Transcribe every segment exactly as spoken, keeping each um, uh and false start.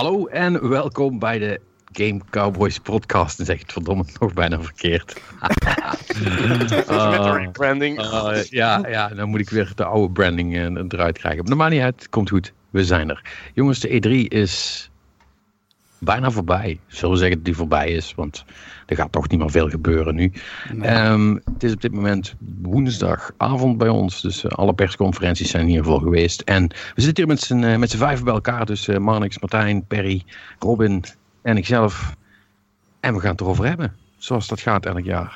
Hallo en welkom bij de Game Cowboys podcast. Dan zeg ik het verdomme nog bijna verkeerd. uh, Met de rebranding. Uh, ja, ja, dan moet ik weer de oude branding uh, eruit krijgen. Maar dat maakt niet uit, komt goed. We zijn er. Jongens, de E drie is bijna voorbij. Zullen we zeggen dat die voorbij is, want er gaat toch niet meer veel gebeuren nu. Nee. Um, het is op dit moment woensdagavond bij ons, dus uh, alle persconferenties zijn hiervoor geweest. En we zitten hier met z'n, uh, met z'n vijf bij elkaar, dus uh, Marnix, Martijn, Perry, Robin en ikzelf. En we gaan het erover hebben, zoals dat gaat elk jaar.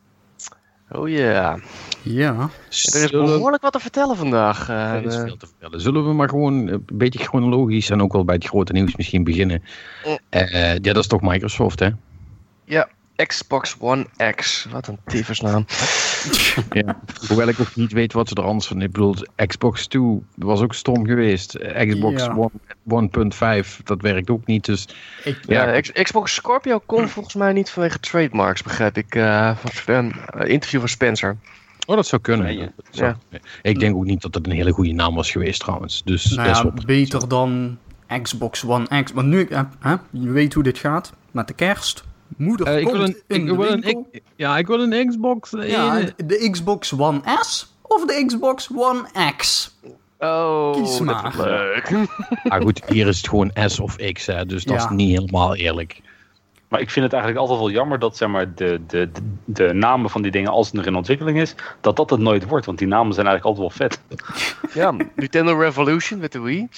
Oh yeah. Ja. Er is behoorlijk wat te vertellen vandaag. Uh, er is veel te vertellen. Zullen we maar gewoon een beetje chronologisch en ook wel bij het grote nieuws misschien beginnen. Uh, ja, dat is toch Microsoft, hè? Ja, Xbox One X. Wat een tyfusnaam. Ja, hoewel ik ook niet weet wat ze er anders van. Ik bedoel, Xbox twee was ook stom geweest. Xbox ja. One, one punt vijf, dat werkt ook niet. Dus, ik, ja, ja, Xbox Scorpio kon volgens mij niet vanwege trademarks, begrijp ik. Uh, van een uh, interview van Spencer. Oh, dat zou kunnen. Ja, dat zou, ja. Ik denk ook niet dat het een hele goede naam was geweest trouwens. Dus nou ja, beter dan Xbox One X. Maar nu, uh, huh? je weet hoe dit gaat met de kerst. Moeder uh, ik komt wil een, in ik de wil winkel. Een, ja, ik wil een Xbox. Ja, de Xbox One S of de Xbox One X. Oh, kies maar. Dat is leuk. Ah, goed, hier is het gewoon S of X, hè, dus dat ja. is niet helemaal eerlijk. Maar ik vind het eigenlijk altijd wel jammer dat zeg maar, de, de, de, de namen van die dingen, als het nog in ontwikkeling is, dat dat het nooit wordt. Want die namen zijn eigenlijk altijd wel vet. Ja, Nintendo Revolution met de Wii.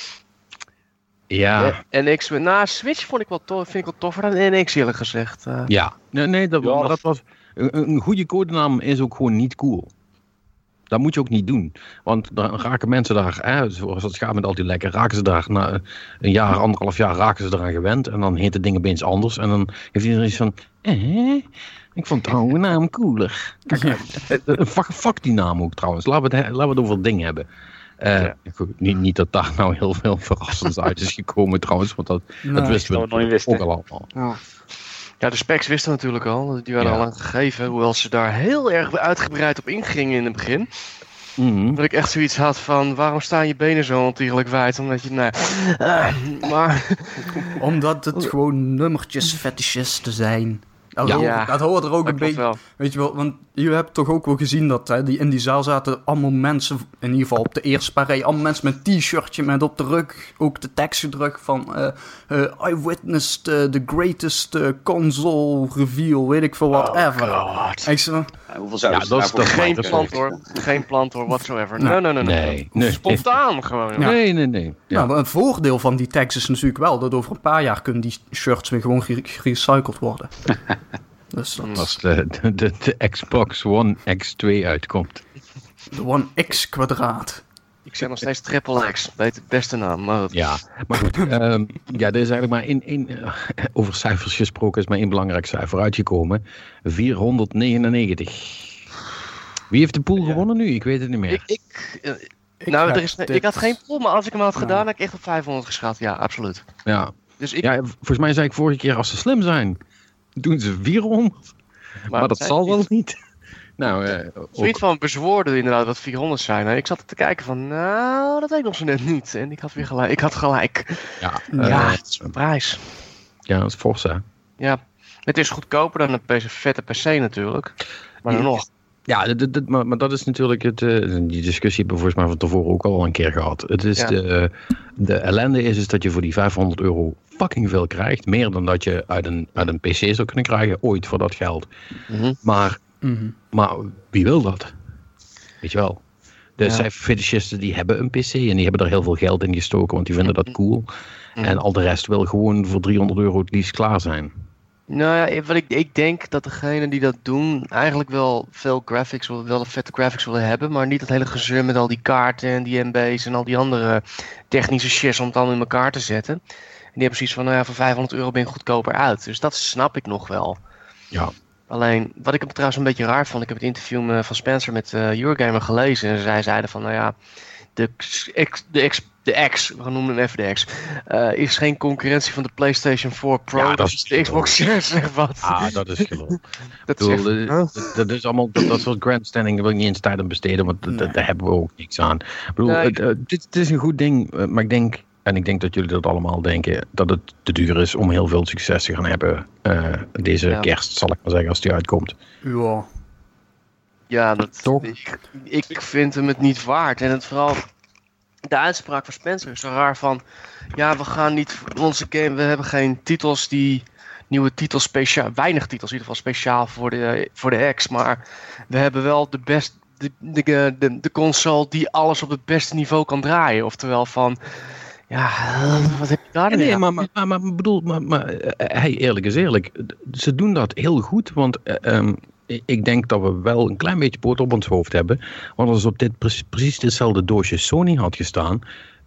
Ja. En N X, na Switch vond ik wel tof, vind ik wel toffer dan N X eerlijk gezegd. Uh. Ja, nee, nee dat, ja, dat was, een, een goede codenaam is ook gewoon niet cool. Dat moet je ook niet doen. Want dan raken mensen daar, hè, zoals het gaat met al die lekker, raken ze daar na een jaar, anderhalf jaar raken ze eraan gewend. En dan heet het ding opeens anders. En dan heeft iedereen iets van, eh, ik vond de oude naam cooler. Kijk, fuck, fuck die naam ook trouwens. Laten we het, laten we het over het ding hebben. Uh, ja. goed, niet, niet dat daar nou heel veel verrassends uit is gekomen trouwens. Want dat, nee, dat wisten we nog niet wisten. ook al allemaal. Ja. Ja, de specs wisten natuurlijk al. Die werden ja. al aan gegeven. Hoewel ze daar heel erg uitgebreid op ingingen in het begin. Mm-hmm. Dat ik echt zoiets had van, waarom staan je benen zo ontiegelijk wijd? Omdat je, nou, uh, maar... Omdat het gewoon nummertjes fetishisten zijn. Dat, ja. hoort, dat hoort er ook dat een beetje, wel. Weet je wel, want je hebt toch ook wel gezien dat hè, die, in die zaal zaten allemaal mensen, in ieder geval op de eerste paar rijen, allemaal mensen met een t-shirtje met op de rug ook de tekst gedrukt van uh, uh, I witnessed uh, the greatest uh, console reveal, weet ik veel, whatever. Oh ik zo, ja, hoeveel zou ja, dat is toch geen plant hoor, geen plant hoor, whatsoever. Nee, nee, nee, nee. nee, nee. Spontaan gewoon. Ja. Nee, nee, nee. Ja. Nou, maar het voordeel van die tekst is natuurlijk wel dat over een paar jaar kunnen die shirts weer gewoon gerecycled worden. Dus dat... Als de, de, de, de Xbox One X twee uitkomt. De One X kwadraat. Ik zeg nog steeds triple X. Weet het beste naam. Maar het... Ja, maar goed. um, ja, er is eigenlijk maar één, één uh, over cijfers gesproken, is maar één belangrijk cijfer uitgekomen. vierhonderdnegenennegentig. Wie heeft de pool ja. gewonnen nu? Ik weet het niet meer. Ik, ik, uh, ik, nou, er is, dit... ik had geen pool, maar als ik hem had gedaan, ja. had ik echt op vijfhonderd geschat. Ja, absoluut. Ja. Dus ik... ja, volgens mij zei ik vorige keer, als ze slim zijn, doen ze vierhonderd. Maar, maar dat zal wel niet. niet. Nou, uh, Zoiets van bezwoorden inderdaad wat vierhonderd zijn. Hè? Ik zat te kijken van, nou, dat weet ik nog zo net niet. En ik had weer gelijk. Ik had gelijk. Ja, uh, ja het is een prijs. Ja, dat is fors, hè? Ja, het is goedkoper dan een vette P C natuurlijk. Maar dan nog. Ja, dat, dat, maar, maar dat is natuurlijk het. Uh, die discussie hebben we volgens mij van tevoren ook al een keer gehad. Het is ja. de, de ellende is, is dat je voor die vijfhonderd euro fucking veel krijgt. Meer dan dat je uit een, uit een P C zou kunnen krijgen, ooit voor dat geld. Mm-hmm. Maar, mm-hmm. maar wie wil dat? Weet je wel. De ja. cijferfetischisten die hebben een P C en die hebben er heel veel geld in gestoken, want die vinden dat cool. Mm-hmm. En al de rest wil gewoon voor driehonderd euro het liefst klaar zijn. Nou ja, wat ik, ik denk dat degenen die dat doen eigenlijk wel veel graphics, wel vette graphics willen hebben, maar niet dat hele gezeur met al die kaarten en die M B's en al die andere technische shit om het allemaal in elkaar te zetten. En die hebben zoiets van, nou ja, voor vijfhonderd euro ben ik goedkoper uit. Dus dat snap ik nog wel. Ja. Alleen, wat ik trouwens een beetje raar vond, ik heb het interview van Spencer met uh, Eurogamer gelezen en zij zeiden van, nou ja, de X, de X, de X, we noemen hem even de X, uh, is geen concurrentie van de PlayStation four Pro, ja, dat is de Xbox Series, zeg wat. Ah, dat is geloof. dat, bedoel, is echt, dat, dat, dat is allemaal, dat, dat soort grandstanding, daar wil ik niet eens tijd aan besteden, want nee. dat, daar hebben we ook niks aan. Ik bedoel, nee, het, uh, dit, dit is een goed ding, uh, maar ik denk, en ik denk dat jullie dat allemaal denken, dat het te duur is om heel veel succes te gaan hebben uh, deze ja. kerst, zal ik maar zeggen, als die uitkomt. Ja. Ja, dat, Toch? Ik, ik vind hem het niet waard. En het vooral, de uitspraak van Spencer is zo raar van, ja, we gaan niet, onze game, we hebben geen titels die, nieuwe titels speciaal, weinig titels in ieder geval speciaal voor de, voor de X, maar we hebben wel de best, de, de, de, de console die alles op het beste niveau kan draaien. Oftewel van, ja, wat heb je daar nee, maar, maar, maar, maar bedoel, maar, maar hey, eerlijk is eerlijk, ze doen dat heel goed, want uh, um, ik denk dat we wel een klein beetje boter op ons hoofd hebben, want als op dit pre- precies hetzelfde doosje Sony had gestaan,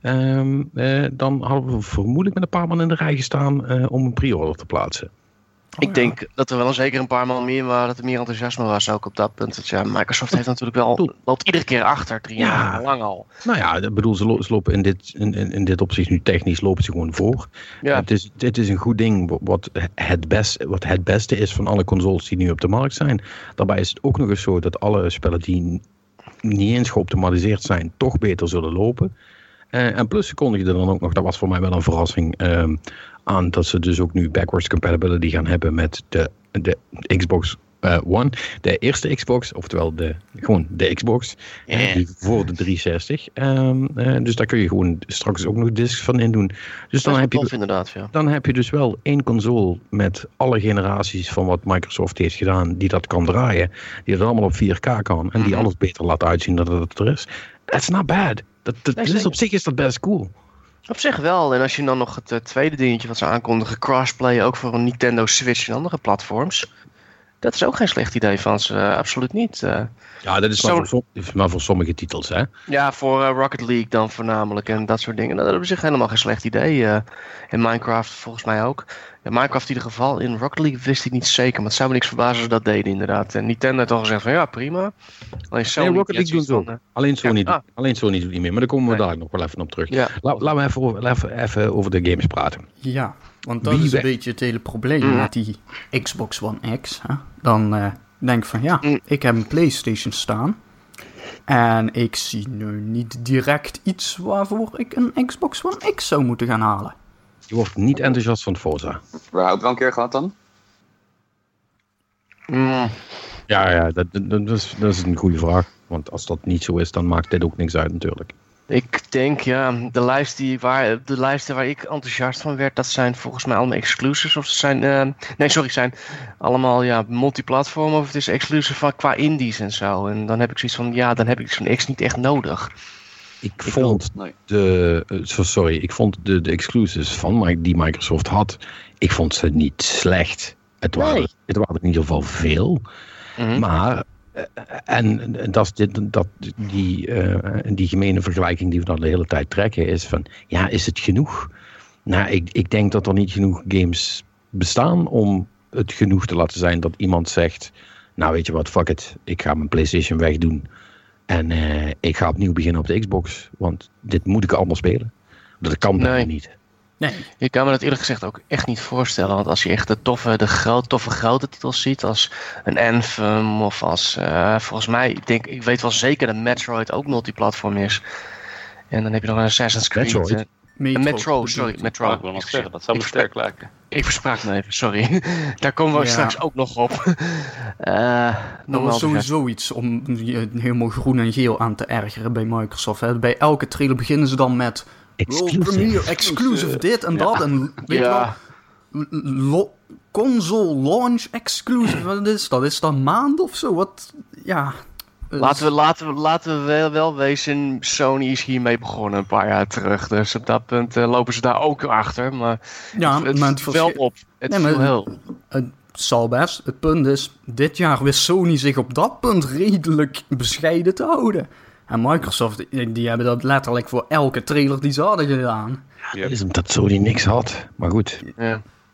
um, uh, dan hadden we vermoedelijk met een paar man in de rij gestaan uh, om een pre-order te plaatsen. Ik oh, denk ja. dat er wel een zeker een paar man meer waren, dat er meer enthousiasme was ook op dat punt. Dat, ja, Microsoft heeft natuurlijk wel, loopt iedere keer achter, drie ja. jaar lang al. Nou ja, ik bedoel, ze, lo- ze lopen in dit, in, in dit opzicht nu technisch lopen ze gewoon voor. Ja. Het, is, het is een goed ding wat het, best, wat het beste is van alle consoles die nu op de markt zijn. Daarbij is het ook nog eens zo dat alle spellen die niet eens geoptimaliseerd zijn, toch beter zullen lopen. Uh, en plus ze kondigden dan ook nog, dat was voor mij wel een verrassing, um, aan dat ze dus ook nu backwards compatibility gaan hebben met de, de Xbox uh, One. De eerste Xbox, oftewel de, gewoon de Xbox, yeah. uh, die voor de driehonderdzestig. Um, uh, dus daar kun je gewoon straks ook nog discs van in doen. Dus dan heb, je, tof, inderdaad, ja. dan heb je dus wel één console met alle generaties van wat Microsoft heeft gedaan, die dat kan draaien, die dat allemaal op vier K kan en die mm-hmm. alles beter laat uitzien dan dat het er is. That's not bad. Dat, dat, nee, dus op zich is dat best cool. Op zich wel. En als je dan nog het uh, tweede dingetje wat ze aankondigen, crossplay ook voor een Nintendo Switch en andere platforms. Dat is ook geen slecht idee van ze, uh, absoluut niet. Uh, ja, dat is zo... maar, voor som- maar voor sommige titels, hè? Ja, voor uh, Rocket League dan voornamelijk en dat soort dingen. Dat is op zich helemaal geen slecht idee. Uh, en Minecraft volgens mij ook. Ja, Minecraft in ieder geval. In Rocket League wist ik niet zeker, maar het zou me niks verbazen als ze dat deden inderdaad. En Nintendo heeft al gezegd van ja, prima. Alleen Sony nee, Rocket League doen zo. Van, uh... Alleen Sony ja, ah. Alleen Sony doet niet meer, maar daar komen we nee. daar nog wel even op terug. Ja. La- laten we even over, even, even over de games praten. Ja, want dat Wie is een we... beetje het hele probleem mm. met die Xbox One X. Hè? Dan uh, denk ik van ja, mm. ik heb een PlayStation staan. En ik zie nu niet direct iets waarvoor ik een Xbox One X zou moeten gaan halen. Je wordt niet enthousiast van Forza. We hebben het wel een keer gehad dan? Mm. Ja, ja dat, dat, dat, is, dat is een goede vraag. Want als dat niet zo is, dan maakt dit ook niks uit natuurlijk. Ik denk, ja, de lijst die waar, de lijsten waar ik enthousiast van werd, dat zijn volgens mij allemaal exclusives. Of ze zijn, uh, nee, sorry, zijn allemaal ja, multiplatform of het is exclusive van qua indies en zo. En dan heb ik zoiets van, ja, dan heb ik zo'n X niet echt nodig. Ik, ik vond nee. de, uh, sorry, ik vond de, de exclusives van die Microsoft had, ik vond ze niet slecht. Het waren, nee. het waren in ieder geval veel, mm-hmm. maar uh, en dat is dit, dat die, uh, die gemene vergelijking die we dan de hele tijd trekken is van, ja, is het genoeg? Nou, ik, ik denk dat er niet genoeg games bestaan om het genoeg te laten zijn dat iemand zegt, nou weet je wat, fuck it, ik ga mijn PlayStation wegdoen. En uh, ik ga opnieuw beginnen op de Xbox. Want dit moet ik allemaal spelen. Dat kan bijna nee. niet. Nee, je kan me dat eerlijk gezegd ook echt niet voorstellen. Want als je echt de toffe, de groot, toffe grote titels ziet. Als een Anthem of als... Uh, volgens mij, ik, denk, ik weet wel zeker dat Metroid ook multiplatform is. En dan heb je nog een Assassin's Creed. Metroid? Uh, Metro, Metro, sorry. Metro. Oh, ik wil nog zeggen, dat zou me sterk lijken. Ik verspraak me even, sorry. Daar komen we ja. straks ook nog op. uh, dat was sowieso iets om je helemaal groen en geel aan te ergeren bij Microsoft. Hè. Bij elke trailer beginnen ze dan met exclusive, Premier, exclusive dit en ja. dat. En weet ja. je wel, lo- console launch exclusive. Wat is dat? Is dat een maand of zo? Wat, ja... Laten we, laten we, laten we wel, wel wezen, Sony is hiermee begonnen een paar jaar terug. Dus op dat punt uh, lopen ze daar ook achter. Maar ja, het, het maar het wel op. Het nee, maar heel. Het zal best. Het punt is, dit jaar wist Sony zich op dat punt redelijk bescheiden te houden. En Microsoft, die hebben dat letterlijk voor elke trailer die ze hadden gedaan. Ja, het is omdat Sony niks had. Maar goed. Ja.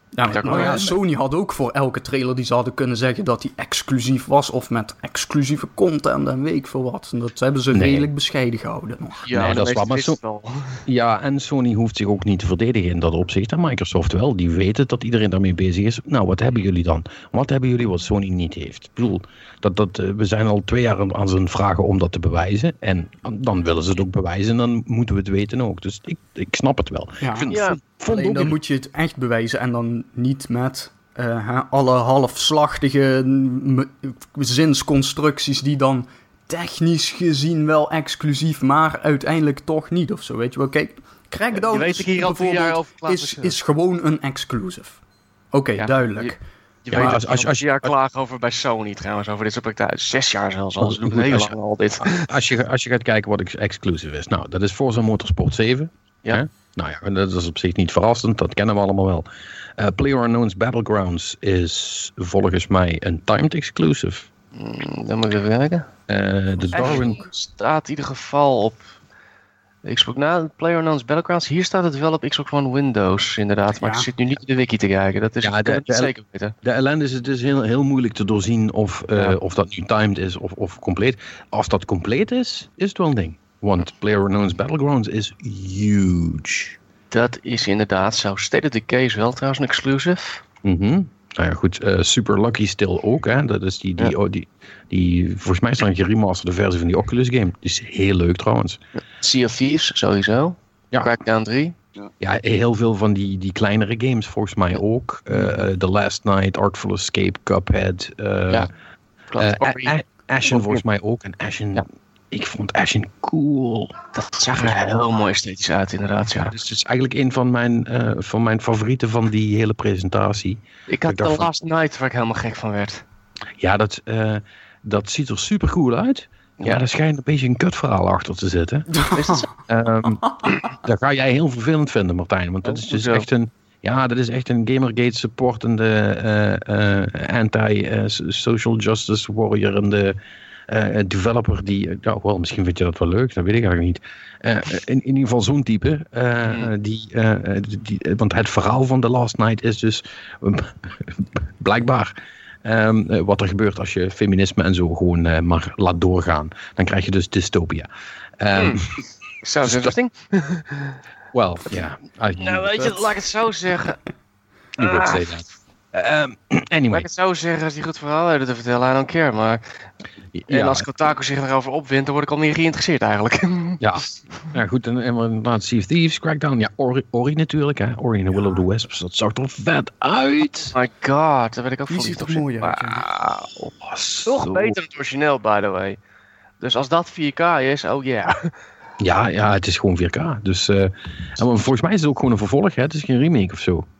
Ja, maar, nou ja, Sony had ook voor elke trailer die ze hadden kunnen zeggen dat die exclusief was of met exclusieve content en weet ik veel wat. En dat hebben ze nee. redelijk bescheiden gehouden nog. Ja, nee, dat is waar, maar zo... Ja, en Sony hoeft zich ook niet te verdedigen in dat opzicht. En Microsoft wel, die weten dat iedereen daarmee bezig is. Nou, wat hebben jullie dan? Wat hebben jullie wat Sony niet heeft? Ik bedoel, dat, dat, we zijn al twee jaar aan ze vragen om dat te bewijzen. En dan willen ze het ook bewijzen en dan moeten we het weten ook. Dus ik, ik snap het wel. Ja, ik vind, ja. Vond, vond alleen dan in... moet je het echt bewijzen en dan niet met uh, alle halfslachtige m- zinsconstructies die dan technisch gezien wel exclusief, maar uiteindelijk toch niet of zo. Weet je wel, kijk, Crackdown je weet ik hier al vier jaar over is, is gewoon een exclusive. Oké, okay, ja, duidelijk. Je, je ja, weet als, als, als je jaar klagen over bij Sony trouwens, over dit soort praktijken. Zes jaar zelfs al, ze doen het heel lang al dit. Als je, als je gaat kijken wat exclusive is, nou, dat is Forza Motorsport zeven. Ja. Hè? Nou ja, dat is op zich niet verrassend, dat kennen we allemaal wel. Uh, PlayerUnknown's Battlegrounds is volgens mij een timed exclusive. Mm, dan moet ik even kijken. Uh, de Darwin staat in ieder geval op Xbox. Nou, PlayerUnknown's Battlegrounds. Hier staat het wel op Xbox One Windows, inderdaad. Maar ja. ik zit nu niet in de wiki te kijken. Dat is ja, de, de, zeker weten. De ellende is het dus heel, heel moeilijk te doorzien of, uh, ja. of dat nu timed is of, of compleet. Als dat compleet is, is het wel een ding. Want PlayerUnknown's Battlegrounds is huge. Dat is inderdaad zo. State of Decay is wel trouwens een exclusive. Mm-hmm. Nou ja, goed. Uh, Super Lucky Still ook, hè. Dat is die, die, ja. oh, die, die, volgens mij is dat een geremasterde versie van die Oculus game. Die is heel leuk trouwens. Sea of Thieves, sowieso. Ja. Crackdown drie. Ja, heel veel van die, die kleinere games volgens mij ook. Uh, The Last Night, Artful Escape, Cuphead. Uh, ja. Uh, A- A- Ashen volgens mij ook. En Ashen... Ja. Ik vond Ashen cool. Dat zag er heel mooi esthetisch uit, inderdaad. Ja. Dus het is eigenlijk een van mijn, uh, van mijn favorieten van die hele presentatie. Ik had The Last Night waar ik helemaal gek van werd. Ja, dat, uh, dat ziet er super cool uit. Ja, ja, daar schijnt een beetje een kutverhaal achter te zitten. Is dat zo? Um, dat ga jij heel vervelend vinden, Martijn. Want dat is dus echt een... Ja, dat is echt een Gamergate supportende uh, uh, anti-social uh, justice warrior en de... Uh, developer die, nou wel, misschien vind je dat wel leuk, dat weet ik eigenlijk niet. Uh, in, in ieder geval zo'n type, uh, mm. die, uh, die, want het verhaal van The Last Night is dus uh, blijkbaar um, uh, wat er gebeurt als je feminisme en zo gewoon uh, maar laat doorgaan. Dan krijg je dus dystopia. Um, mm. Sounds interesting. Wel, ja. Yeah. Nou, weet je, laat ik het zo zeggen. You would say that. Um, anyway. Laat ik het zo zeggen, als die goed verhaal hebben te vertellen, I don't care, maar... Ja. En als Kotaku zich erover opwint, dan word ik al meer geïnteresseerd eigenlijk. Ja, ja goed, en, en inderdaad Sea of Thieves, Crackdown, ja, Ori, Ori natuurlijk, hè, Ori en the Will of the Wisps, dat zag er vet uit. Oh my god, daar werd ik ook voor lief op mooi uit. Wow. Oh, toch beter dan het origineel, by the way. Dus als dat vier K is, oh yeah. Ja, ja, het is gewoon vier K, dus, uh, en volgens mij is het ook gewoon een vervolg, hè, het is geen remake of zo.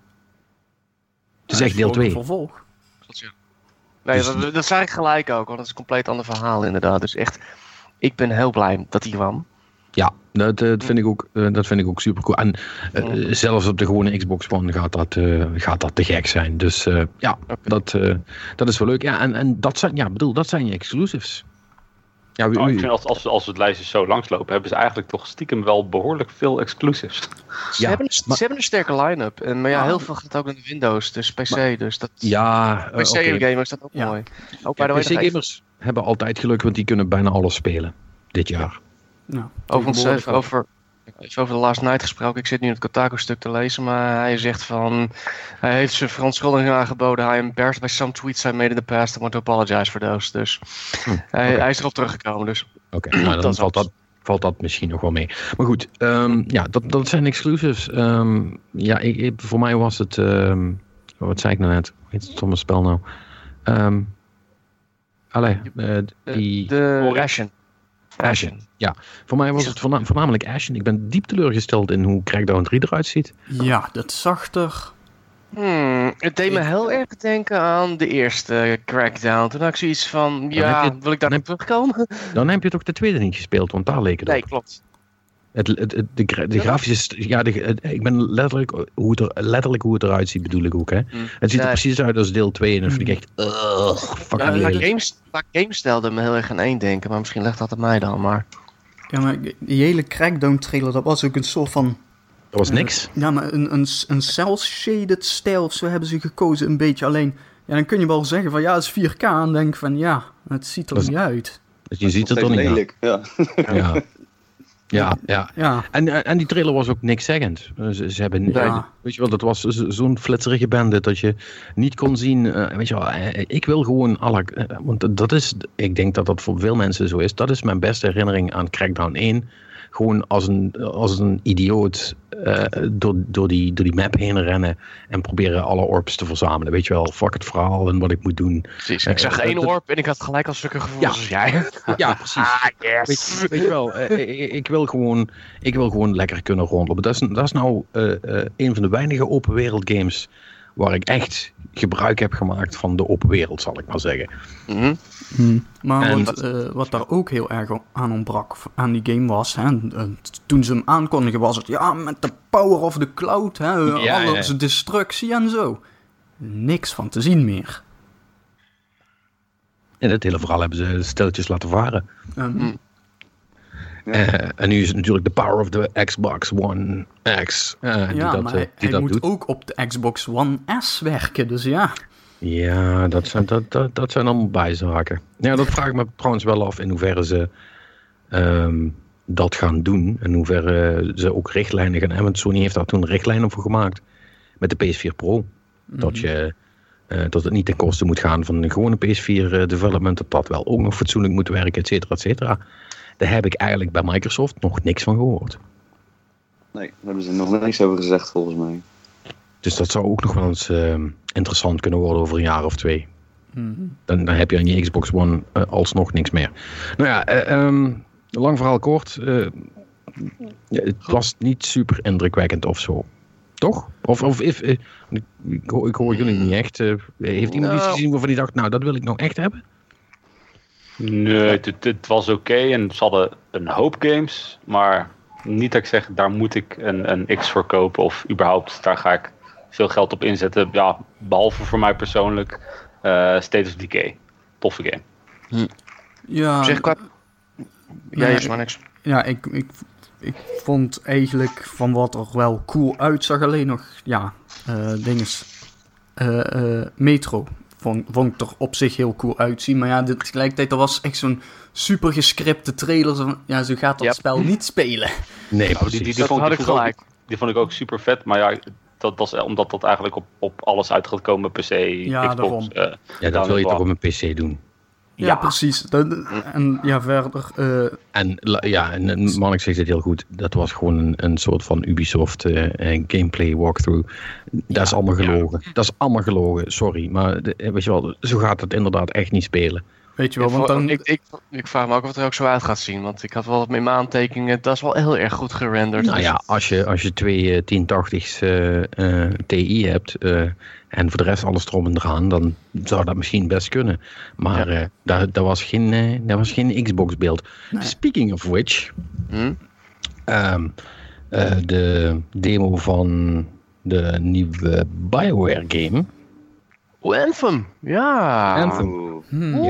Het is echt deel twee. Een vervolg. Nee, dus, dat, dat zei ik gelijk ook, want dat is een compleet ander verhaal inderdaad. Dus echt, ik ben heel blij dat hij kwam. Ja, dat, dat, vind ik ook, dat vind ik ook super cool. En uh, zelfs op de gewone Xbox One gaat dat, uh, gaat dat te gek zijn. Dus uh, ja, okay. dat, uh, dat is wel leuk. Ja, en, en dat zijn, ja, bedoel, dat zijn je exclusives. Ja, u, nou, ik vind als, als, als we het lijstje zo langslopen, hebben ze eigenlijk toch stiekem wel behoorlijk veel exclusives. Ze, ja, hebben, een, maar, ze hebben een sterke line-up. En, maar ja, heel veel gaat ook naar de Windows, dus P C. Maar, dus dat, ja, P C-gamers, okay. dat ook ja. mooi. Ook ja, P C-gamers hebben altijd geluk, want die kunnen bijna alles spelen dit jaar. Nou, over, even, over, even over The Last Night gesproken. Ik zit nu het Kotaku-stuk te lezen, maar hij zegt van... Hij heeft zijn verontschuldiging aangeboden. Hij embarrassed by some tweets I made in the past. I want to apologize for those. Dus hm, hij, okay. hij is erop teruggekomen. Dus. Oké, okay, nou, dan valt dat, valt dat misschien nog wel mee. Maar goed, um, ja, dat, dat zijn exclusives. Um, ja, ik, ik, voor mij was het... Um, wat zei ik nou net? Hoe heet het stomme spel nou? Um, allee, uh, die... De Ashen. Ashen, ja. Voor mij was het voorna- voornamelijk Ashen. Ik ben diep teleurgesteld in hoe Crackdown drie eruit ziet. Ja, dat zag er... Hmm, het deed me heel erg denken aan de eerste Crackdown. Toen had ik zoiets van, ja, je, wil ik daar nog terugkomen? Dan heb je toch de tweede niet gespeeld, want daar leek het op. Nee, klopt. Het, het, het, de, de, de grafische... Ja, de, het, ik ben letterlijk hoe, het er, letterlijk hoe het eruit ziet, bedoel ik ook, hè. Mm. Het ziet er nee. precies uit als deel twee en dan vind ik echt... Uh, fucking ja, la games, la games stelde me heel erg aan één denken, maar misschien legt dat aan mij dan, maar... Ja, maar die hele Crackdown trailer, dat was ook een soort van Dat was niks. Uh, ja, maar een, een, een cel-shaded stijl of zo hebben ze gekozen een beetje. Alleen, ja, dan kun je wel zeggen van ja, het is vier K. En denk van ja, het ziet er dat niet is, uit. Dus je ziet het er niet lelijk, ja. ja. Ja, ja. ja. En, en die trailer was ook niks zeggend. Ze, ze hebben, ja. Weet je wel, dat was zo'n flitserige bende dat je niet kon zien. Uh, weet je wel, ik wil gewoon alle. Uh, want dat is, ik denk dat dat voor veel mensen zo is. Dat is mijn beste herinnering aan Crackdown één. Gewoon als een, als een idioot uh, door, door, die, door die map heen rennen en proberen alle orbs te verzamelen. Weet je wel, fuck het verhaal en wat ik moet doen. Precies, ik zag uh, één orb en ik had gelijk al stukken gevoel ja. als jij. Ja, precies. Ah, yes. weet, weet je wel, uh, ik, ik, wil gewoon, ik wil gewoon lekker kunnen rondlopen. Dat is, dat is nou uh, uh, een van de weinige open wereld games waar ik echt gebruik heb gemaakt van de open wereld, zal ik maar zeggen. Mm-hmm. Hmm. Maar en, wat, uh, wat daar ook heel erg aan ontbrak aan die game was, hè, uh, toen ze hem aankondigen was het, ja, met de power of the cloud, hè, ja, alles ja. destructie en zo. Niks van te zien meer. En het hele verhaal hebben ze stilletjes laten varen. Um, mm. Uh, en nu is het natuurlijk de power of the Xbox One X. Uh, die ja, dat, maar uh, hij, die hij dat moet doet. ook op de Xbox One S werken, dus ja. Ja, dat zijn, dat, dat, dat zijn allemaal bijzaken. Ja, dat vraag ik me trouwens wel af in hoeverre ze um, dat gaan doen. In hoeverre ze ook richtlijnen gaan hebben. Want Sony heeft daar toen richtlijnen voor gemaakt. Met de P S vier Pro. Mm-hmm. Dat, je, uh, dat het niet ten koste moet gaan van de gewone P S vier uh, development. Dat dat wel ook nog fatsoenlijk moet werken, et cetera, et cetera. Daar heb ik eigenlijk bij Microsoft nog niks van gehoord. Nee, daar hebben ze nog niks over gezegd volgens mij. Dus dat zou ook nog wel eens uh, interessant kunnen worden over een jaar of twee. Mm-hmm. Dan, dan heb je aan je Xbox One uh, alsnog niks meer. Nou ja, uh, um, lang verhaal kort. Uh, ja, het was niet super indrukwekkend of zo. Toch? Of, of if, uh, ik, ik, hoor, ik hoor jullie niet echt. Uh, heeft iemand nou. iets gezien waarvan die dacht, nou dat wil ik nou echt hebben? Nee, het, het, het was oké okay en ze hadden een hoop games, maar niet dat ik zeg, daar moet ik een, een X voor kopen of überhaupt, daar ga ik veel geld op inzetten. Ja, behalve voor mij persoonlijk, uh, State of Decay. Toffe game. Hm. Ja, zeg qua... Ja, nee, is maar niks. Ja, ik, ik, ik vond eigenlijk van wat er wel cool uitzag, alleen nog, ja, uh, dinges, uh, uh, Metro. Vond, vond ik er op zich heel cool uitzien. Maar ja, dit, tegelijkertijd, dat was echt zo'n super gescripte trailer. Zo, ja, zo gaat dat yep. spel niet spelen. Nee, nou, die, die, die, vond, die, vond ook, die vond ik ook super vet. Maar ja, dat was omdat dat eigenlijk op, op alles uit gaat komen. P C, ja, Xbox. Uh, ja, dat wil je toch op een P C doen? Ja, ja. precies. Dat, en ja, verder... Uh... En ja, en Mark zegt het heel goed. Dat was gewoon een, een soort van Ubisoft uh, gameplay walkthrough. Dat ja, is allemaal gelogen. Ja. Dat is allemaal gelogen, sorry. Maar de, weet je wel, zo gaat het inderdaad echt niet spelen. Weet je wel, want dan... Ik, ik, ik vraag me ook of het er ook zo uit gaat zien. Want ik had wel wat met mijn aantekeningen. Dat is wel heel erg goed gerenderd. Nou ja, als je, als je twee uh, tien tachtig's uh, uh, T I hebt... Uh, en voor de rest alles erom en eraan, dan zou dat misschien best kunnen. Maar ja. uh, daar, daar, was geen, uh, daar was geen Xbox-beeld. Nee. Speaking of which, hm? um, uh, de demo van de nieuwe BioWare-game. Oh, Anthem, ja. Anthem.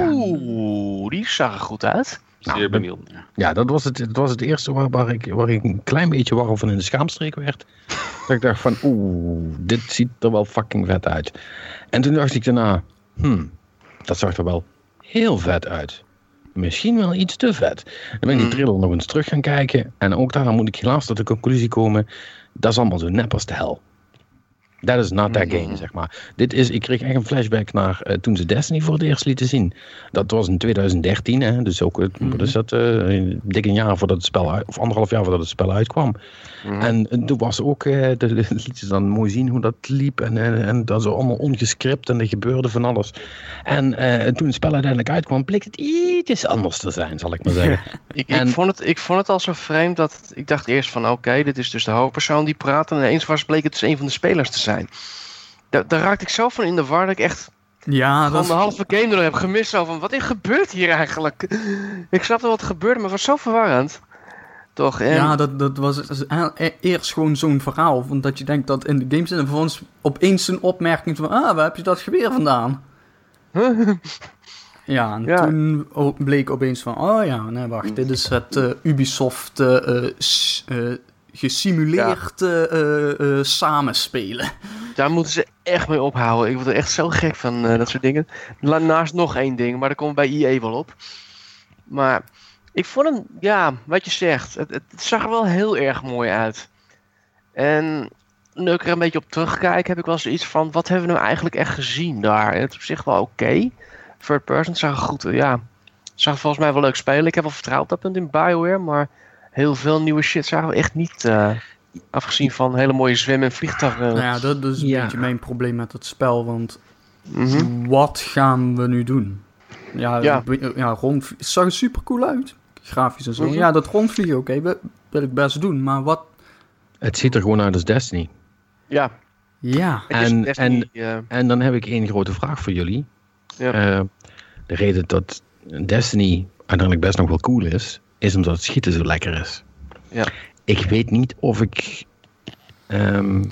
Oeh, ja. Die zag er goed uit. Zeer nou, benieuwd. Ja, dat was het, dat was het eerste waar, waar, ik, waar ik een klein beetje warm van in de schaamstreek werd. Dat ik dacht van, oeh, dit ziet er wel fucking vet uit. En toen dacht ik daarna, hmm, dat zag er wel heel vet uit. Misschien wel iets te vet. Dan ben ik die trailer nog eens terug gaan kijken. En ook daar moet ik helaas tot de conclusie komen, dat is allemaal zo nep als de hel. Dat is not that game, zeg maar. Dit is, ik kreeg echt een flashback naar uh, toen ze Destiny voor het eerst lieten zien. Dat was in twintig dertien, hè, dus ook, mm-hmm. wat is dat, uh, dik een jaar voordat het spel uit, of anderhalf jaar voordat het spel uitkwam. Mm-hmm. En uh, toen was ook, uh, de, de lieten ze dan mooi zien hoe dat liep en, en, en dat zo allemaal ongescript en er gebeurde van alles. En uh, toen het spel uiteindelijk uitkwam, bleek het iets anders te zijn, zal ik maar zeggen. ik, en, ik, vond het, ik vond het al zo vreemd dat ik dacht eerst van oké, okay, dit is dus de hoofdpersoon die praat en ineens was bleek het dus een van de spelers te zijn. Daar, daar raakte ik zo van in de war dat ik echt ja, dat de halve game er heb gemist. Zo van, wat is gebeurd hier eigenlijk? Ik snapte wat er gebeurde, maar het was zo verwarrend. Toch? En... Ja, dat, dat was eerst gewoon zo'n verhaal. Want dat je denkt dat in de games en voor ons opeens een opmerking van, ah, waar heb je dat geweer vandaan? Ja, en ja. toen bleek opeens van, oh ja, nee, wacht, dit is het uh, Ubisoft uh, uh, gesimuleerd ja. uh, uh, uh, samenspelen. Daar moeten ze echt mee ophouden. Ik word er echt zo gek van uh, dat soort dingen. Naast nog één ding, maar daar komen we bij E A wel op. Maar ik vond hem, ja, wat je zegt, het, het zag er wel heel erg mooi uit. En nu ik er een beetje op terugkijk, heb ik wel zoiets van, wat hebben we nou eigenlijk echt gezien daar? Het is op zich wel oké. Okay. Third person zag er goed, ja, zag volgens mij wel leuk spelen. Ik heb wel vertrouwd op dat punt in BioWare, maar heel veel nieuwe shit zagen we echt niet... Uh, Afgezien van hele mooie zwem- en vliegtuigen. Nou ja, dat, dat is een ja. beetje mijn probleem met het spel. Want mm-hmm. wat gaan we nu doen? Ja, ja. ja rond, het zag er super cool uit. Grafisch en zo. Mm-hmm. Ja, dat rondvliegen, oké, okay, wil ik best doen. Maar wat... Het ziet er gewoon uit als Destiny. Ja. Ja. En, Destiny, en, uh... en dan heb ik één grote vraag voor jullie. Ja. Uh, de reden dat Destiny uiteindelijk best nog wel cool is, is omdat het schieten zo lekker is. Ja. Ik weet niet of ik um,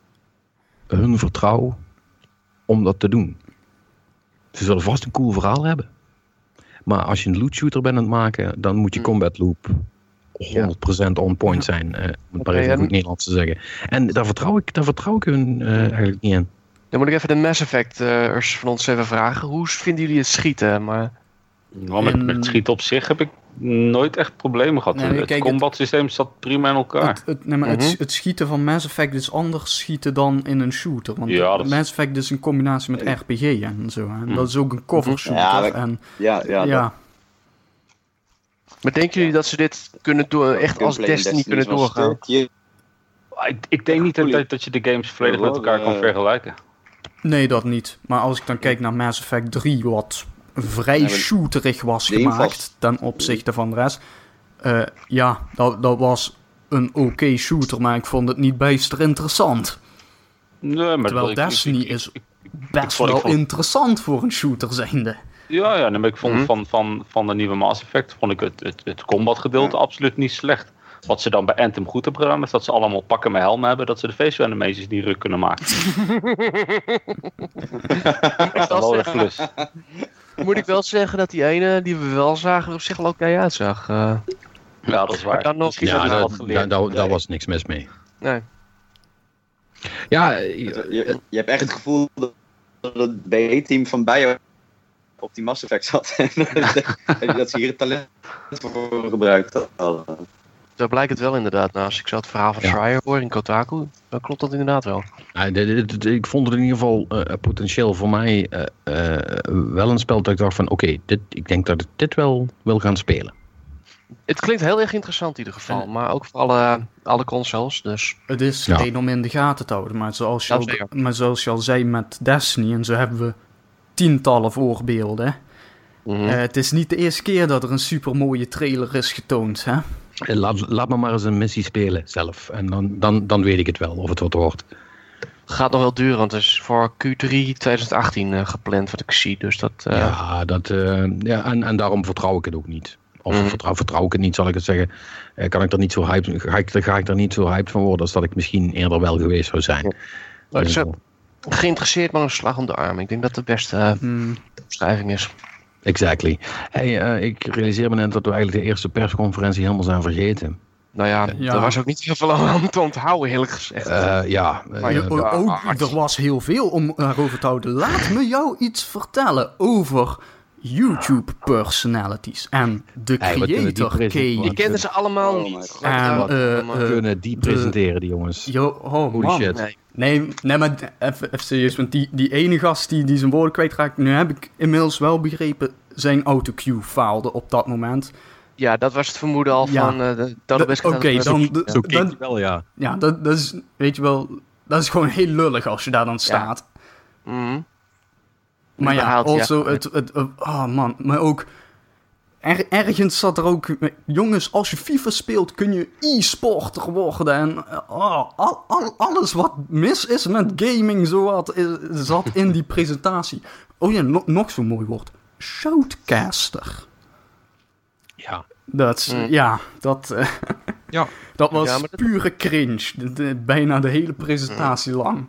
hun vertrouw om dat te doen. Ze zullen vast een cool verhaal hebben. Maar als je een loot shooter bent aan het maken, dan moet je combat loop honderd procent on point zijn. Uh, om het maar okay, even en... goed Nederlands te zeggen. En daar vertrouw ik, daar vertrouw ik hun uh, eigenlijk niet in. Dan moet ik even de Mass Effect'ers uh, van ons even vragen. Hoe vinden jullie het schieten? Maar... Nou, met, met het schieten op zich heb ik nooit echt problemen gehad. Nee, het combat systeem zat prima in elkaar. Het, het, nee, maar mm-hmm. het, het schieten van Mass Effect is anders schieten dan in een shooter. Want ja, dat... Mass Effect is een combinatie met R P G en zo. En mm. dat is ook een cover shooter. Ja, dat... en, ja, ja, ja. Dat... Maar denken jullie dat ze dit kunnen doen, echt als Destiny, Destiny kunnen doorgaan? Je... Ik, ik denk niet dat, dat je de games volledig met elkaar kan vergelijken. Nee, dat niet. Maar als ik dan kijk naar Mass Effect drie, wat vrij ja, shooterig was gemaakt ten opzichte van de rest. Uh, ja, dat, dat was een oké okay shooter, maar ik vond het niet bijster interessant. Nee, maar Terwijl ik, Destiny ik, ik, is ik, best ik, ik, wel ik vond... interessant voor een shooter zijnde. Ja, ja, maar ik vond mm-hmm. van, van, van de nieuwe Mass Effect vond ik het, het, het combat gedeelte ja. absoluut niet slecht. Wat ze dan bij Anthem goed hebben gedaan is dat ze allemaal pakken met helmen hebben, dat ze de facial animations die ruk kunnen maken. Dat is wel echt plus. Moet ik wel zeggen dat die ene die we wel zagen er op zich wel oké okay uitzag. Uh, ja, dat is waar. Dan nog ja, daar da, da, da was niks mis mee. Nee. Ja, je, je, je hebt echt het gevoel dat het B E-team van Bio op die Mass Effect zat. En dat ze hier het talent voor gebruikt hadden. Zo blijkt het wel inderdaad. Nou, als ik zo het verhaal van ja. Schreier hoor in Kotaku, dan klopt dat inderdaad wel. Ja, de, de, de, ik vond het in ieder geval uh, potentieel voor mij uh, uh, wel een spel dat ik dacht van oké, okay, dit, ik denk dat ik dit wel wil gaan spelen. Het klinkt heel erg interessant in ieder geval, en, maar ook voor alle, alle consoles. Dus. Het is ja. geen om in de gaten te houden, maar zoals, je al, maar zoals je al zei met Destiny, en zo hebben we tientallen voorbeelden. Mm-hmm. Uh, het is niet de eerste keer dat er een supermooie trailer is getoond, hè? Laat, laat me maar eens een missie spelen zelf. En dan, dan, dan weet ik het wel, of het wat wordt. Gaat nog wel duren, want het is voor Q drie twintig achttien uh, gepland, wat ik zie. Dus dat, uh... Ja, dat, uh, ja en, en daarom vertrouw ik het ook niet. Of mm. vertrouw, vertrouw ik het niet, zal ik het zeggen. Uh, kan ik er niet zo hyped, ga, ik, ga ik er niet zo hyped van worden als dat ik misschien eerder wel geweest zou zijn. Ja. Dus, uh, geïnteresseerd, maar een slag om de arm. Ik denk dat de beste uh, mm. beschrijving is. Exactly. Hey, uh, ik realiseer me net dat we eigenlijk de eerste persconferentie helemaal zijn vergeten. Nou ja, ja. er was ook niet heel veel aan te onthouden, eerlijk gezegd. Uh, ja. Maar uh, uh, oh, er was heel veel om erover te houden. Laat me jou iets vertellen over YouTube personalities en de hey, creator K. Je kende ze allemaal niet. Oh en, uh, uh, uh, kunnen die presenteren, die jongens. Yo, oh, Holy man. Shit. Nee. Nee, nee, maar even, even serieus, want die, die ene gast die, die zijn woorden kwijtraakt, nu heb ik inmiddels wel begrepen, zijn autocue faalde op dat moment. Ja, dat was het vermoeden al ja. van uh, de, dat best Oké, okay, dan... De, zo keek hij wel, ja. Ja, dat, dat is, weet je wel, dat is gewoon heel lullig als je daar dan staat. Ja. Mm-hmm. Maar ja, behaald, also, ja. Het, het, het, oh man, maar ook... Er, ergens zat er ook... Jongens, als je FIFA speelt, kun je e-sporter worden. En oh, al, al, alles wat mis is met gaming, zowat, is, zat in die presentatie. Oh ja, no, nog zo'n mooi woord. Shoutcaster. Ja. Dat, mm. Ja, dat... Uh, ja. Dat was ja, dat... pure cringe. De, de, bijna de hele presentatie mm. lang.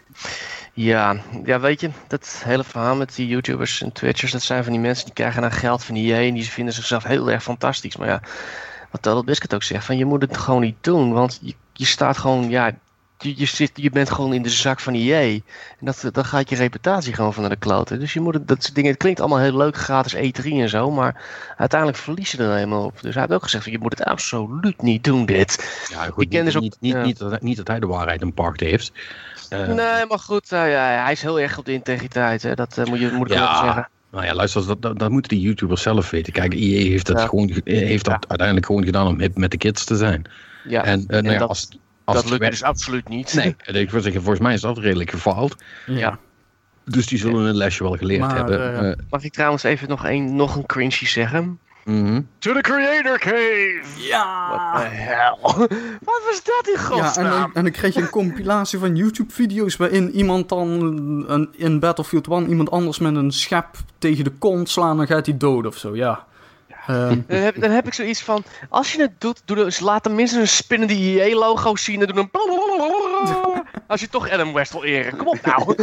Ja, ja, weet je, dat hele verhaal met die YouTubers en Twitchers, dat zijn van die mensen die krijgen dan geld van I A en die vinden zichzelf heel erg fantastisch. Maar ja, wat Total Biscuit ook zegt, van je moet het gewoon niet doen, want je, je staat gewoon, ja, je, je, zit, je bent gewoon in de zak van E A. En dat, dan gaat je reputatie gewoon van naar de kloten. Dus je moet het, dat soort dingen, het klinkt allemaal heel leuk, gratis E drie en zo, maar uiteindelijk verlies je er helemaal op. Dus hij heeft ook gezegd, van, je moet het absoluut niet doen, dit. Ja, goed, niet, dus ook, niet, niet, ja. niet, dat, niet dat hij de waarheid in pacht heeft. Uh, nee, maar goed, uh, ja, hij is heel erg op de integriteit, hè. Dat uh, moet, je, moet ik ja. wel zeggen. Nou ja, luister, dat, dat, dat moeten die YouTubers zelf weten. Kijk, E A heeft dat, ja. gewoon, heeft dat ja. uiteindelijk gewoon gedaan om hip met de kids te zijn. Ja, en, uh, nou en ja, dat, als, als dat lukt werkt, dus absoluut niet. Nee, ik wil zeggen, volgens mij is dat redelijk gefaald. Ja. Dus die zullen een lesje wel geleerd maar, hebben. Uh, uh, mag ik trouwens even nog een, nog een cringy zeggen? Mm-hmm. To the Creator Cave! Ja! What the hell? Wat was dat in godsnaam? Ja, en, dan, en dan kreeg je een compilatie van YouTube-video's waarin iemand dan een, in Battlefield one iemand anders met een schep tegen de kont slaan, dan gaat hij dood of zo, ja. Um. Dan, heb, dan heb ik zoiets van, als je het doet, doe dus, laat tenminste een spinnende E A-logo zien en doe een als je toch Adam West wil eren. Kom op nou.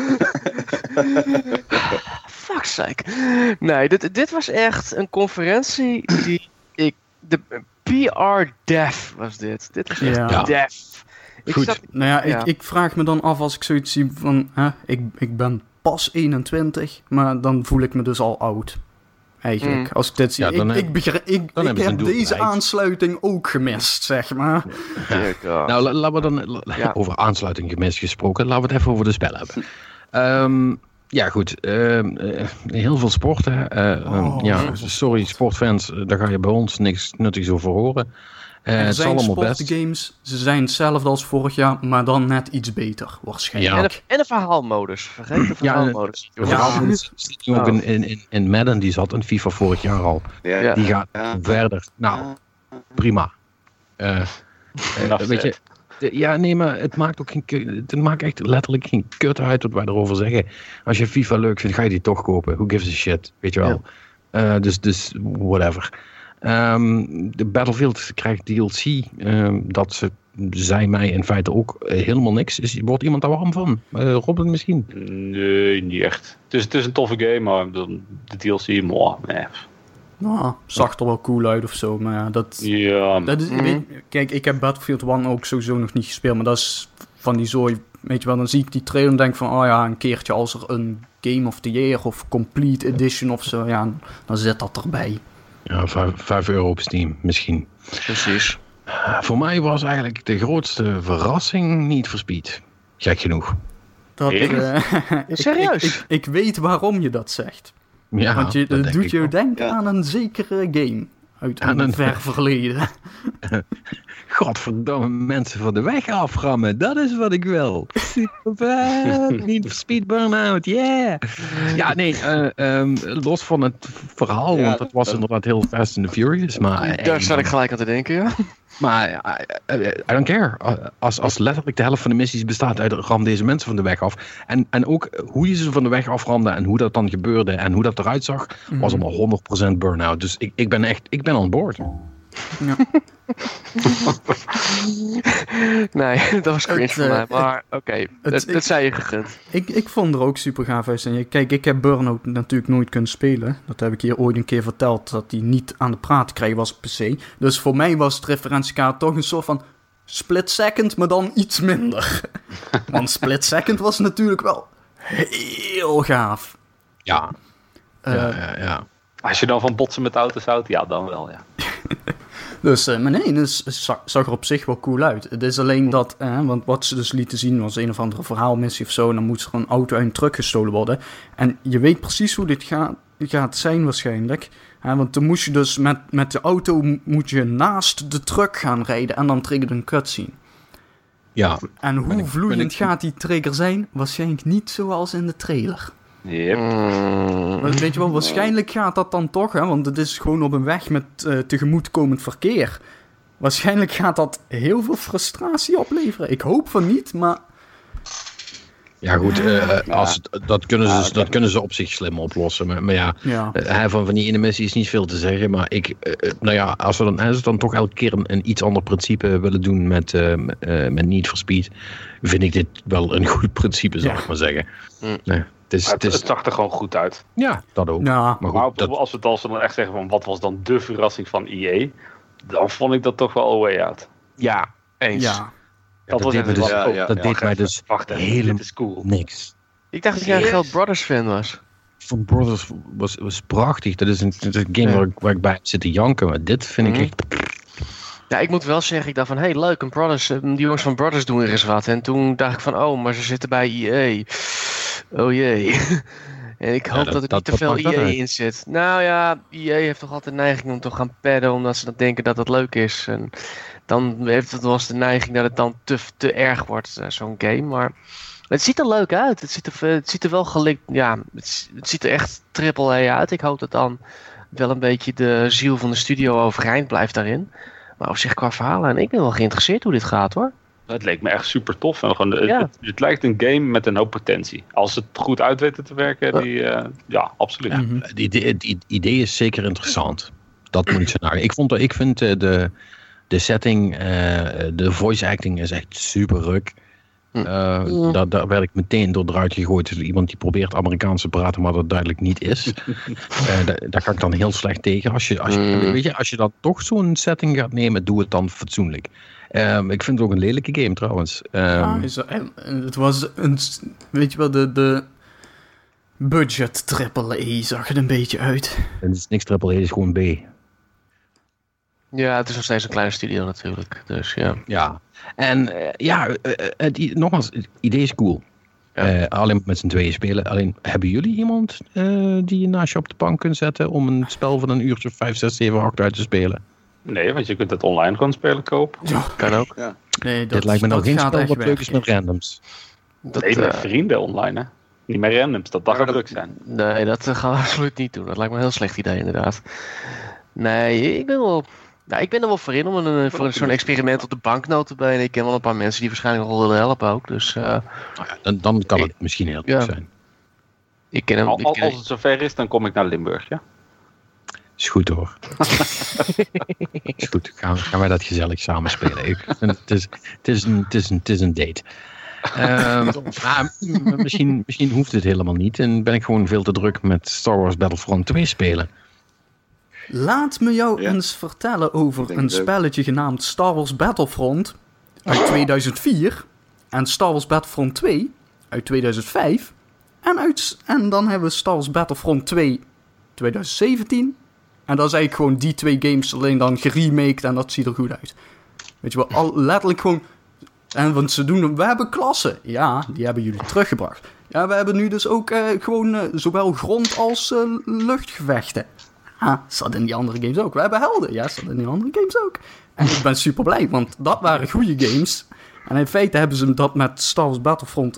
Fuck's sake. Nee, dit, dit was echt een conferentie die ik... De P R Dev was dit. Dit was echt ja. Dev. Ik Goed, zat, nou ja, ja. Ik, ik vraag me dan af als ik zoiets zie van... Hè, ik, ik ben pas eenentwintig, maar dan voel ik me dus al oud. Eigenlijk, mm. als ik dit zie. Ja, ik, heb, ik, begrijp, ik, ik heb deze bereikt. aansluiting ook gemist, zeg maar. Ja. Ja. Nou, la, laten we dan... La, ja. Over aansluiting gemist gesproken, laten we het even over de spellen hebben. um, ja, goed. Uh, uh, heel veel sporten. Uh, oh, um, ja, sorry, sportfans, daar ga je bij ons niks nuttigs over horen. Uh, er het zijn allemaal sportgames, ze zijn hetzelfde als vorig jaar, maar dan net iets beter, waarschijnlijk. Ja. En, de, en de verhaalmodus, vergeet de verhaalmodus. Ja, de verhaalmodus zit nu ook in, in, in Madden, die zat in FIFA vorig jaar al. Ja. Die gaat ja. verder. Nou, prima. Uh, uh, weet je, de, ja, nee, maar het maakt ook geen, het maakt echt letterlijk geen kut uit wat wij erover zeggen. Als je FIFA leuk vindt, ga je die toch kopen. Who gives a shit, weet je wel. Ja. Uh, dus, dus, whatever. Um, de Battlefield krijgt D L C. Um, dat ze, zei mij in feite ook uh, helemaal niks. Is, wordt iemand daar warm van? Uh, Robin misschien? Nee, niet echt. Het is, het is een toffe game, maar de, de D L C, mooi. Nee. Nou, zag er wel cool uit of zo, maar ja, dat... Ja. dat is, mm. weet, kijk, ik heb Battlefield one ook sowieso nog niet gespeeld, maar dat is van die zooi, weet je wel, dan zie ik die trailer en denk van, oh ja, een keertje als er een Game of the Year of Complete Edition of zo, ja, dan zit dat erbij. Ja, vijf euro op Steam, misschien. Precies. Uh, voor mij was eigenlijk de grootste verrassing Need for Speed. Gek genoeg. Dat, uh, Serieus? Ik, ik, ik, ik weet waarom je dat zegt. Ja, want je, dat, dat doet je wel. denken ja. aan een zekere game. Uit aan een een ver verleden. Godverdomme, mensen van de weg aframmen. Dat is wat ik wil. Super Need for Speed Burnout, yeah! Ja, nee, uh, um, los van het verhaal, ja, want het was uh, inderdaad heel Fast and the Furious. Maar, daar zat ik gelijk aan te denken, ja. Maar uh, uh, I don't care. Als, als letterlijk de helft van de missies bestaat uit ram deze mensen van de weg af. En, en ook hoe je ze van de weg aframde en hoe dat dan gebeurde en hoe dat eruit zag, mm. was allemaal honderd procent burn-out. Dus ik, ik ben echt, ik ben on board. Ja. Nee, dat was cringe voor mij. Maar oké, okay, dat, dat zei je gegund. Ik, ik vond er ook super gaaf uit. En kijk, ik heb Burnout natuurlijk nooit kunnen spelen. Dat heb ik hier ooit een keer verteld. Dat hij niet aan de praat te krijgen was op P C. Dus voor mij was het referentiekaart toch een soort van split second, maar dan iets minder. Want split second was natuurlijk wel heel gaaf. Ja. Uh, ja, ja, ja. Als je dan van botsen met auto's houdt, ja, dan wel, ja. Dus, uh, maar nee, het zag, zag er op zich wel cool uit. Het is alleen dat, uh, want wat ze dus lieten zien was een of andere verhaalmissie of zo. En dan moet er een auto uit een truck gestolen worden. En je weet precies hoe dit gaat, gaat zijn waarschijnlijk. Uh, want dan moest je dus met, met de auto moet je naast de truck gaan rijden en dan triggert een cutscene. Ja. En hoe ik, vloeiend ik... gaat die trigger zijn? Waarschijnlijk niet zoals in de trailer. Yep. Maar weet je wel, waarschijnlijk gaat dat dan toch, hè, want het is gewoon op een weg met uh, tegemoetkomend verkeer. Waarschijnlijk gaat dat heel veel frustratie opleveren. Ik hoop van niet, maar... Ja goed, uh, als, dat, kunnen ze, ja, okay. dat kunnen ze op zich slim oplossen. Maar, maar ja, ja. Uh, van, van die ene missie is niet veel te zeggen. Maar ik, uh, nou ja, als we dan, als we dan toch elke keer een, een iets ander principe willen doen met, uh, uh, met Need for Speed, vind ik dit wel een goed principe, zou ja. ik maar zeggen. Mm. Nee. Het, is, het, het, is... het zag er gewoon goed uit. Ja, dat ook. Ja. Maar, goed, maar dat... als we het als we dan echt zeggen van wat was dan de verrassing van E A, dan vond ik dat toch wel A Way Out. Ja, eens. Ja. Dat, dat was deed, dus, ja, ja, dat deed mij dus wacht even, helemaal dit is cool. niks. Ik dacht dat jij een Geld Brothers fan was. Van Brothers was, was prachtig. Dat is een, dat is een game ja. waar, ik, waar ik bij zit te janken. Maar dit vind mm-hmm. ik echt... Ja, ik moet wel zeggen, ik dacht van, hé, hey, leuk, een Brothers, die jongens van Brothers doen er eens wat. En toen dacht ik van, oh, maar ze zitten bij E A. Oh jee. En ik hoop ja, dat, dat er niet te veel E A in zit. Nou ja, E A heeft toch altijd de neiging om te gaan padden, omdat ze dan denken dat het leuk is. En dan heeft het wel eens de neiging dat het dan te, te erg wordt, uh, zo'n game. Maar het ziet er leuk uit. Het ziet er, het ziet er wel gelikt, ja, het, het ziet er echt triple A uit. Ik hoop dat dan wel een beetje de ziel van de studio overeind blijft daarin. Maar op zich qua verhalen, en ik ben wel geïnteresseerd hoe dit gaat, hoor. Het leek me echt super tof. En gewoon, ja. het, het lijkt een game met een hoop potentie. Als het goed uit weet te werken, die, uh, ja, absoluut. Ja, het idee, idee is zeker interessant. Dat moet ik zo naar. Ik, vond, ik vind uh, de, de setting, uh, de voice acting is echt super ruk. Uh, ja. daar, daar werd ik meteen door eruit gegooid. Dus iemand die probeert Amerikaans te praten, maar dat duidelijk niet is. uh, daar, daar kan ik dan heel slecht tegen. Als je, als je, mm. weet je, als je dan toch zo'n setting gaat nemen, doe het dan fatsoenlijk. Um, ik vind het ook een lelijke game trouwens. Um, ja, is er, het was een, weet je wel, de, de budget triple A zag het een beetje uit. Het is niks triple A, het is gewoon B. Ja, het is nog steeds een kleine studio natuurlijk. Dus ja. Ja, en uh, ja, uh, het, nogmaals, het idee is cool. Ja. Uh, alleen met z'n tweeën spelen. Alleen, hebben jullie iemand uh, die je naast je op de bank kunt zetten om een spel van een uurtje of vijf, zes, zeven, acht uit te spelen? Nee, want je kunt het online gewoon spelen kopen. Ja, kan ook. Ja. Nee, dat, Dit lijkt me nou geen spel wat leuk is met weg. randoms. Dat, nee, met uh, vrienden online, hè. Niet met randoms, dat mag druk zijn. Nee, dat uh, gaan we absoluut niet doen. Dat lijkt me een heel slecht idee, inderdaad. Nee, ik ben wel... Nou, ik ben er wel voor in om een, voor zo'n experiment op de bank nota te benen. Ik ken wel een paar mensen die waarschijnlijk nog wel willen helpen ook. Dus, uh, nou ja, dan, dan kan het ik, misschien heel goed ja. zijn. Ik ken hem, Al, ik ken als het zover is, dan kom ik naar Limburg, ja? Is goed hoor. Is goed, gaan, gaan wij dat gezellig samen spelen. Ik vind, het, is, het, is een, het, is een, het is een date. Um, maar misschien, misschien hoeft het helemaal niet. En ben ik gewoon veel te druk met Star Wars Battlefront twee spelen. Laat me jou ja. eens vertellen over een spelletje genaamd Star Wars Battlefront uit tweeduizend vier en Star Wars Battlefront twee uit tweeduizend vijf en, uit, en dan hebben we Star Wars Battlefront twee tweeduizend zeventien en dat is eigenlijk gewoon die twee games alleen dan geremaked en dat ziet er goed uit. Weet je wel, al, letterlijk gewoon, en want ze doen, we hebben klassen, ja, die hebben jullie teruggebracht. Ja, we hebben nu dus ook uh, gewoon uh, zowel grond als uh, luchtgevechten. Ah, zat in die andere games ook. We hebben helden. Ja, zat in die andere games ook. En ik ben super blij, want dat waren goede games. En in feite hebben ze dat met Star Wars Battlefront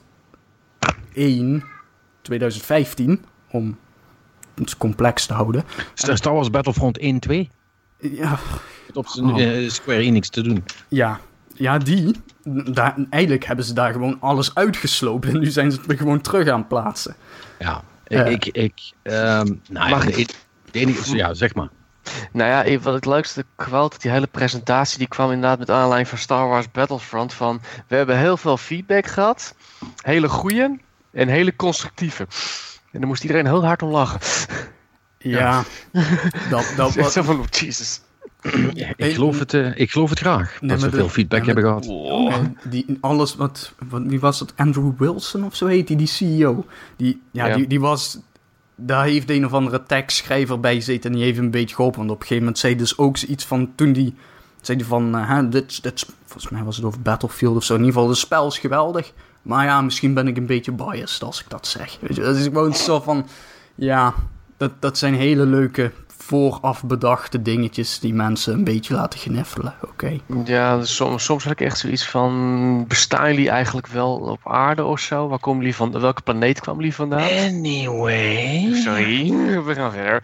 één tweeduizend vijftien, om het complex te houden. Star, Star Wars Battlefront één twee? Ja. Op oh. uh, Square Enix te doen. Ja, ja die. Daar, eigenlijk hebben ze daar gewoon alles uitgesloopt. En nu zijn ze het er gewoon terug aan het plaatsen. Ja, uh, ik... ik um, nou, mag ik... ik Enige, ja, zeg maar. Nou ja, wat het leukste quote, die hele presentatie, die kwam inderdaad met aanleiding van Star Wars Battlefront van, we hebben heel veel feedback gehad, hele goeie en hele constructieve. En daar moest iedereen heel hard om lachen. Ja, dat, dat was... Zo van, oh, Jesus. Ja, ik, geloof het, uh, ik geloof het graag, nee, dat ze veel feedback nee, hebben gehad. Oh. Die, alles wat, wat, wie was het, Andrew Wilson of zo heet die, die C E O. Die, ja, ja. Die, die was... Daar heeft een of andere tekstschrijver bij gezeten en die heeft een beetje geholpen. Want op een gegeven moment zei dus ook iets van, toen die, zei die van, uh, dit, dit, volgens mij was het over Battlefield of zo. In ieder geval, het spel is geweldig. Maar ja, misschien ben ik een beetje biased als ik dat zeg. Weet je, dat is gewoon zo van, ja, dat, dat zijn hele leuke vooraf bedachte dingetjes die mensen een beetje laten gniffelen. Oké. Okay. Ja, dus soms, soms had ik echt zoiets van, bestaan jullie eigenlijk wel op aarde of zo? Waar komen jullie van? Welke planeet kwamen jullie vandaan? Anyway. Sorry, we gaan verder.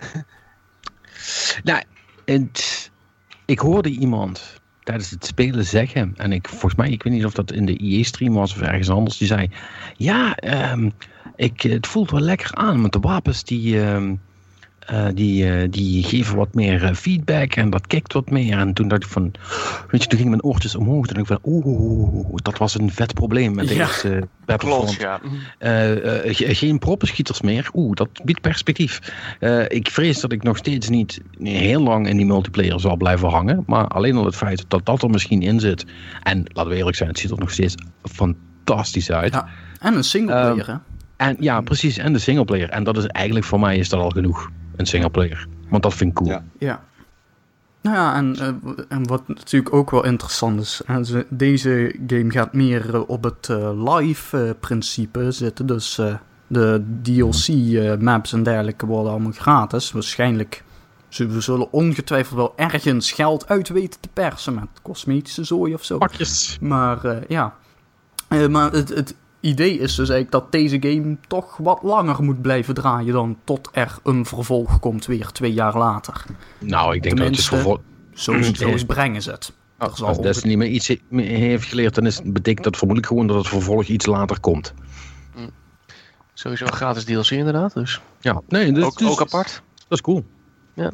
Nou, het, ik hoorde iemand tijdens het spelen zeggen, en ik volgens mij, ik weet niet of dat in de I E-stream was of ergens anders, die zei, ja, um, ik, het voelt wel lekker aan met de wapens die... Um, uh, die, uh, die geven wat meer uh, feedback en dat kikt wat meer. En toen dacht ik van, weet je, toen gingen mijn oortjes omhoog. Toen dacht ik van, oeh, dat was een vet probleem met ja. deze uh, Battlefront. Ja. Uh, uh, ge- geen proppenschieters meer. Oeh, dat biedt perspectief. Uh, ik vrees dat ik nog steeds niet heel lang in die multiplayer zal blijven hangen. Maar alleen al het feit dat dat er misschien in zit. En laten we eerlijk zijn, het ziet er nog steeds fantastisch uit. Ja, en een singleplayer, uh, hè? En ja, precies. En de singleplayer. En dat is eigenlijk voor mij is dat al genoeg. Een singleplayer. Want dat vind ik cool. Ja. ja. Nou ja, en, uh, en wat natuurlijk ook wel interessant is. Uh, deze game gaat meer uh, op het uh, live uh, principe zitten. Dus uh, de D L C uh, maps en dergelijke worden allemaal gratis. Waarschijnlijk we zullen ongetwijfeld wel ergens geld uit weten te persen met cosmetische zooi of zo. Pakjes. Maar uh, ja. Uh, maar het... het idee is dus eigenlijk dat deze game toch wat langer moet blijven draaien dan tot er een vervolg komt weer twee jaar later. Nou, ik denk Tenminste, dat het vervolg... Zo, zo is brengen ze het. Als, als Destiny me iets heeft geleerd, dan is, betekent dat vermoedelijk gewoon dat het vervolg iets later komt. Mm. Sowieso een gratis D L C inderdaad, dus. Ja, nee, dus, ook, dus, ook apart. Dat is cool. Ja.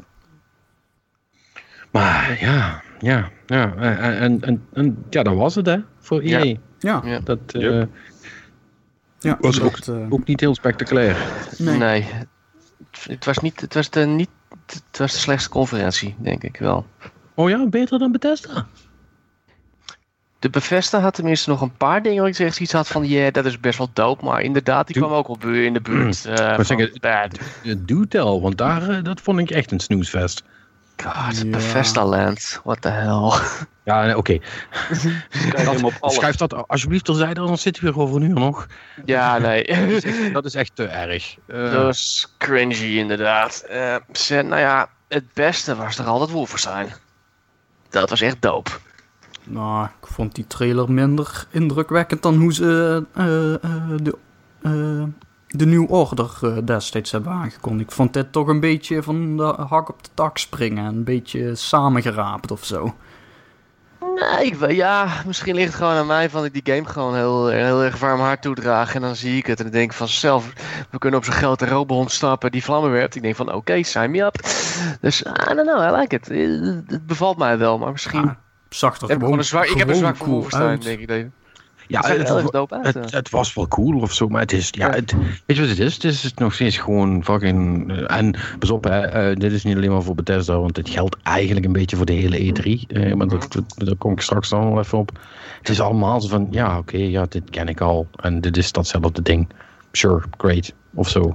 Maar ja, ja, ja. En, en, en, en ja, dat was het hè, voor E A. Ja. ja. ja. Dat... Uh, yep. Ja, was dat, ook, uh... ook niet heel spectaculair. Nee, nee. Het, het was niet, het was de niet, het was de slechtste conferentie, denk ik wel. Oh ja, beter dan Bethesda? De Bethesda had tenminste nog een paar dingen waar ik zeg iets had van, ja, yeah, dat is best wel dope, maar inderdaad, die Do- kwam ook wel in de buurt. Uh, van zeggen, bad. Do tell, want daar, uh, dat vond ik echt een snoesfest. God, ja. Bethesda Land, what the hell. Ja, oké. Okay. Schuif dat alsjeblieft terzijde, anders zitten we weer over een uur nog. Ja, nee. Dat is echt, dat is echt te erg. Uh... Dat was cringy, inderdaad. Uh, ze, nou ja, het beste was toch altijd Wolfenstein. Dat was echt dope. Nou, ik vond die trailer minder indrukwekkend dan hoe ze uh, uh, de, uh, de New Order uh, destijds hebben aangekondigd. Ik vond dit toch een beetje van de hak op de tak springen. Een beetje samengeraapt of zo. Nee, ik, ja, misschien ligt het gewoon aan mij van ik die game gewoon heel, heel erg warm hart toedraag. En dan zie ik het en dan denk ik van zelf, we kunnen op zo'n grote robot stappen die vlammen werpt. Ik denk van oké, okay, sign me up. Dus, I don't know, I like it. Het bevalt mij wel, maar misschien... Ja, zag er heb gewoon, een zwak, gewoon Ik heb een zwak cool voor Wolfenstein, denk ik. Denk. Ja, het, het, het, dope uit, het, het was wel cool of zo, maar het is, ja, het, weet je wat het is? Het is nog steeds gewoon fucking, uh, en pas op, hè, uh, dit is niet alleen maar voor Bethesda, want het geldt eigenlijk een beetje voor de hele E drie, uh, maar dat, dat, daar kom ik straks dan wel even op. Het is allemaal zo van, ja, oké, okay, ja, dit ken ik al, en dit is datzelfde ding. Sure, great, of zo.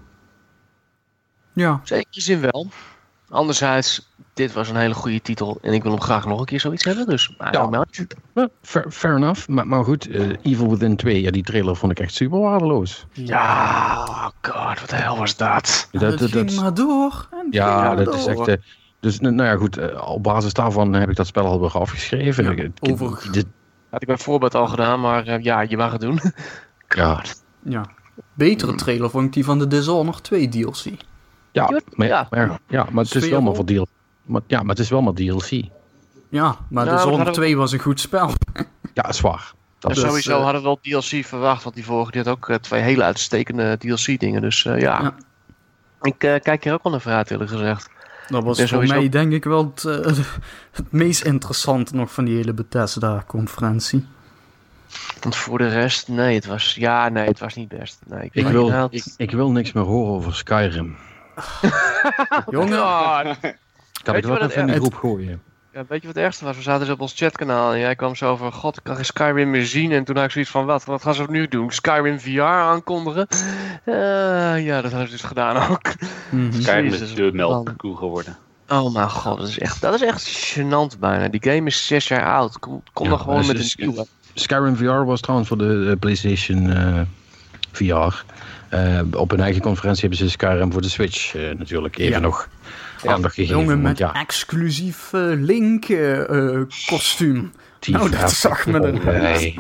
Ja. Zeker zin wel. Anderzijds, dit was een hele goede titel en ik wil hem graag nog een keer zoiets hebben, dus ja, well, fair, fair enough. Maar, maar goed, uh, Evil Within twee, ja, die trailer vond ik echt super waardeloos. Ja, oh god, wat de hel was dat? Dat, dat, dat ging dat, maar door. En ja, dat door. is echt... Uh, dus nou ja, goed, uh, op basis daarvan heb ik dat spel al weer afgeschreven. Ja, ik, over... dit... Had ik mijn voorbeeld al gedaan, maar uh, ja, je mag het doen. ja. ja. Betere trailer vond ik die van de Dishonored twee D L C. Ja, maar, ja. Maar, ja, maar het is wel maar voor D L C. Maar, ja, maar het is wel maar D L C. Ja, maar nou, Dishonored twee was een goed spel. Ja, zwaar. Dat dus, sowieso uh, hadden we wel D L C verwacht, want die vorige die had ook uh, twee hele uitstekende D L C dingen. Dus uh, ja. ja, ik uh, kijk hier ook wel naar vooruit, eerlijk gezegd. Dat was voor sowieso... mij denk ik wel het, uh, het meest interessante nog van die hele Bethesda-conferentie. Want voor de rest, nee, het was, ja, nee, het was niet best. Nee, ik, ik, wil, had... ik, ik wil niks meer horen over Skyrim. Jongen, kan ik dat even in de groep gooien? Ja, weet je wat het ergste was? We zaten dus op ons chatkanaal en jij kwam zo over, god, ik kan geen Skyrim meer zien. En toen had ik zoiets van, wat, wat gaan ze nu doen? Skyrim V R aankondigen? Uh, ja, dat hebben ze dus gedaan ook. Mm-hmm. Skyrim is de melkkoe geworden. Oh mijn god, dat is echt, dat is echt gênant bijna. Die game is zes jaar oud. Kom, kom ja, dan gewoon met een nieuwe. Skyrim V R was trouwens voor de uh, PlayStation uh, V R. Uh, op hun eigen conferentie hebben ze Skyrim voor de Switch uh, natuurlijk even ja. nog aandacht gegeven. Jongen met ja. exclusief uh, Link uh, uh, kostuum. Die nou, dat zag me er. Nee.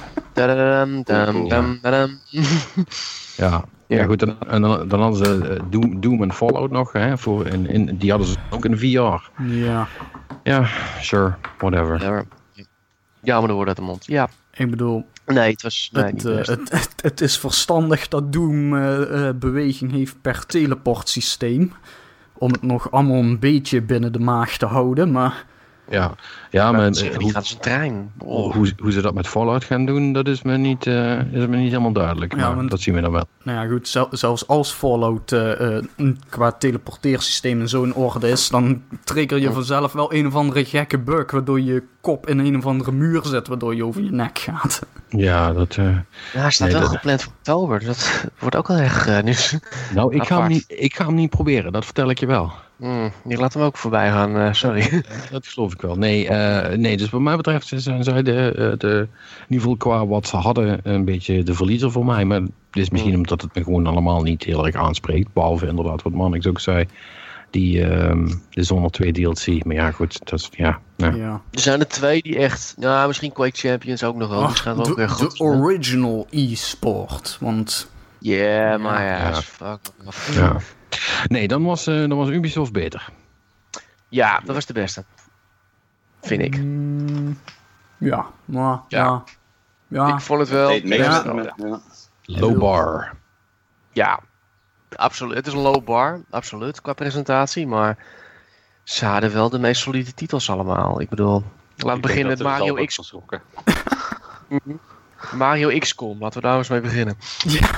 ja. Ja, goed, en, en dan, dan hadden ze uh, Doom, Doom en Fallout nog, hè, voor in, in, die hadden ze ook in V R. Ja. Ja, sure, whatever. Ja, ja maar dan wordt uit de mond. Ja. Ik bedoel... Nee, het was... Nee, het, niet uh, het, het, het is verstandig dat Doom uh, uh, beweging heeft per teleportsysteem. om het nog allemaal een beetje binnen de maag te houden, maar... Ja, ja maar die hoe, gaat zijn trein. Oh. Hoe, hoe ze dat met Fallout gaan doen, dat is me niet, uh, is me niet helemaal duidelijk. Ja, maar want, dat zien we dan wel. Nou ja, goed, zel, zelfs als Fallout uh, uh, qua teleporteersysteem en zo in orde is, dan trigger je vanzelf wel een of andere gekke bug, waardoor je kop in een of andere muur zit, waardoor je over je nek gaat. Ja, dat... Uh, ja, hij staat nee, wel dat... gepland voor oktober, dus dat wordt ook wel echt uh, nieuws. Nou, ik ga, hem niet, ik ga hem niet proberen, dat vertel ik je wel. Mm, die laat hem ook voorbij gaan, uh, sorry. Dat geloof ik wel. Nee, uh, nee, dus wat mij betreft zijn zij de, de, in ieder geval qua wat ze hadden een beetje de verliezer voor mij. Maar het is misschien mm. omdat het me gewoon allemaal niet heel erg aanspreekt. Behalve inderdaad wat Mannix ook zei. Die uh, de zonder twee D L C. Maar ja, goed, dat is, ja, ja. ja. Er zijn er twee die echt, nou misschien Quake Champions ook nog wel. Oh, de, ook weer goed, de original e-sport, want... Yeah, maar ja, ja. Fuck. Ja. Nee, dan was, uh, dan was Ubisoft beter. Ja, dat was de beste. Vind ik. Mm, ja, maar... Ja. ja. Ik vond het wel... Nee, het ja. Ja. Ja. Low bar. Ja, absoluut. Het is een low bar, absoluut, qua presentatie. Maar ze hadden wel de meest solide titels allemaal. Ik bedoel, laten we beginnen met Mario X. Mario X COM, laten we daar eens mee beginnen. Ja.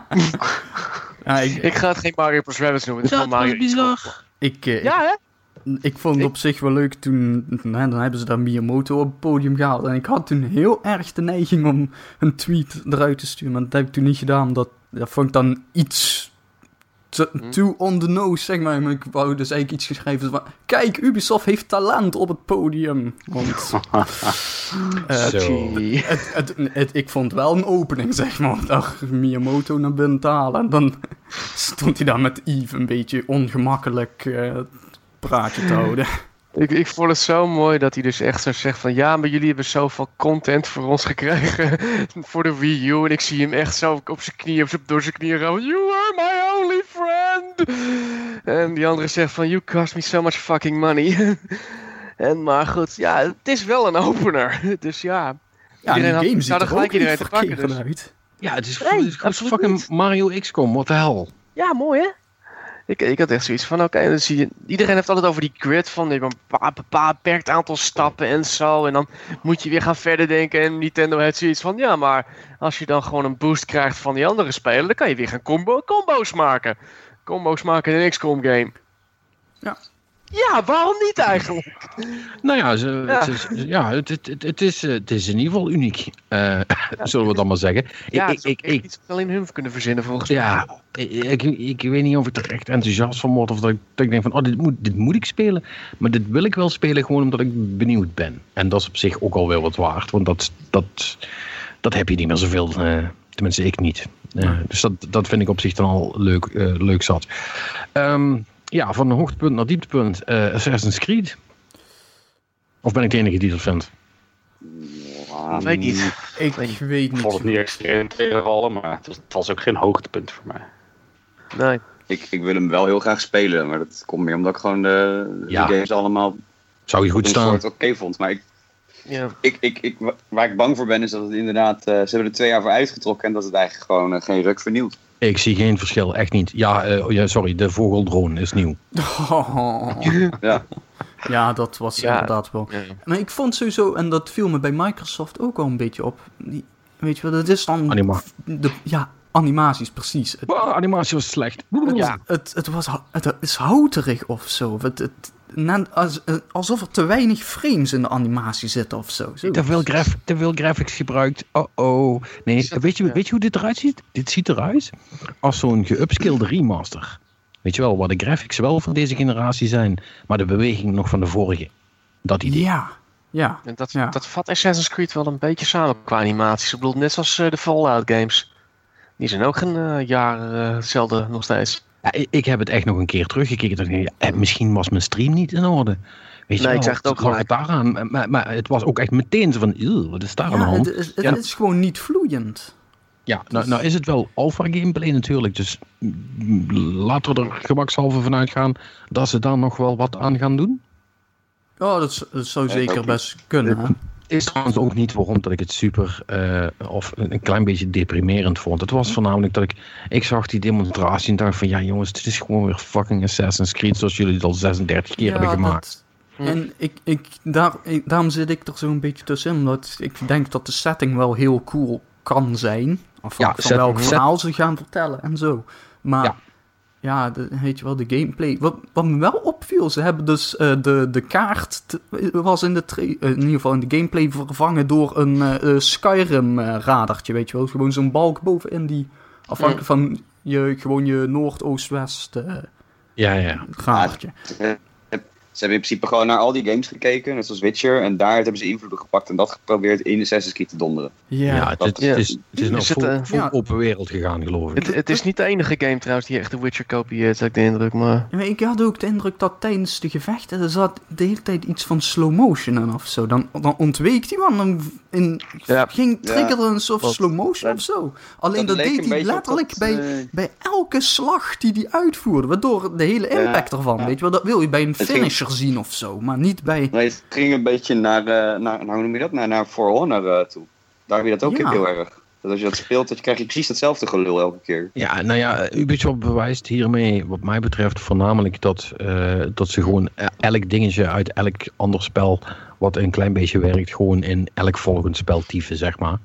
Ja, ik, ik ga het geen Mario plus Rabbids noemen. Het is gewoon Mario X. Ik, uh, ja, hè? Ik, ik vond het ik, op zich wel leuk toen... Nou, dan hebben ze daar Miyamoto op het podium gehaald. En ik had toen heel erg de neiging om een tweet eruit te sturen. Maar dat heb ik toen niet gedaan. Dat, dat vond ik dan iets... Te, hm. Too on the nose, zeg maar. Maar ik wou dus eigenlijk iets geschreven van... Kijk, Ubisoft heeft talent op het podium. Want... uh, het, het, het, het, ik vond wel een opening, zeg maar. Om daar Miyamoto naar binnen te halen. En dan stond hij daar met Yves een beetje ongemakkelijk uh, praatje te houden. Ik, ik vond het zo mooi dat hij dus echt zo zegt van... Ja, maar jullie hebben zoveel content voor ons gekregen voor de Wii U. En ik zie hem echt zo op zijn knieën, op zijn, door zijn knieën gaan... You are my only friend! En die andere zegt van... You cost me so much fucking money. En maar goed, ja, het is wel een opener. Dus ja... Ja, iedereen die game ziet er gelijk iedereen te pakken. Dus. Uit. Ja, het is, nee, het is fucking Mario X COM, what the hell. Ja, mooi hè? Ik, ik had echt zoiets van, oké, okay, dan zie je... Iedereen heeft altijd over die grid van... Je hebt een beperkt aantal stappen en zo. En dan moet je weer gaan verder denken. En Nintendo heeft zoiets van... Ja, maar als je dan gewoon een boost krijgt van die andere spelers... Dan kan je weer gaan combo, combo's maken. Combo's maken in een X COM game. Ja. Ja, waarom niet eigenlijk? Nou ja, ze, ja. Het, is, ja het, het, het, is, het is in ieder geval uniek. Uh, ja. Zullen we het allemaal zeggen. Ja, ik, ik, ik, iets alleen hun kunnen verzinnen volgens mij. Ja, ik, ik, ik weet niet of ik er echt enthousiast van word. Of dat ik, dat ik denk van, oh, dit moet, dit moet ik spelen. Maar dit wil ik wel spelen gewoon omdat ik benieuwd ben. En dat is op zich ook al wel wat waard. Want dat, dat, dat heb je niet meer zoveel. Uh, tenminste, ik niet. Uh, dus dat, dat vind ik op zich dan al leuk, uh, leuk zat. Um, Ja, van hoogtepunt naar dieptepunt. Uh, Assassin's Creed. Of ben ik de enige die dat vindt? Ik weet niet. Ik weet niet. Ik vond het niet extreem tegenvallen, maar het was, het was ook geen hoogtepunt voor mij. Nee. Ik, ik wil hem wel heel graag spelen, maar dat komt meer omdat ik gewoon de, ja. de games allemaal... Zou je goed staan? Oké okay vond, maar ik, ja. ik, ik, ik, waar ik bang voor ben is dat het inderdaad... Uh, ze hebben er twee jaar voor uitgetrokken en dat het eigenlijk gewoon uh, geen ruk vernieuwt. Ik zie geen verschil, echt niet. Ja, uh, ja sorry, de vogeldrone is nieuw. Oh. Ja. Ja, dat was ja. inderdaad wel. Ja. Maar ik vond sowieso, en dat viel me bij Microsoft ook wel een beetje op. Die, weet je wel, dat is dan... Anima. De, ja, animaties, precies. Het, oh, animatie was slecht. Het, ja. het, het, was, het, het is houterig of zo. Het, het, Als, alsof er te weinig frames in de animatie zitten of zo. Te veel, graf, te veel graphics gebruikt. Oh oh. Nee, weet je, weet je hoe dit eruit ziet? Dit ziet eruit als zo'n geupskillede remaster. Weet je wel, waar de graphics wel van deze generatie zijn, maar de beweging nog van de vorige. Dat idee. Ja. Ja. En dat, ja. dat vat Assassin's Creed wel een beetje samen qua animaties. Ik bedoel, net zoals uh, de Fallout games. Die zijn ook een uh, jaar uh, hetzelfde nog steeds. Ja, ik heb het echt nog een keer teruggekeken. En ja, misschien was mijn stream niet in orde. Weet je nee, wel, ik zeg het ook lag het daaraan. Maar, maar het was ook echt meteen zo van, wat is daar aan de hand? Het, is, het ja. is gewoon niet vloeiend. Ja, nou, nou is het wel alpha gameplay natuurlijk. Dus laten we er gemakshalve vanuit gaan dat ze daar nog wel wat aan gaan doen. Oh, dat, dat zou zeker best kunnen. Hè? is trouwens ook niet waarom dat ik het super uh, of een klein beetje deprimerend vond. Het was voornamelijk dat ik, ik zag die demonstratie en dacht van ja jongens, het is gewoon weer fucking Assassin's Creed zoals jullie het al zesendertig keer ja, hebben gemaakt. Dat, en ik, ik, daar, ik, daarom zit ik er zo'n beetje tussenin, omdat ik denk dat de setting wel heel cool kan zijn. Afhankelijk ja, van welk verhaal ze gaan vertellen en zo. Maar ja, ja de, weet je wel, de gameplay. Wat, wat me wel opviel, ze hebben dus uh, de, de kaart te, was in de tra- uh, in ieder geval in de gameplay vervangen door een uh, Skyrim uh, radartje, weet je wel. Gewoon zo'n balk bovenin die afhankelijk mm. van je, gewoon je noord-oost-west uh, ja, ja. radartje. Ja, ze hebben in principe gewoon naar al die games gekeken, net zoals Witcher, en daar hebben ze invloeden gepakt en dat geprobeerd in Assassin's Creed te donderen. Ja, ja, het, ja. het is, het is nog vol, uh, vol ja. open wereld gegaan, geloof ik. Het, het is niet de enige game trouwens die echt de Witcher kopieert, heb ik de indruk, maar... Ja, ik had ook de indruk dat tijdens de gevechten er zat de hele tijd iets van slow motion in of zo. Dan, dan ontweek die man, dan in, ja. ging triggeren ja. of slow motion of zo. Alleen dat, dat deed hij letterlijk dat, bij, uh... bij elke slag die hij uitvoerde, waardoor de hele impact ja. ervan, ja. weet je wel, dat wil je bij een finisher zien of zo, maar niet bij... Nee, het ging een beetje naar, uh, naar, naar hoe noem je dat, naar, naar For Honor uh, toe. Daar heb je dat ook ja. heel erg. Dat als je dat speelt, dan krijg je precies hetzelfde gelul elke keer. Ja, nou ja, Ubisoft bewijst hiermee, wat mij betreft, voornamelijk dat, uh, dat ze gewoon elk dingetje uit elk ander spel, wat een klein beetje werkt, gewoon in elk volgend spel tyfen, zeg maar.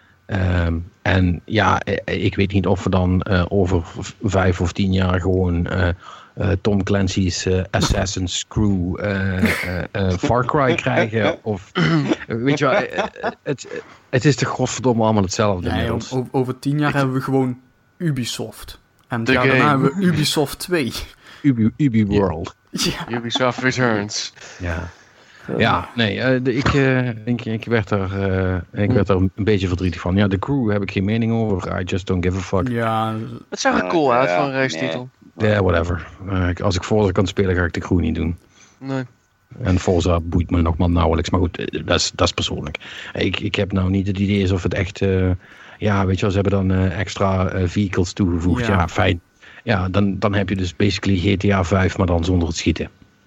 Um, en ja, ik weet niet of we dan uh, over v- vijf of tien jaar gewoon... Uh, Uh, Tom Clancy's uh, Assassin's Crew uh, uh, uh, Far Cry krijgen. Of, weet je wel, uh, het, het is toch godverdomme allemaal hetzelfde. Nee, over, over tien jaar ik... hebben we gewoon Ubisoft. En ja, daarna hebben we Ubisoft twee. Ubi, Ubi World. Ja. Ubisoft Returns. Ja. Ja, nee, uh, de, ik, uh, ik, ik, werd er, uh, ik werd er een beetje verdrietig van. Ja, de crew heb ik geen mening over. I just don't give a fuck. Ja, het zag er cool uh, uit ja, voor een race titel. Ja, yeah, whatever. Uh, als ik Forza kan spelen, ga ik de crew niet doen. Nee. En Forza boeit me nog maar nauwelijks. Maar goed, dat is, dat is persoonlijk. Ik, ik heb nou niet het idee alsof het echt... Uh, ja, weet je wel, ze hebben dan uh, extra uh, vehicles toegevoegd. Ja, ja fijn. Ja, dan, dan heb je dus basically G T A vijf, maar dan zonder het schieten.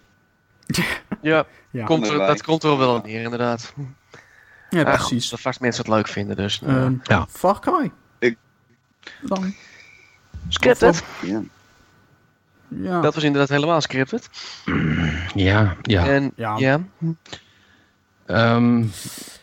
Ja, ja. Komt er, dat komt er wel neer, inderdaad. Ja, ah, precies. Dat vast mensen het leuk vinden, dus. Uh, uh, ja. Far Cry. Ik... Dan. Scripted. Ja. Ja. Dat was inderdaad helemaal scripted. Ja, ja. En, ja. ja. Um,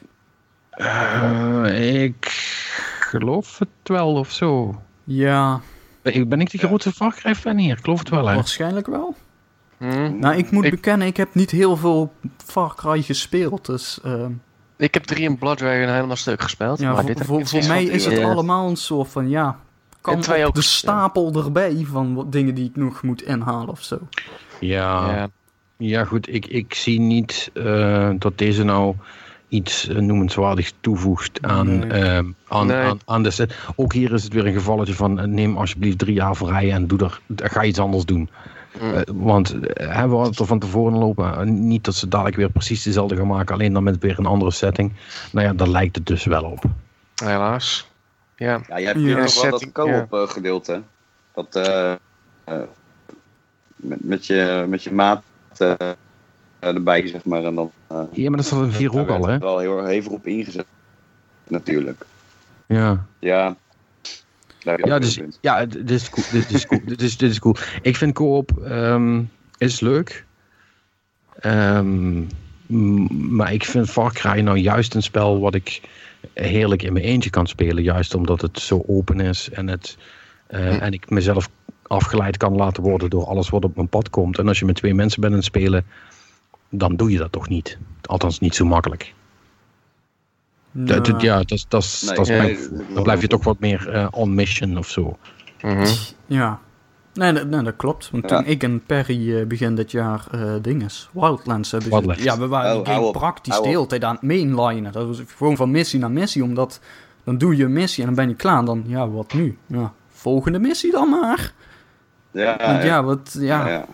uh, ik geloof het wel of zo. Ja. Ben, ben ik de grootste Far Cry fan hier? Ik geloof het wel, hè? Waarschijnlijk wel. Hmm. Nou, ik moet ik... bekennen, ik heb niet heel veel Far Cry gespeeld, dus... Uh... Ik heb drie in Blood Dragon helemaal stuk gespeeld. Ja, maar voor, dit voor, voor mij is het ja. allemaal een soort van, ja... kan op ook, de stapel ja. erbij van wat dingen die ik nog moet inhalen of zo. Ja, ja. ja goed, ik, ik zie niet uh, dat deze nou iets uh, noemenswaardigs toevoegt aan, nee. uh, aan, nee. aan, aan de set. Ook hier is het weer een gevalletje van uh, neem alsjeblieft drie jaar vrij en doe er, ga iets anders doen. Mm. Uh, want uh, hebben we het er van tevoren lopen, uh, niet dat ze dadelijk weer precies dezelfde gaan maken, alleen dan met weer een andere setting. Nou ja, daar lijkt het dus wel op. Helaas. Ja, ja je hebt ja, nog wel dat co-op ja. gedeelte. Dat uh, uh, met, met, je, met je maat uh, erbij, zeg maar. En dan, uh, ja, maar dat is al een vier ook al, hè? wel heel hevig op ingezet, natuurlijk. Ja. Ja. Ja, dus, ja, dit is cool. Dit is cool. dit, is, dit is cool. Ik vind co-op um, is leuk. Um, maar ik vind Far Cry nou juist een spel wat ik heerlijk in mijn eentje kan spelen. Juist omdat het zo open is. En, het, uh, hm. en ik mezelf afgeleid kan laten worden door alles wat op mijn pad komt. En als je met twee mensen bent aan het spelen, dan doe je dat toch niet. Althans niet zo makkelijk. Nou. Dat, ja, dat is, dat is, nee, dat is mijn, nee, dan blijf je toch wat meer uh, on mission of zo. Mm-hmm. Ja. Nee, dat, nee, dat klopt. Want ja. toen ik en Perry uh, begin dit jaar uh, dinges, Wildlands hebben Wildlands. Ja, we waren oh, die game praktisch de hele tijd aan het mainlinen. Dat was gewoon van missie naar missie, omdat dan doe je een missie en dan ben je klaar. En dan, ja, wat nu? Ja, volgende missie dan maar. Ja, Want, ja. ja, wat, ja. ja, ja.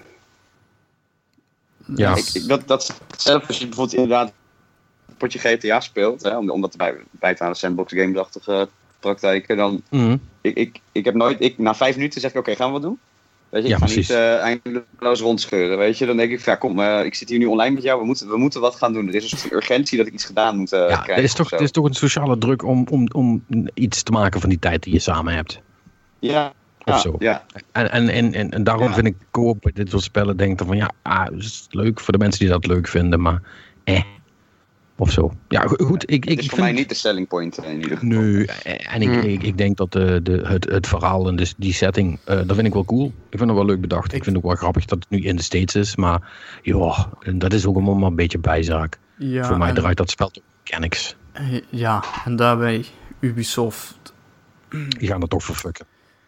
ja. Ik, ik, dat, dat zelf als je bijvoorbeeld inderdaad een potje G T A speelt, hè, om, om dat bij, bij te aan de sandbox game-achtige praktijken, dan, mm-hmm. ik, ik, ik heb nooit, ik, na vijf minuten zeg ik, oké, okay, gaan we wat doen? Weet je, ja, ik ga precies. niet uh, eindeloos rondscheuren, weet je. Dan denk ik, ja, kom, uh, ik zit hier nu online met jou. We moeten, we moeten wat gaan doen. Er is een soort van urgentie dat ik iets gedaan moet uh, ja, krijgen. Er is, toch, er is toch een sociale druk om, om, om iets te maken van die tijd die je samen hebt. Ja. Of ja, zo. Ja. En, en, en, en, en daarom ja. vind ik co-op bij dit soort spellen, denk ik van ja, ah, het is leuk voor de mensen die dat leuk vinden, maar eh. Of zo. Ja, goed. Ik, ik, het is ik voor vind... mij niet de selling point in ieder geval. Nee, en ik, ik, ik denk dat de, de, het, het verhaal en dus die setting, uh, dat vind ik wel cool. Ik vind het wel leuk bedacht. Ik vind het ook wel grappig dat het nu in de States is. Maar ja, dat is ook allemaal maar een beetje bijzaak. Ja, voor mij en... draait dat spel toch mechanics. Ja, en daarbij Ubisoft... Die gaan er toch voor fucken.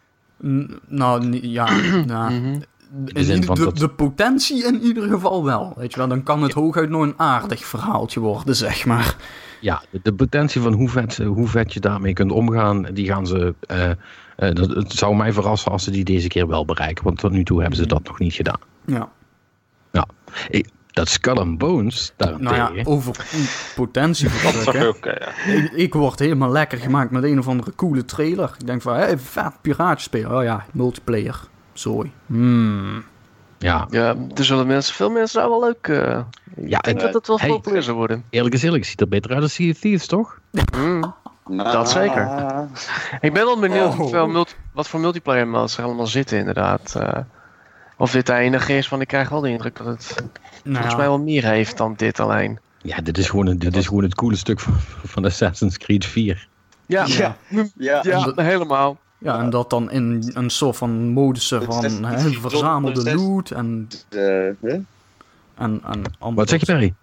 N- nou, ja, nou... De, de, de, dat... de potentie in ieder geval wel. Weet je wel, dan kan het ja. hooguit nog een aardig verhaaltje worden, zeg maar. Ja, de, de potentie van hoe vet, hoe vet je daarmee kunt omgaan, die gaan ze... Uh, uh, dat, het zou mij verrassen als ze die deze keer wel bereiken. Want tot nu toe hebben ze dat nog niet gedaan. Ja. Ja. Ik, dat Skull and Bones, daarentegen... Nou ja, over potentie verrukken. Okay, ja. ik, ik word helemaal lekker gemaakt met een of andere coole trailer. Ik denk van, hé, hey, vet piraatje spelen. Oh ja, multiplayer. Zooi. Hmm. Ja. ja, er zullen mensen, veel mensen daar wel leuk... Uh, ja, ik denk uh, dat het wel hey, populair zou worden. Eerlijk is eerlijk, ziet er beter uit dan Sea of Thieves, toch? Mm, nah. Dat zeker. Ik ben wel benieuwd oh. veel multi, wat voor multiplayer modes er allemaal zitten, inderdaad. Uh, of dit de enige is, want ik krijg wel de indruk dat het nou. volgens mij wel meer heeft dan dit alleen. Ja, dit is gewoon, een, dit is gewoon het coole stuk van, van Assassin's Creed vier. Ja, ja. ja. ja. ja dat, helemaal. Ja, en dat dan in een soort van modussen van he, verzamelde loot en... Uh, huh? en, en Wat zeg je, Perry?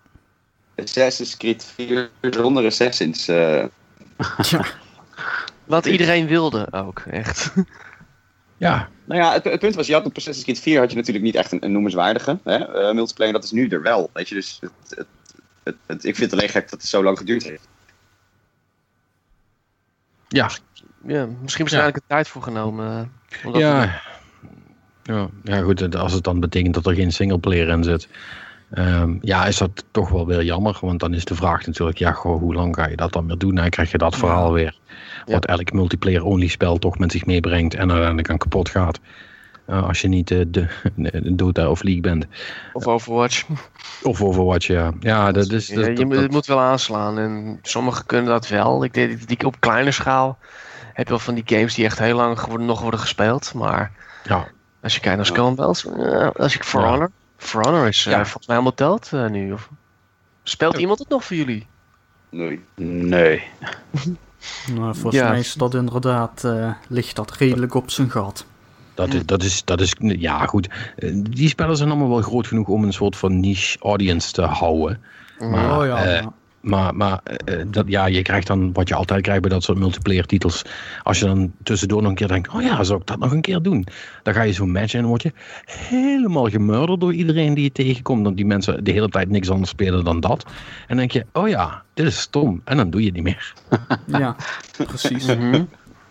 Assassin's Creed vier zonder Assassins. Uh. Ja. Wat iedereen wilde ook, echt. Ja. Nou ja, het, het punt was, je had op Assassin's Creed vier had je natuurlijk niet echt een, een noemenswaardige hè? Uh, multiplayer. Dat is nu er wel, weet je. Dus het, het, het, het, ik vind het alleen gek dat het zo lang geduurd heeft. Ja. Ja, misschien waarschijnlijk ja. een tijd voor genomen. Uh, ja. Ja. ja, goed. Als het dan betekent dat er geen singleplayer in zit. Um, ja, is dat toch wel weer jammer. Want dan is de vraag natuurlijk, ja, goh, hoe lang ga je dat dan weer doen? Dan krijg je dat verhaal weer. Wat ja. elk multiplayer-only spel toch met zich meebrengt. En uiteindelijk aan kapot gaat. Uh, als je niet uh, de, de Dota of League bent. Of Overwatch. Of Overwatch, ja. Ja, dat is... Dat, ja, je dat, moet, dat... het moet wel aanslaan. En sommigen kunnen dat wel. Ik denk die op kleine schaal heb je wel van die games die echt heel lang worden, nog worden gespeeld. Maar ja. als je kijkt naar Skull and Bones, uh, als ik For ja. Honor... For Honor is uh, ja. volgens mij helemaal telt uh, nu. Of... Speelt ja. iemand het nog voor jullie? Nee. Nee. Nou, volgens ja. mij is dat inderdaad... Uh, ligt dat redelijk op zijn gat. Dat is, dat is, dat is, ja goed, die spellen zijn allemaal wel groot genoeg om een soort van niche audience te houden. Maar, oh ja, uh, ja. maar, maar uh, dat, ja, je krijgt dan wat je altijd krijgt bij dat soort multiplayer titels. Als je dan tussendoor nog een keer denkt, oh ja, zou ik dat nog een keer doen? Dan ga je zo'n match in en word je helemaal gemurderd door iedereen die je tegenkomt. Dat die mensen de hele tijd niks anders spelen dan dat. En dan denk je, oh ja, dit is stom. En dan doe je het niet meer. Ja, precies. Mm-hmm.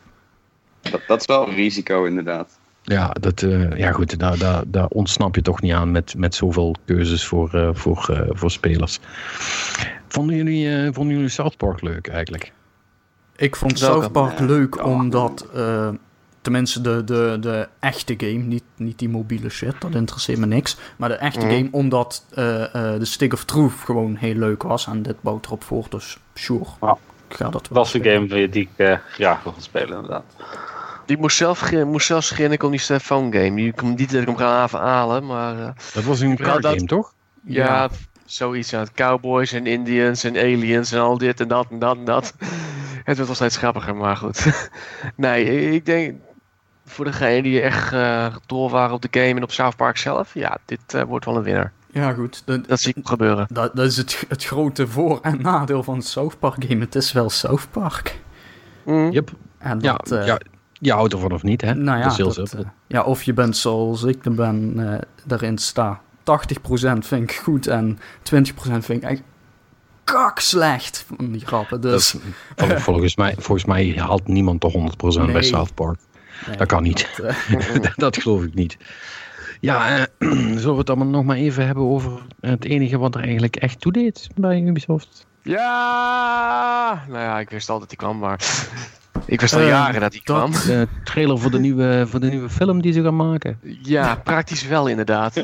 dat, dat is wel een risico inderdaad. Ja, dat, uh, ja goed, daar, daar, daar ontsnap je toch niet aan met, met zoveel keuzes voor, uh, voor, uh, voor spelers. Vonden jullie, uh, vonden jullie South Park leuk eigenlijk? Ik vond South Park ja. leuk ja. omdat, uh, tenminste de, de, de echte game, niet, niet die mobiele shit, dat interesseert me niks. Maar de echte mm. game, omdat uh, uh, de Stick of Truth gewoon heel leuk was. En dit bouwt erop voor, dus sure. Ja. Ik ga dat wel was de game die ik uh, graag wil spelen inderdaad. Die moest zelf, moest zelf beginnen, ik kon die telefoon game. Die kon niet dat ik hem ga even halen, maar... Uh, dat was een card game, toch? Ja, ja. zoiets uit Cowboys en Indians en Aliens en al dit en dat en dat en dat. Het wordt wel steeds grappiger, maar goed. Nee, ik denk... Voor degenen die echt uh, door waren op de game en op South Park zelf... Ja, dit uh, wordt wel een winnaar. Ja, goed. Dat, dat zie ik gebeuren. Dat, dat is het, het grote voor- en nadeel van het South Park game. Het is wel South Park. Mm. Yep. En dat... Ja, uh, ja. Je houdt ervan of niet, hè? Nou ja, dat is heel dat, uh, ja, of je bent zoals ik er ben, uh, daarin sta. tachtig procent vind ik goed en twintig procent vind ik echt kak slecht van die grappen. Dus. Dat, vol, volgens, mij, volgens mij haalt niemand toch honderd procent nee. bij South Park. Nee, dat kan niet. Dat, uh, dat geloof ik niet. Ja, uh, zullen we het allemaal nog maar even hebben over het enige wat er eigenlijk echt toe deed bij Ubisoft? Ja, nou ja, ik wist al dat die kwam, maar... Ik wist al uh, jaren dat die kwam. De trailer voor de, nieuwe, voor de nieuwe film die ze gaan maken. Ja, praktisch wel inderdaad.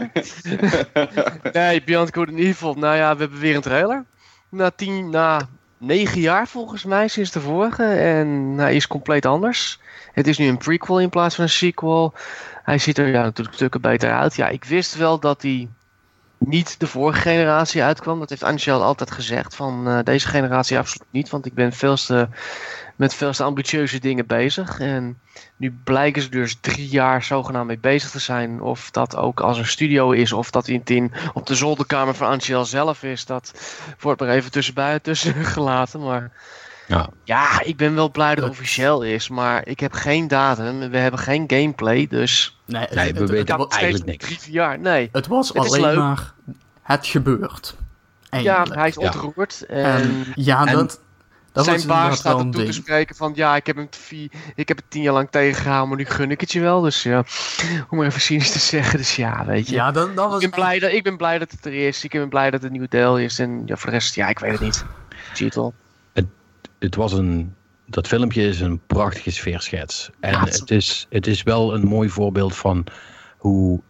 Nee, Beyond Good and Evil. Nou ja, we hebben weer een trailer. Na tien, na negen jaar volgens mij sinds de vorige. En hij is compleet anders. Het is nu een prequel in plaats van een sequel. Hij ziet er ja, natuurlijk stukken beter uit. Ja, ik wist wel dat hij niet de vorige generatie uitkwam. Dat heeft Angel altijd gezegd. Van uh, deze generatie absoluut niet. Want ik ben veel te, met veel te ambitieuze dingen bezig. En nu blijken ze dus drie jaar zogenaamd mee bezig te zijn. Of dat ook als een studio is. Of dat het in, op de zolderkamer van Angel zelf is. Dat wordt maar even tussenbij tussen gelaten. Maar ja. ja, ik ben wel blij dat het officieel is. Maar ik heb geen datum. We hebben geen gameplay. Dus nee, nee we het, weten het, eigenlijk niks. Drie, vier jaar. Nee, het was het alleen maar het gebeurt. Eindelijk. Ja, hij is ontroerd. Ja, en, en, ja en dat, dat zijn was baas staat er toe ding. te spreken van ja, ik heb, hem vier, ik heb het tien jaar lang tegengehouden, maar nu gun ik het je wel. Dus ja, om maar even cynisch te zeggen. Dus ja, weet je. Ja, dat, dat was ik, ben blij dat, ik ben blij dat het er is. Ik ben blij dat het een nieuwe deel is. En ja, voor de rest, ja, ik weet het niet. Zie het wel. Het, het was een... Dat filmpje is een prachtige sfeerschets. En ja, het, is, het is wel een mooi voorbeeld van hoe...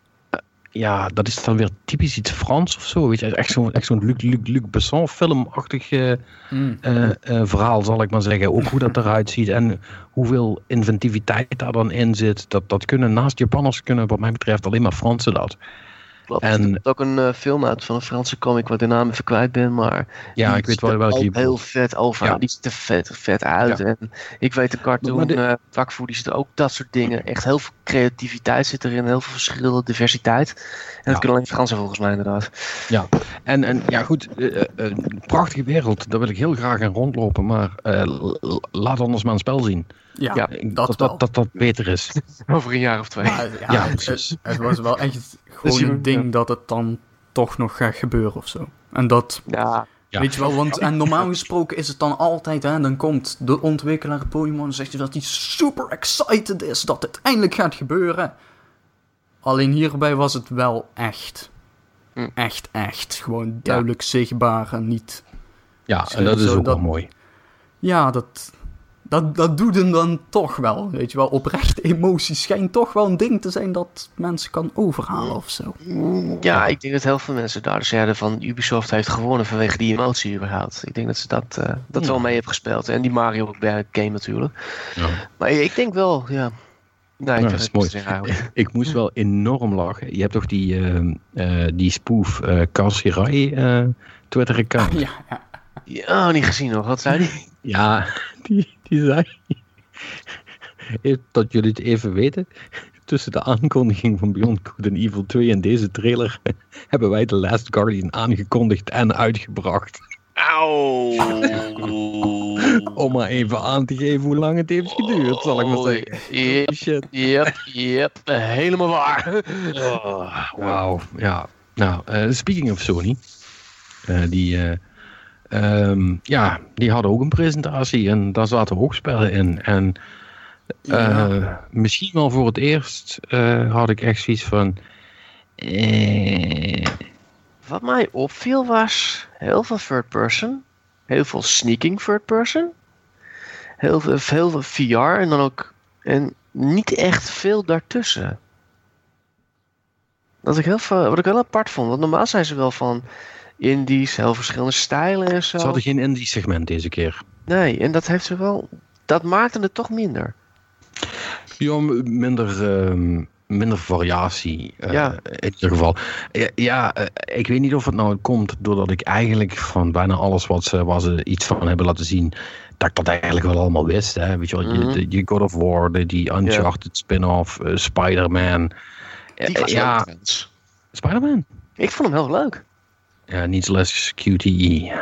Ja, dat is dan weer typisch iets Frans of zo. Weet je, echt zo'n echt zo'n Luc, Luc, Luc Besson filmachtig uh, mm. uh, uh, verhaal, zal ik maar zeggen. Ook hoe dat eruit ziet en hoeveel inventiviteit daar dan in zit. Dat, dat kunnen naast Japanners kunnen, wat mij betreft, alleen maar Fransen dat. Klopt. En er komt ook een uh, film uit van een Franse comic waar de naam even kwijt ben, maar ja, ik weet wel welke je heel vet over. Ja. Die ziet er vet, vet uit. Ja. En ik weet, de cartoon de... uh, vakvoer, die zit er ook dat soort dingen. Echt heel veel creativiteit zit erin, heel veel verschillende diversiteit. En ja. dat kunnen alleen Fransen volgens mij inderdaad. Ja, en, en ja goed, uh, uh, een prachtige wereld, daar wil ik heel graag in rondlopen, maar uh, laat anders maar een spel zien. Ja, ja dat, dat, dat, dat dat beter is. Over een jaar of twee. Ja, ja, ja precies. Het, het was wel echt gewoon dus een ding ja. dat het dan toch nog gaat gebeuren of zo. En dat, ja. weet je wel, want en normaal gesproken is het dan altijd, hè, dan komt de ontwikkelaar Polygon en zegt hij dat hij super excited is dat het eindelijk gaat gebeuren. Alleen hierbij was het wel echt. Hm. Echt, echt. Gewoon duidelijk ja. zichtbaar en niet... Ja, en dat is ook dat, wel mooi. Ja, dat... Dat, dat doet hem dan toch wel, weet je wel. Oprechte emotie schijnt toch wel een ding te zijn dat mensen kan overhalen of zo. Ja, ik denk dat heel veel mensen daar zeiden van Ubisoft heeft gewonnen vanwege die emotie überhaupt. Ik denk dat ze dat, uh, dat ja. wel mee hebben gespeeld. En die Mario ook bij het game natuurlijk. Ja. Maar ik denk wel, ja... Nee, nou, dat is mooi. Zeggen, ik moest wel enorm lachen. Je hebt toch die, uh, uh, die spoof uh, Kalsirai uh, Twitter-account? Ja, ja. Ja, niet gezien nog. Wat zei die? Ja, die, die zei... Dat jullie het even weten. Tussen de aankondiging van Beyond Good and Evil twee en deze trailer... hebben wij The Last Guardian aangekondigd en uitgebracht. Auw! Om maar even aan te geven hoe lang het heeft geduurd, zal ik maar zeggen. Yep, Shit. yep, yep. Helemaal waar. Oh, Wauw, ja. Nou, uh, speaking of Sony... Uh, die... Uh, Um, ja, die hadden ook een presentatie en daar zaten hoogspellen in. En uh, ja. misschien wel voor het eerst uh, had ik echt zoiets van... Eh... Wat mij opviel was heel veel third person. Heel veel sneaking third person. Heel veel, heel veel V R en dan ook... En niet echt veel daartussen. Dat ik heel veel, wat ik heel apart vond. Want normaal zijn ze wel van... indies, heel verschillende stijlen en zo. Ze hadden geen indie segment deze keer. Nee, en dat heeft ze wel... Dat maakte het toch minder. Ja, minder, uh, minder variatie. Uh, ja. In ieder geval. Ja, ja uh, ik weet niet of het nou komt doordat ik eigenlijk van bijna alles wat ze, waar ze iets van hebben laten zien, dat ik dat eigenlijk wel allemaal wist. Hè? Weet je wel, mm-hmm. je, je God of War, de, die Uncharted ja. spin-off, uh, Spider-Man. Die was uh, ja. Spider-Man? Ik vond hem heel leuk. Ja, niets less Q T E.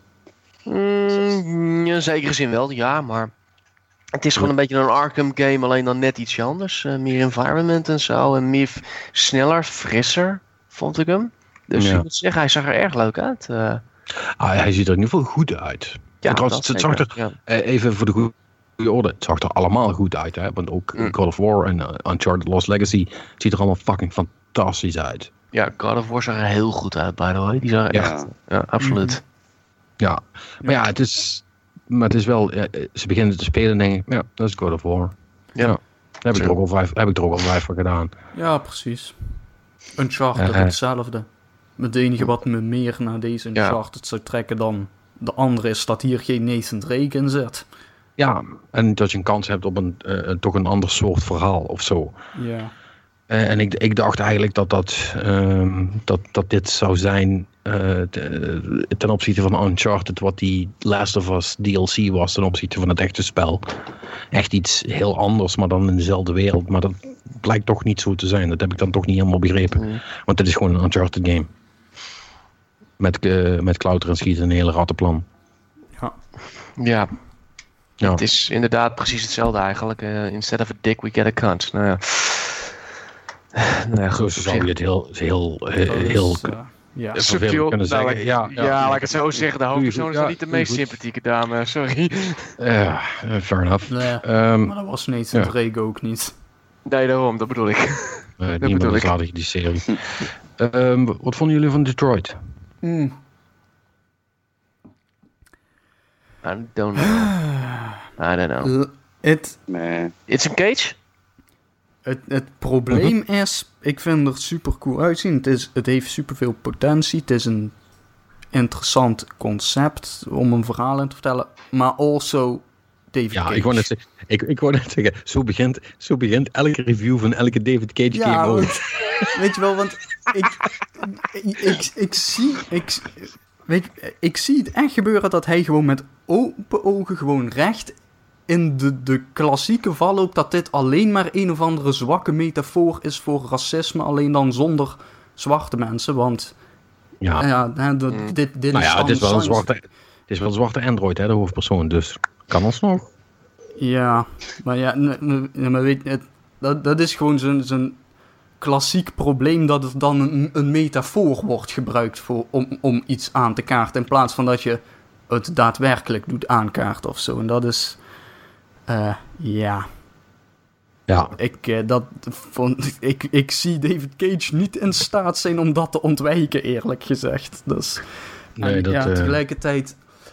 Mm, in zekere zin wel, ja, maar het is gewoon een beetje een Arkham game, alleen dan net iets anders. Uh, meer environment en zo, en meer f- sneller, frisser, vond ik hem. Dus ja. ik moet zeggen, hij zag er erg leuk uit. Uh. Ah, hij ziet er in ieder geval goed uit. Ja, trouwens, het zag er, ja. uh, even voor de goede orde, het zag er allemaal goed uit, hè? Want ook mm. God of War en uh, Uncharted Lost Legacy ziet er allemaal fucking fantastisch uit. Ja, God of War zag er heel goed uit, by the way. Die zag er ja. echt... Ja, absoluut. Ja, maar ja, het is... maar het is wel, ja, ze beginnen te spelen en denk ik, ja, dat is God of War. Ja, ja heb, ik er ook al vijf, heb ik er ook al vijf voor gedaan. Ja, precies. Uncharted uh, hetzelfde. Het enige wat me meer naar deze Uncharted ja. zou trekken dan de andere is dat hier geen Nathan Drake in zit. Ja, en dat je een kans hebt op een, uh, toch een ander soort verhaal of zo. Ja. Uh, en ik, ik dacht eigenlijk dat, dat, uh, dat, dat dit zou zijn uh, te, ten opzichte van Uncharted, wat die Last of Us D L C was ten opzichte van het echte spel. Echt iets heel anders, maar dan in dezelfde wereld. Maar dat blijkt toch niet zo te zijn. Dat heb ik dan toch niet helemaal begrepen. Mm. Want dit is gewoon een Uncharted game. Met, uh, met klauteren en schieten en een hele rattenplan. Ja. Ja. Ja. Het is inderdaad precies hetzelfde eigenlijk. Uh, instead of a dick, we get a cunt. Nou ja. Nou ja, goed, zo zou je het heel, heel, heel, heel is, uh, ja. subtiel kunnen zeggen. Nou, ja, ja, ja, laat ik het zo zeggen. De hoofdpersoon is ja, niet de meest goed. sympathieke dame, sorry. Ja, uh, fair enough. Nee, um, maar dat was Nathan ja. Drake ook niet. Nee, daarom, dat bedoel ik. Uh, dat niet bedoel ik. Aardig, die serie. um, wat vonden jullie van Detroit? Mm. I don't know. I don't know. It, Man. It's a cage? Het, het probleem uh-huh. is, ik vind er super cool uitzien. Het, is, het heeft super veel potentie. Het is een interessant concept om een verhaal in te vertellen. Maar also David ja, Cage. Ik wou net zeggen, ik, ik wou net zeggen zo, begint, zo begint elke review van elke David Cage ja, game ook. Weet je wel, want ik, ik, ik, ik zie... Ik, weet je, ik zie het echt gebeuren dat hij gewoon met open ogen gewoon recht in de, de klassieke valloop dat dit alleen maar een of andere zwakke metafoor is voor racisme, alleen dan zonder zwarte mensen, want ja, ja hè, dat, mm. dit, dit nou is ja, het is wel een zwarte, het is wel een zwarte Android, hè, de hoofdpersoon, dus kan alsnog. Ja, maar ja, n- n- maar weet je, het, dat, dat is gewoon zo'n, zo'n klassiek probleem dat er dan een, een metafoor wordt gebruikt voor, om, om iets aan te kaarten, in plaats van dat je het daadwerkelijk doet aankaarten of zo. En dat is Uh, ja. Ja. Ik, uh, dat, vond, ik, ik zie David Cage niet in staat zijn om dat te ontwijken, eerlijk gezegd. Dus, nee, en, dat, ja, uh... tegelijkertijd...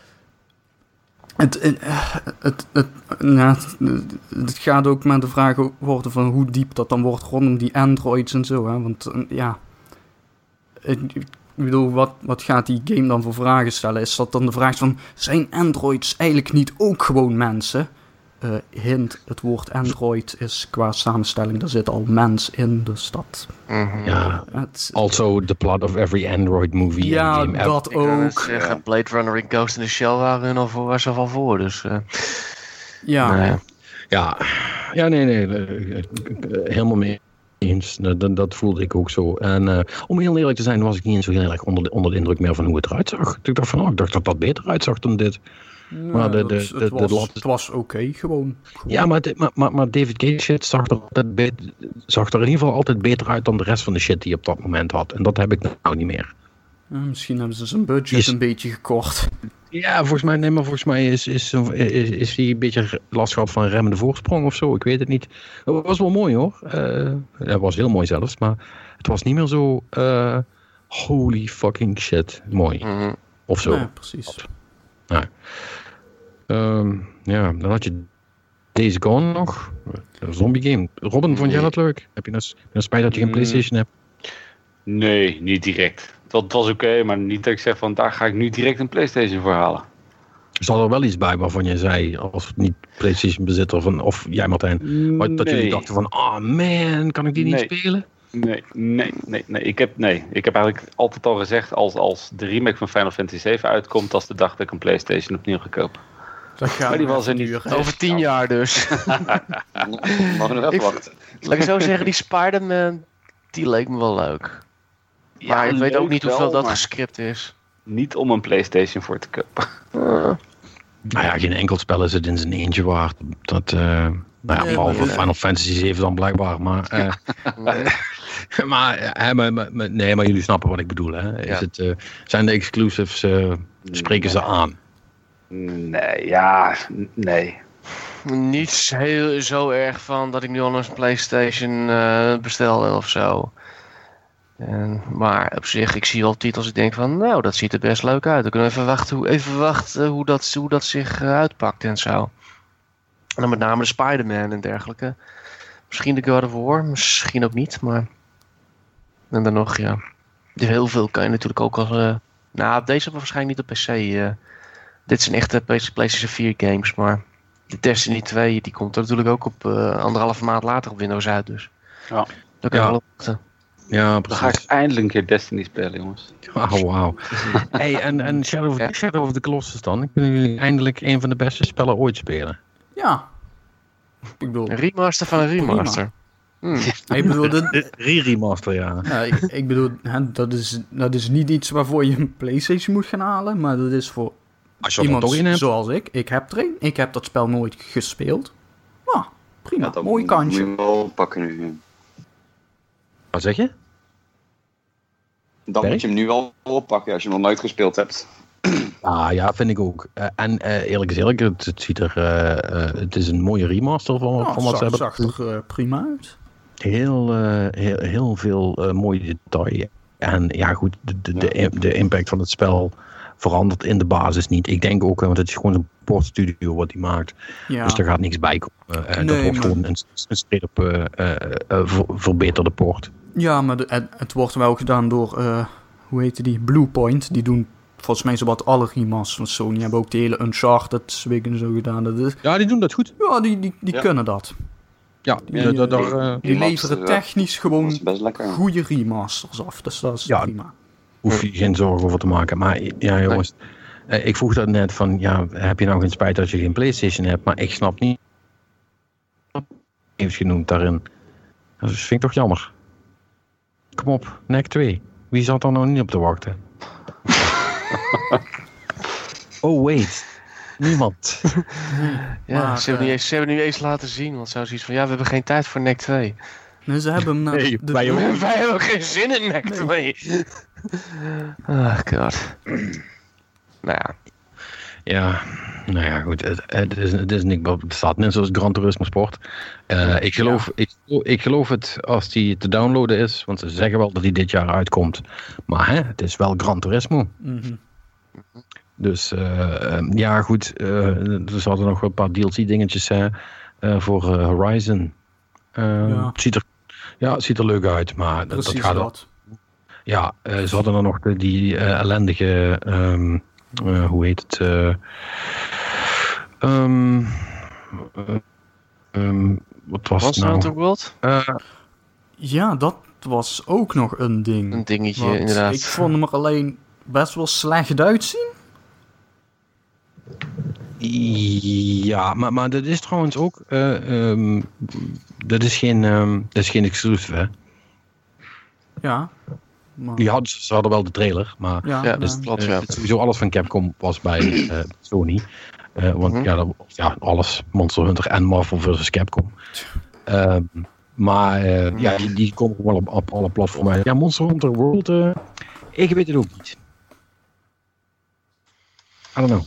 Het, het, het, het, nou, het gaat ook met de vraag worden van hoe diep dat dan wordt rondom die androids en zo. Hè? Want ja... Ik, ik bedoel, wat, wat gaat die game dan voor vragen stellen? Is dat dan de vraag van... Zijn androids eigenlijk niet ook gewoon mensen? Uh, hint, het woord android is qua samenstelling, daar zit al mens in, dus dat... Mm-hmm. Ja, het, also the plot of every android movie. Ja, game dat ever. ook. Ik zeggen, ja. Blade Runner en Ghost in the Shell waren al voor, was er al voor, dus... Uh, ja. Nou ja. ja. Ja, nee, nee, uh, helemaal mee eens. Dat, dat voelde ik ook zo. En uh, om heel eerlijk te zijn, was ik niet eens zo heel erg onder de, onder de indruk meer van hoe het eruit zag. Ik dacht van, oh, ik dacht dat dat beter uitzag dan dit. Nee, maar de, de, de, het, de, was, de lat... het was oké, okay, gewoon, gewoon. Ja, maar, de, maar, maar, maar David Cage shit zag er, altijd be- zag er in ieder geval altijd beter uit dan de rest van de shit die hij op dat moment had. En dat heb ik nou niet meer. Ja, misschien hebben ze zijn budget is... een beetje gekort. Ja, volgens mij, nee, maar volgens mij is, is, is, is hij een beetje last gehad van remmende voorsprong of zo. Ik weet het niet. Het was wel mooi hoor. Uh, het was heel mooi zelfs, maar het was niet meer zo uh, holy fucking shit mooi. Mm-hmm. Of zo. Ja, precies. Nou, um, ja, dan had je Days Gone nog. Een zombie game. Robin, vond jij dat leuk? Heb je een, een spijt dat je geen PlayStation hebt? Nee, niet direct. Het was oké, okay, maar niet dat ik zeg van daar ga ik nu direct een PlayStation voor halen. Zat er wel iets bij waarvan je zei, als niet PlayStation bezitter van, of jij Martijn, maar dat nee. jullie dachten van, oh man, kan ik die nee. niet spelen? Nee, nee, nee, nee. Ik heb, nee. Ik heb eigenlijk altijd al gezegd, als, als de remake van Final Fantasy zeven uitkomt, dat is de dag dat ik een PlayStation opnieuw ga kopen. Maar die was er niet. Over tien jaar dus. Mag nog even wachten. Laat ik zo zeggen, die Spider-Man, die leek me wel leuk. Ja, maar ik weet ook niet hoeveel wel, dat gescript is. Niet om een PlayStation voor te kopen. Uh. Nou ja, geen enkel spel is het in zijn eentje waard. Dat, uh, nou ja, ja behalve ja. Final Fantasy zeven dan blijkbaar. Maar, uh, nee. maar, uh, maar, maar, maar, nee, maar jullie snappen wat ik bedoel. Hè? Is ja. het, uh, zijn de exclusives, uh, spreken nee. ze aan? Nee, ja, nee. Niet heel zo erg van dat ik nu al een PlayStation uh, bestel of zo. En, maar op zich, ik zie wel titels, ik denk van, nou, dat ziet er best leuk uit. Dan kunnen we even wachten hoe, even wachten hoe, dat, hoe dat zich uh, uitpakt en zo. En dan met name de Spider-Man en dergelijke. Misschien de God of War, misschien ook niet, maar... En dan nog, ja. Dus heel veel kan je natuurlijk ook als... Uh... Nou, deze waarschijnlijk niet op P C. Uh... Dit zijn echte PlayStation vier games, maar... De Destiny twee, die komt er natuurlijk ook op uh, anderhalve maand later op Windows uit, dus... Ja. Dat kan je Ja. wel opwachten. Ja, Dan ga ik eindelijk een keer Destiny spelen, jongens. Wauw, wauw. Hey, en, en Shadow, of, Ja. Shadow of the Colossus dan? Kunnen jullie eindelijk een van de beste spellen ooit spelen? Ja. Ik bedoel... Een remaster van een remaster. Hmm. Ik bedoel, dit, Re-remaster, ja. ja, ik, ik bedoel hè, dat, is, dat is niet iets waarvoor je een PlayStation moet gaan halen, maar dat is voor Als je er iemand toch in hebt. zoals ik. Ik heb er een. Ik heb dat spel nooit gespeeld. Nou, prima. Ja, dat Mooi moet- kansje. Moet je wel pakken nu. Wat zeg je? Dan Berg? moet je hem nu wel oppakken als je hem nog nooit gespeeld hebt. Ah ja, vind ik ook. Uh, en uh, eerlijk is eerlijk, het, het ziet er... Uh, uh, het is een mooie remaster van, Nou, van wat zag, ze hebben. zag er uh, prima uit. Heel, uh, heel, heel veel uh, mooie detail. En ja goed, de, de, de, de impact van het spel verandert in de basis niet. Ik denk ook, want het is gewoon een portstudio wat hij maakt. Ja. Dus er gaat niks bij komen. Uh, Nee, dat wordt maar- gewoon een, een straight-up uh, uh, uh, ver, verbeterde port. Ja, maar de, het, het wordt wel gedaan door, uh, hoe heet die, Bluepoint. Die doen volgens mij zowat alle remasters van Sony. Die hebben ook de hele Uncharted en zo gedaan. Dat is, Ja, die doen dat goed. ja, die, die, die Ja. kunnen dat. Ja, Die, uh, daar, die- daar, uh, Die Remaster, leveren ja. technisch Dat gewoon is best lekker. goede remasters af. Dus dat is Ja. prima. hoef je geen zorgen over te maken. Maar ja, jongens, uh, ik vroeg dat net van, ja, heb je nou geen spijt dat je geen PlayStation hebt? Maar ik snap niet. Heeft genoemd daarin. Dat vind ik toch jammer. Kom op, N E C twee. Wie zat er nou niet op te wachten? Oh wait, niemand. Ja, Maar, ze, hebben uh, niet eens, ze hebben nu eens laten zien, want zo zoiets van, ja, we hebben geen tijd voor N E C twee. Nee, ze hebben hem naar Nee, de, wij ook. Wij hebben ook geen zin in N E C twee. Ah, god. Nou ja. Ja, nou ja, goed. Het, het, is, het, is niet, het staat net zoals Gran Turismo Sport. Uh, ik, geloof, ik, ik geloof het als die te downloaden is, want ze zeggen wel dat die dit jaar uitkomt. Maar hè, het is wel Gran Turismo. Mhm. Dus uh, ja, goed. Uh, er zaten nog een paar D L C dingetjes uh, uh, voor uh, Horizon. Uh, Ja. het ziet er, ja, het ziet er leuk uit, maar dat, Precies dat gaat wel. dat. Ja, uh, ze hadden er nog de, die uh, ellendige, um, uh, hoe heet het? Uh, um, uh, um, wat was het Monster nou? Hunter World? Uh, Ja, dat was ook nog een ding. Een dingetje, Want inderdaad. Ik vond hem er alleen best wel slecht uitzien. ja, maar, maar dat is trouwens ook, uh, um, dat is geen, um, dat is geen exclusive, hè? Ja. Maar, Die hadden, ze hadden wel de trailer, maar ja, Ja, dus, dat klopt, uh, ja. sowieso alles van Capcom was bij uh, Sony. Uh, want Mhm. ja, dat, ja, alles, Monster Hunter en Marvel versus Capcom. Uh, maar uh, ja, die, die komen wel op, op alle platformen uit. Ja, Monster Hunter World, uh, ik weet het ook niet. I don't know.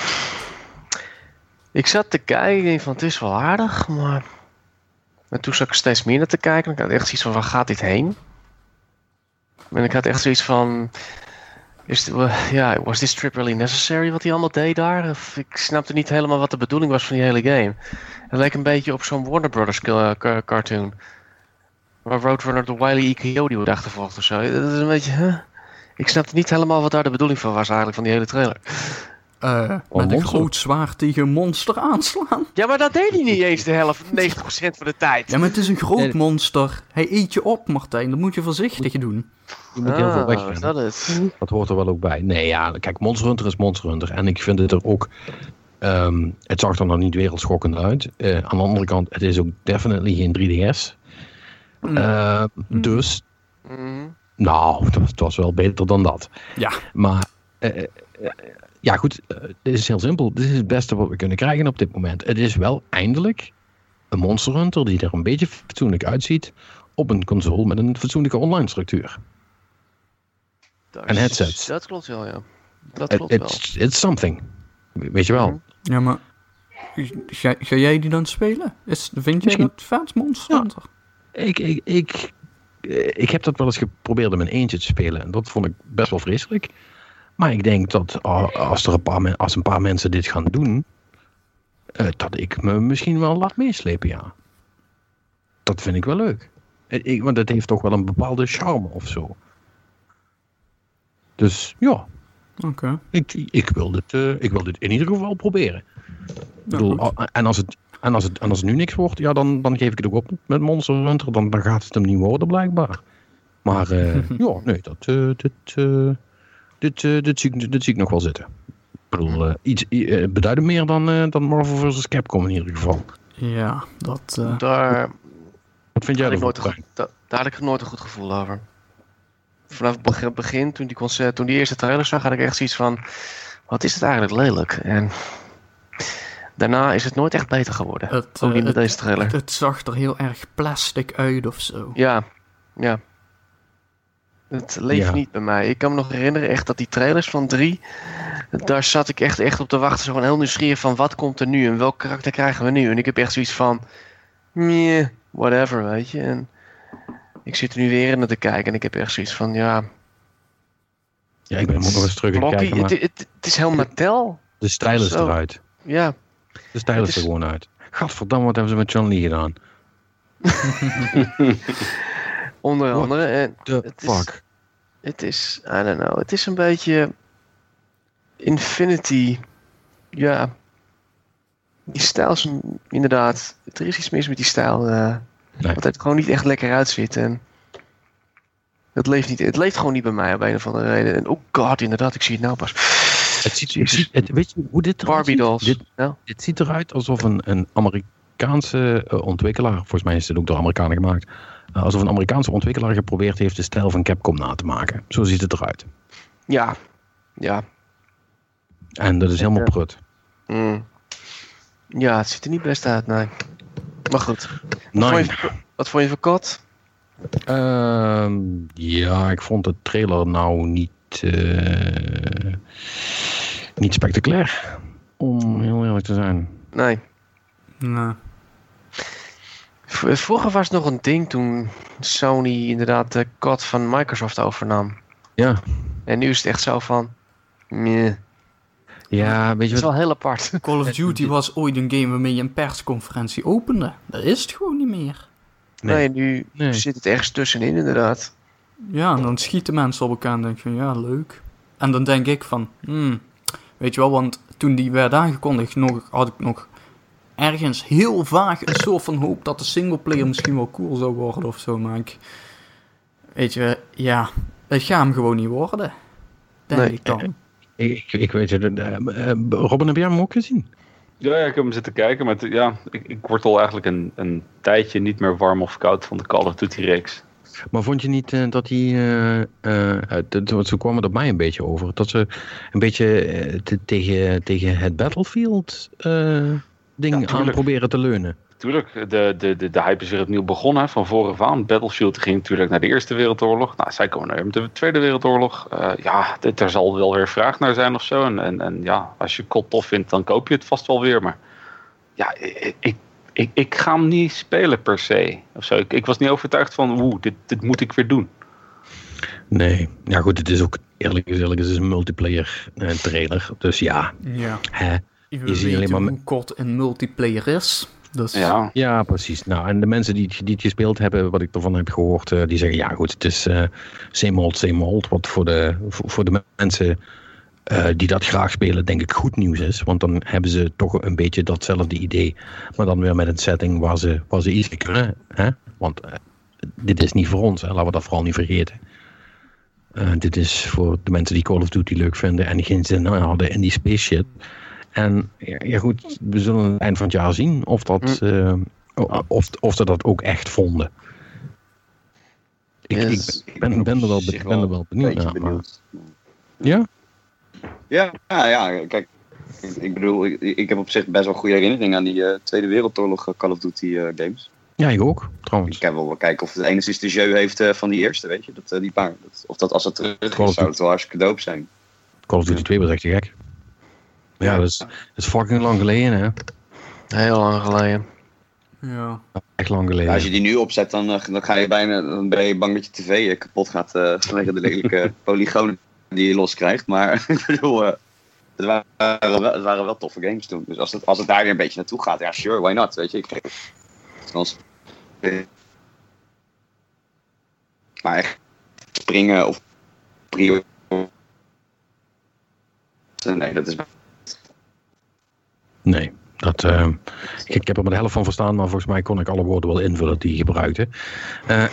Ik zat te kijken, ik denk van, het is wel aardig, maar... En toen zat ik er steeds meer naar te kijken. En ik had echt zoiets van, waar gaat dit heen? En ik had echt zoiets van... Is het, uh, ja, was this trip really necessary wat hij allemaal deed daar? Of, ik snapte niet helemaal wat de bedoeling was van die hele game. Het leek een beetje op zo'n Warner Brothers uh, ca- cartoon. Waar Roadrunner de Wile E. Coyote wordt achtervolgd of zo. Dat is een beetje... Huh? Ik snapte niet helemaal wat daar de bedoeling van was eigenlijk van die hele trailer. uh, met een monster. groot zwaard tegen een monster aanslaan. Ja, maar dat deed hij niet eens de helft, negentig procent van de tijd. Ja, maar het is een groot Nee. monster. Hij eet je op, Martijn. Dat moet je voorzichtig doen. Je moet heel veel Ah, weg. is dat het? Dat hoort er wel ook bij. Nee, ja, kijk, Monster Hunter is Monster Hunter. En ik vind het er ook... Um, het zag er nog niet wereldschokkend uit. Uh, aan de andere kant, het is ook definitely geen drie D S. Mm. Uh, Mm. Dus, Mhm. nou, het was, het was wel beter dan dat. Ja. Maar, uh, uh, ja goed, uh, het is heel simpel. Dit is het beste wat we kunnen krijgen op dit moment. Het is wel eindelijk een Monster Hunter die er een beetje fatsoenlijk uitziet op een console met een fatsoenlijke online structuur. Dat En is- headsets. Dat klopt wel, ja. Dat It, klopt wel. it's, it's something. Weet je wel. Mhm. Ja, maar... Ga, ga jij die dan spelen? Is, vind jij Misschien. dat vet, Monster Ja. Hunter? Ik, ik, ik, ik heb dat wel eens geprobeerd om in eentje te spelen. En dat vond ik best wel vreselijk. Maar ik denk dat als, er een, paar, als een paar mensen dit gaan doen... Uh, dat ik me misschien wel laat meeslepen, ja. Dat vind ik wel leuk. Ik, want het heeft toch wel een bepaalde charme of zo. Dus ja. Oké. Okay. Ik, ik, wil dit, uh, ik wil dit in ieder geval proberen. Ja, ik bedoel, en, als het, en, als het, en als het nu niks wordt, ja, dan, dan geef ik het ook op met Monster Hunter. Dan, dan gaat het hem niet worden, blijkbaar. Maar uh, ja, nee, dat, uh, dit, uh, dit, uh, dit, zie ik, dit zie ik nog wel zitten. Ik bedoel, uh, iets uh, beduidend meer dan, uh, dan Marvel versus. Capcom in ieder geval. Ja, dat... Uh... Daar... Wat vind jij ervan? Daar, daar had ik nooit een goed gevoel over. Vanaf het begin, toen die, concert, toen die eerste trailer zag, had ik echt zoiets van... Wat is het eigenlijk lelijk? En daarna is het nooit echt beter geworden. Het, Ook niet uh, met het, deze trailer. Het, het zag er heel erg plastic uit of zo. Ja, ja. Het leeft ja. niet bij mij. Ik kan me nog herinneren echt dat die trailers van drie... Daar zat ik echt, echt op te wachten. Zo van heel nieuwsgierig van wat komt er nu? En welk karakter krijgen we nu? En ik heb echt zoiets van... Meh, whatever, weet je. En ik zit er nu weer in te kijken. En ik heb echt zoiets van, ja... Ja, ik ben nog eens terug aan kijken. Maar... Het, het, het is helemaal tel. De stijl is Zo. eruit. Ja. De stijl is, is er gewoon uit. Gadverdamme, wat hebben ze met John Lee gedaan? Onder andere. En the het fuck? Is, het is, I don't know. Het is een beetje... Infinity. Ja. Die stijl is inderdaad... Er is iets mis met die stijl. Uh, nee. Dat het gewoon niet echt lekker uitziet. En het leeft niet. Het leeft gewoon niet bij mij op een of andere reden. En oh god, inderdaad. Ik zie het nou pas. Het ziet, het ziet, het, weet je hoe dit eruit Barbie dolls. Dit, ja. dit ziet eruit alsof een, een Amerikaanse uh, ontwikkelaar... Volgens mij is dit ook door Amerikanen gemaakt... Uh, alsof een Amerikaanse ontwikkelaar geprobeerd heeft... de stijl van Capcom na te maken. Zo ziet het eruit. Ja. Ja. En dat is helemaal ja. prut. Mm. Ja, het ziet er niet best uit, nee. Maar goed. Wat vond je, wat vond je van Kot? Uh, ja, ik vond de trailer nou niet... Uh, niet spectaculair. Om heel eerlijk te zijn. Nee. Nee. Vroeger was het nog een ding toen Sony inderdaad de Kot van Microsoft overnam. Ja. En nu is het echt zo van... Meh. Ja, weet je dat is wat? wel heel apart. Call of Duty was ooit een game waarmee je een persconferentie opende. Dat is het gewoon niet meer. Nee, nee nu nee. zit het ergens tussenin inderdaad. Ja, en dan schieten mensen op elkaar en denk je van ja, leuk. En dan denk ik van, hmm, weet je wel, want toen die werd aangekondigd nog, had ik nog ergens heel vaag een soort van hoop dat de singleplayer misschien wel cool zou worden of zo. Maar ik, weet je, ja, het gaat hem gewoon niet worden. Denk nee, ik dan. Eh, Ik, ik weet het. Uh, uh, Robin, heb jij hem ook gezien? Ja, ja, ik heb hem zitten kijken. Maar t- ja, ik, ik word al eigenlijk een, een tijdje niet meer warm of koud van de Call of Duty reeks. Maar vond je niet uh, dat hij... Uh, uh, uh, zo kwam het op mij een beetje over. Dat ze een beetje uh, te, tegen, tegen het Battlefield uh, ding ja, aan proberen te leunen. Tuurlijk, de, de, de, de hype is weer opnieuw begonnen. Van vooraf aan. Battlefield ging natuurlijk naar de Eerste Wereldoorlog. Nou, zij komen naar de Tweede Wereldoorlog. Uh, ja, dit, er zal wel weer vraag naar zijn of zo. En, en, en ja, als je C O D tof vindt, dan koop je het vast wel weer. Maar ja, ik, ik, ik, ik ga hem niet spelen per se. Of zo. Ik, ik was niet overtuigd van, oeh, dit, dit moet ik weer doen. Nee, ja goed, het is ook eerlijk gezegd, het is een multiplayer uh, trailer. Dus ja, ja. Hè, je, je ziet alleen maar hoe kort een multiplayer is. Dus... Ja. ja, precies. Nou, en de mensen die, die het gespeeld hebben, wat ik ervan heb gehoord, uh, die zeggen ja goed, het is uh, same old, same old. Wat voor de, voor, voor de mensen uh, die dat graag spelen, denk ik goed nieuws is. Want dan hebben ze toch een beetje datzelfde idee. Maar dan weer met een setting waar ze, waar ze iets kunnen. Hè? Want uh, dit is niet voor ons, hè? Laten we dat vooral niet vergeten. Uh, dit is voor de mensen die Call of Duty leuk vinden en geen zin hadden in die space shit. En ja goed, we zullen aan het eind van het jaar zien of, dat, uh, of, of ze dat ook echt vonden. Ik, yes. ik ben, ben, er wel, ben er wel benieuwd naar. Benieuwd. Ja? Ja, ja, ja, kijk, ik, ik bedoel, ik, ik heb op zich best wel goede herinneringen aan die uh, Tweede Wereldoorlog Call of Duty uh, games. Ja, ik ook, trouwens. Ik kan wel kijken of het enigszins de jeu heeft uh, van die eerste, weet je, dat, uh, die paar. Dat, of dat als het terug is, zou het wel hartstikke dope zijn. Call of Duty twee was echt te gek. Ja, dat is, dat is fucking lang geleden, hè? Heel lang geleden. Ja. Echt lang geleden. Ja, als je die nu opzet, dan, dan, ga je bijna, dan ben je bang dat je tv kapot gaat uh, vanwege de lelijke polygonen die je loskrijgt. Maar ik bedoel, uh, het, waren wel, het waren wel toffe games toen. Dus als het, als het daar weer een beetje naartoe gaat, ja sure, why not, weet je. Ik, maar echt springen of prio. Nee, dat is... Nee. Dat, uh, ik, ik heb er maar de helft van verstaan, maar volgens mij kon ik alle woorden wel invullen die je gebruikte. Uh,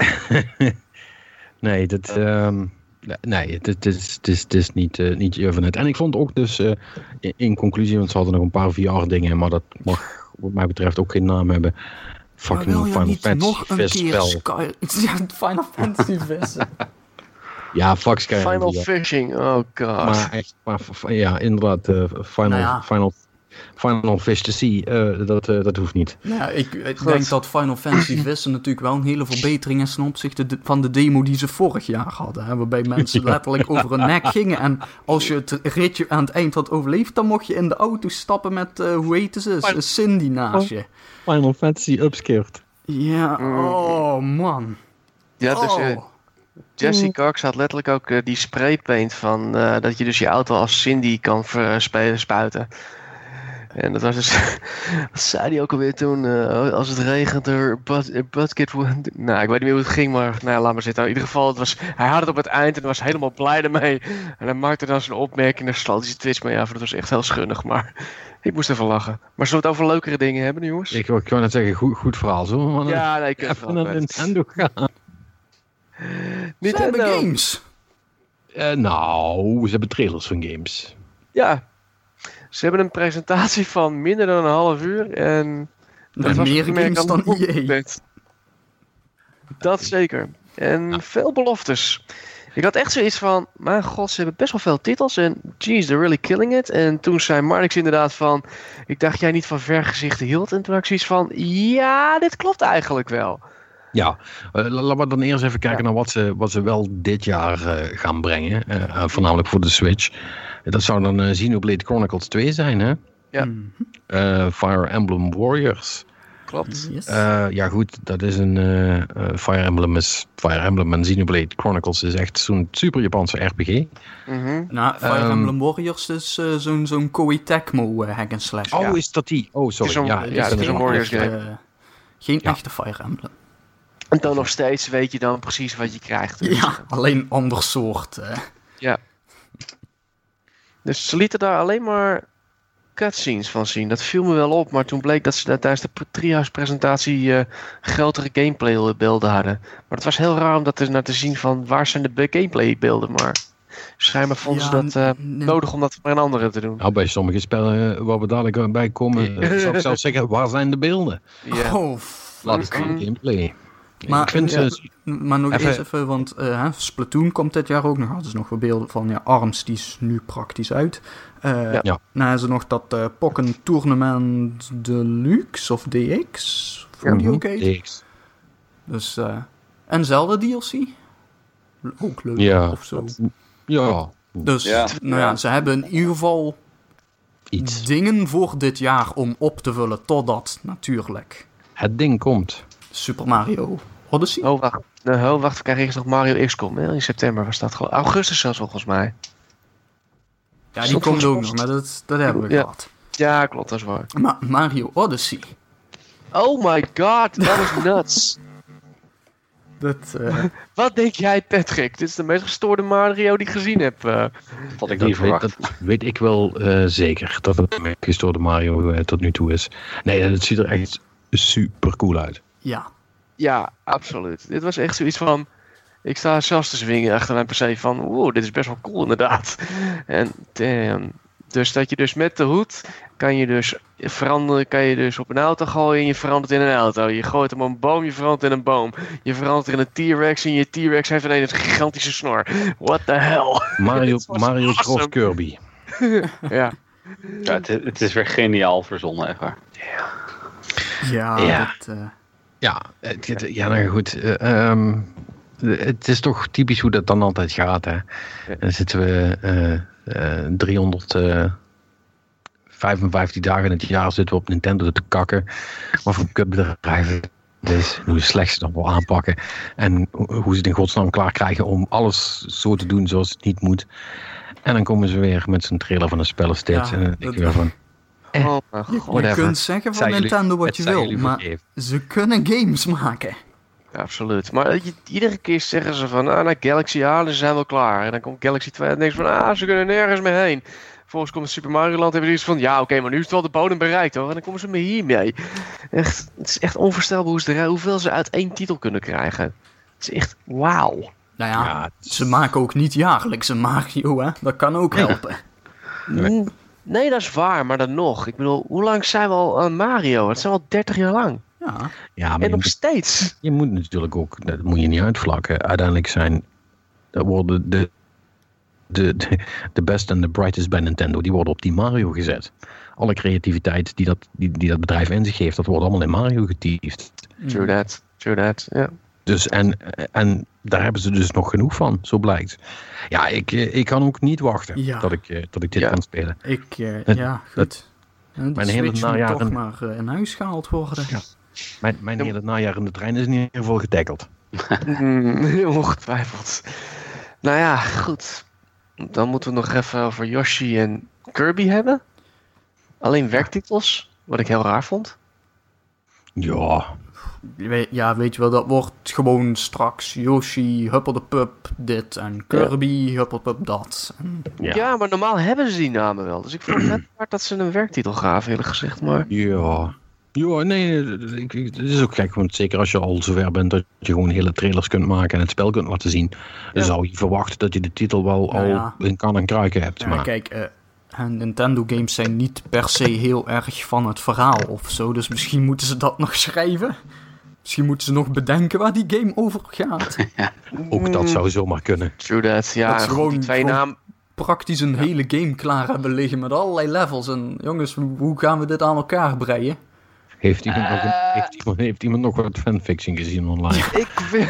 nee, dat, um, nee, het, het, is, het, is, het is niet, uh, niet je van het. En ik vond ook dus, uh, in, in conclusie, want ze hadden nog een paar V R dingen, maar dat mag wat mij betreft ook geen naam hebben. Fucking Final Fantasy nog een keer Sky... Final Fantasy vissen. Ja, fuck Sky. Final ja. Fishing, oh god. Maar echt, maar, ja, inderdaad, uh, Final, nou ja. Final Final Fish to See, uh, dat, uh, dat hoeft niet. Ja, ik, ik denk dat Final Fantasy Vissen natuurlijk wel een hele verbetering is ten opzichte de, van de demo die ze vorig jaar hadden. Hè, waarbij mensen ja. letterlijk over hun nek gingen. En als je het ritje aan het eind had overleefd, dan mocht je in de auto stappen met, uh, hoe heet ze, Final... Cindy naast je. Final Fantasy upskirt. Ja, oh man. Ja, dus... Uh... Jesse Cox had letterlijk ook uh, die spraypaint van uh, dat je dus je auto als Cindy kan verspuiten. Spuiten. En dat was dus, wat zei hij ook alweer toen, uh, als het regent, er budget, nou ik weet niet meer hoe het ging, maar nou, laat maar zitten. In ieder geval, het was, hij had het op het eind en was helemaal blij ermee. En hij maakte dan zijn opmerking, daar sloot hij zijn twist mee af. Dat was echt heel schunnig, maar ik moest even lachen. Maar zullen we het over leukere dingen hebben, jongens? Ik wil net zeggen, goed, goed verhaal, zo. Ja, nee, ik kan even naar Nintendo gaan. Nintendo. Ze hebben games. Uh, nou, ze hebben trailers van games. Ja. Ze hebben een presentatie van minder dan een half uur. En dat was meer games dan E A. Dat zeker. En ja. veel beloftes. Ik had echt zoiets van, mijn god, ze hebben best wel veel titels. En geez, they're really killing it. En toen zei Marnix inderdaad van, ik dacht jij niet van vergezichten hield. En toen had ik zoiets van, ja, dit klopt eigenlijk wel. Ja, uh, laten we dan eerst even kijken ja. naar wat ze, wat ze wel dit jaar uh, gaan brengen. Uh, voornamelijk voor de Switch. Dat zou dan uh, Xenoblade Chronicles twee zijn, hè? Ja. Uh, Fire Emblem Warriors. Klopt. Yes. Uh, ja goed, dat is een... Uh, uh, Fire Emblem is... Fire Emblem en Xenoblade Chronicles is echt zo'n super Japanse R P G. Mm-hmm. Nou, Fire um, Emblem Warriors is uh, zo'n, zo'n Koei Tecmo uh, hack and slash. Oh, ja. is dat die? Oh, sorry. Is een, ja, ja, dat is een Warriors game. Uh, geen ja. echte Fire Emblem. En dan nog steeds weet je dan precies wat je krijgt. Dus. Ja, alleen ander soort. Uh. Ja. Dus ze lieten daar alleen maar cutscenes van zien. Dat viel me wel op, maar toen bleek dat ze dat tijdens de Treehouse-presentatie uh, grotere gameplay-beelden hadden. Maar het was heel raar om dat te, naar te zien van waar zijn de gameplay-beelden, maar schijnbaar vonden ja, ze dat uh, nee. nodig om dat voor een andere te doen. Nou, bij sommige spellen uh, waar we dadelijk bij komen, uh, zou ik zelfs zeggen, waar zijn de beelden? Ja. Oh, laat ik zien gameplay. Maar, ik vind ja, ze... maar nog even... eens even, want uh, Splatoon komt dit jaar ook nog. Hadden ze nog weer beelden van ja, ARMS, die is nu praktisch uit. Uh, ja. ja. Nou hebben ze nog dat uh, Pokken Tournament Deluxe of D X. Voor ja. die ook heet. D X. Dus, uh, en Zelda D L C. Ook leuk ja. of zo. Ja. Dus, ja. nou ja, ze hebben in ieder geval iets dingen voor dit jaar om op te vullen. Totdat, natuurlijk. Het ding komt. Super Mario Odyssey. Oh, wacht. Nou, wacht, we krijgen eerst nog Mario X COM. In september was dat gewoon. Augustus zelfs volgens mij. Ja, die Soms komt ook nog, maar dat, dat hebben we ja. gehad. Ja, klopt, dat is waar. Ma- Mario Odyssey. Oh my god, dat is nuts. dat, uh... Wat denk jij, Patrick? Dit is de meest gestoorde Mario die ik gezien heb. Uh. Wat ik niet verwacht. Weet, dat weet ik wel uh, zeker, dat het de meest gestoorde Mario uh, tot nu toe is. Nee, het ziet er echt super cool uit. Ja. Ja, absoluut. Dit was echt zoiets van... Ik sta zelfs te zwingen achter mijn P C van... Wow, dit is best wel cool inderdaad. En damn. Dus dat je dus met de hoed... Kan je dus veranderen... Kan je dus op een auto gooien en je verandert in een auto. Je gooit hem op een boom, je verandert in een boom. Je verandert in een T-Rex en je T-Rex heeft ineens een gigantische snor. What the hell? Mario, Mario awesome. Cross Kirby. ja. ja het, het is weer geniaal verzonnen, echt waar. Ja. Ja, ja. Dat, uh... ja, het, het, ja, nou goed. Uh, um, het is toch typisch hoe dat dan altijd gaat, hè. Ja. Dan zitten we uh, uh, driehonderdvijftig vijfenvijftig dagen in het jaar zitten we op Nintendo te kakken. Wat voor kutbedrijven het is. Hoe slecht ze dat wel aanpakken. En hoe ze het in godsnaam klaar krijgen om alles zo te doen zoals het niet moet. En dan komen ze weer met zo'n trailer van een spel steeds. Ja, en dan denk ik weer van... Oh, God, je kunt zeggen van Nintendo wat je wil, maar ze kunnen games maken. Ja, absoluut. Maar iedere keer zeggen ze van, ah, nou, Galaxy halen, ze zijn wel klaar. En dan komt Galaxy twee en dan denk je van, ah, ze kunnen nergens meer heen. Vervolgens komt Super Mario Land en hebben ze iets van, ja, oké, okay, maar nu is het wel de bodem bereikt, hoor. En dan komen ze me hier mee. Echt, het is echt onvoorstelbaar hoe ze er, hoeveel ze uit één titel kunnen krijgen. Het is echt wauw. Nou ja, ja ze maken ook niet jaarlijks een Mario, hè. Dat kan ook helpen. Nee. Nee, dat is waar, maar dan nog. Ik bedoel, hoe lang zijn we al aan Mario? Het zijn al dertig jaar lang. Ja, ja maar en nog moet, steeds. Je moet natuurlijk ook, dat moet je niet uitvlakken. Uiteindelijk zijn, dat worden de, de, de, de best en de brightest bij Nintendo, die worden op die Mario gezet. Alle creativiteit die dat, die, die dat bedrijf in zich heeft, dat wordt allemaal in Mario getiefd. True that, true that, ja. Yeah. Dus en, en daar hebben ze dus nog genoeg van, zo blijkt. Ja, ik, ik kan ook niet wachten ja. dat, ik, dat ik dit ja. kan spelen. Ik, uh, dat, ja, goed. Dat, mijn hele najaar moet toch maar uh, in huis gehaald worden. Ja. Mijn, mijn hele najaar in de trein is in ieder geval getackeld. mm, ongetwijfeld. Nou ja, goed. Dan moeten we nog even over Yoshi en Kirby hebben. Alleen werktitels, wat ik heel raar vond. Ja... Ja, weet je wel, dat wordt gewoon straks Yoshi, Huppeldepup dit en Kirby, ja. Huppeldepup dat. En... Ja. ja, maar normaal hebben ze die namen wel. Dus ik vond het net hard dat ze een werktitel gaven, eerlijk gezegd. Maar... Ja, ja nee, ik, ik, het is ook gek, want zeker als je al zover bent dat je gewoon hele trailers kunt maken en het spel kunt laten zien, ja. dan zou je verwachten dat je de titel wel nou, al ja. in kan en kruiken hebt. Ja, maar... kijk... Uh... En Nintendo games zijn niet per se heel erg van het verhaal of zo. Dus misschien moeten ze dat nog schrijven. Misschien moeten ze nog bedenken waar die game over gaat. Ja, ook dat zou zomaar kunnen. True that, ja. Dat ze gewoon, die twee naam... praktisch een ja. hele game klaar hebben liggen met allerlei levels. En jongens, hoe gaan we dit aan elkaar breien? Heeft iemand, uh... nog, een, heeft iemand, heeft iemand nog wat fanfiction gezien online? Ik weet...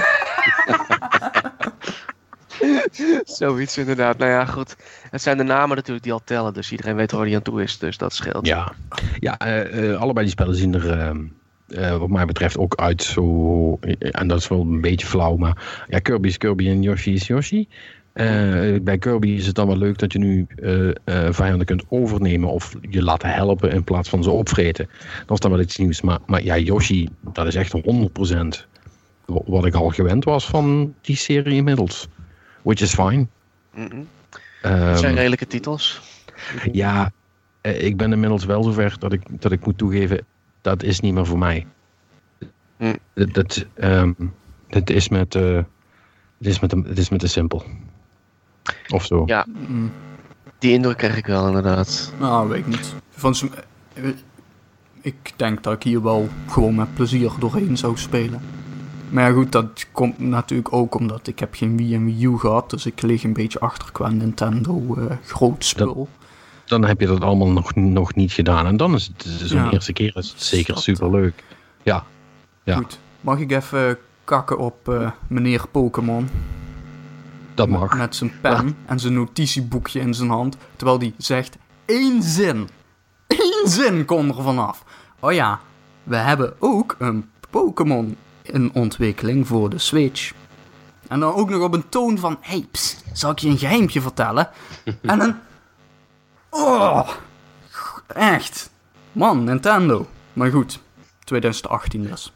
Zoiets inderdaad. Nou ja, goed. Het zijn de namen natuurlijk die al tellen. Dus iedereen weet waar die aan toe is. Dus dat scheelt. Ja, ja uh, uh, allebei die spellen zien er... Uh, Uh, wat mij betreft ook uit zo... En dat is wel een beetje flauw, maar... Ja, Kirby is Kirby en Yoshi is Yoshi. Uh, bij Kirby is het dan wel leuk dat je nu uh, uh, vijanden kunt overnemen of je laten helpen in plaats van ze opvreten. Dat is dan wel iets nieuws. Maar, maar ja, Yoshi, dat is echt honderd procent wat ik al gewend was van die serie inmiddels. Which is fine. Mm-hmm. Het zijn um, redelijke titels. Ja, uh, ik ben inmiddels wel zover dat ik, dat ik moet toegeven... Dat is niet meer voor mij. Mm. Dat, dat, um, dat is met, uh, het is met, een, het is met te simpel. Of zo. Ja, mm. die indruk krijg ik wel inderdaad. Nou, weet ik niet. Van, ik denk dat ik hier wel gewoon met plezier doorheen zou spelen. Maar ja, goed, dat komt natuurlijk ook omdat ik heb geen Wii en Wii U gehad. Dus ik lig een beetje achter qua Nintendo uh, groot spul. Dat... Dan heb je dat allemaal nog, nog niet gedaan. En dan is het zo'n ja. eerste keer is het zeker superleuk. Ja. ja. Goed. Mag ik even kakken op uh, meneer Pokémon? Dat mag. Met zijn pen ja. en zijn notitieboekje in zijn hand. Terwijl die zegt één zin. Eén zin komt er vanaf. Oh ja, we hebben ook een Pokémon in ontwikkeling voor de Switch. En dan ook nog op een toon van... Hey, pst, zal ik je een geheimtje vertellen? En een... Oh, echt. Man, Nintendo. Maar goed, twintig achttien dus.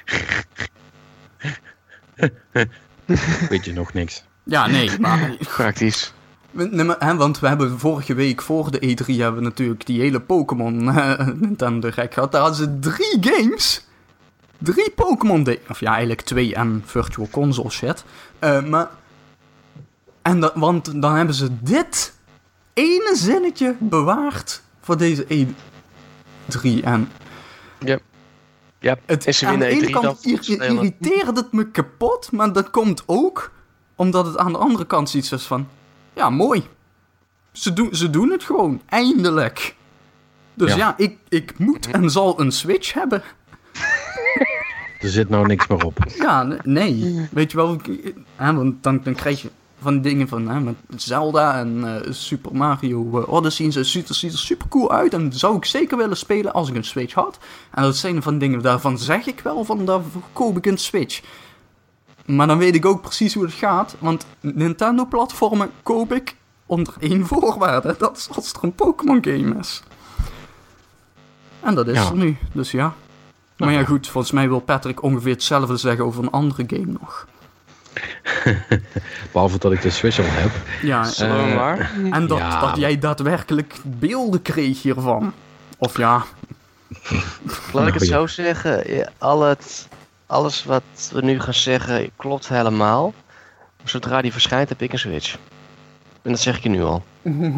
Weet je nog niks? Ja, nee, maar... Praktisch. Nee, maar, hè, want we hebben vorige week, voor de E drie, hebben we natuurlijk die hele Pokémon uh, Nintendo gek gehad. Daar hadden ze drie games. Drie Pokémon... De- of ja, eigenlijk twee en Virtual Console shit. Uh, maar... En da- want dan hebben ze dit... ene zinnetje bewaard voor deze E drie. En ja, ja. Het, is aan de ene kant ir- irriteert het me kapot, maar dat komt ook omdat het aan de andere kant iets is van, ja, mooi. Ze, do- ze doen het gewoon, eindelijk. Dus ja, ja ik, ik moet en zal een Switch hebben. Er zit nou niks meer op. Ja, nee. Weet je wel, hè, want dan, dan krijg je... van dingen van hè, met Zelda en uh, Super Mario uh, Odyssey en zo. Ziet er, ziet er super cool uit en zou ik zeker willen spelen als ik een Switch had. En dat zijn van dingen, daarvan zeg ik wel van, daar koop ik een Switch. Maar dan weet ik ook precies hoe het gaat, want Nintendo-platformen koop ik onder één voorwaarde. Dat is als er een Pokémon game is. En dat is ja. er nu, dus ja. Maar ja goed, volgens mij wil Patrick ongeveer hetzelfde zeggen over een andere game nog. Behalve dat ik de Switch al heb. Ja, uh, maar. En dat, ja. dat jij daadwerkelijk beelden kreeg hiervan. Of ja. Laat ik het zo zeggen, al het, alles wat we nu gaan zeggen klopt helemaal. Zodra die verschijnt heb ik een Switch. En dat zeg ik je nu al.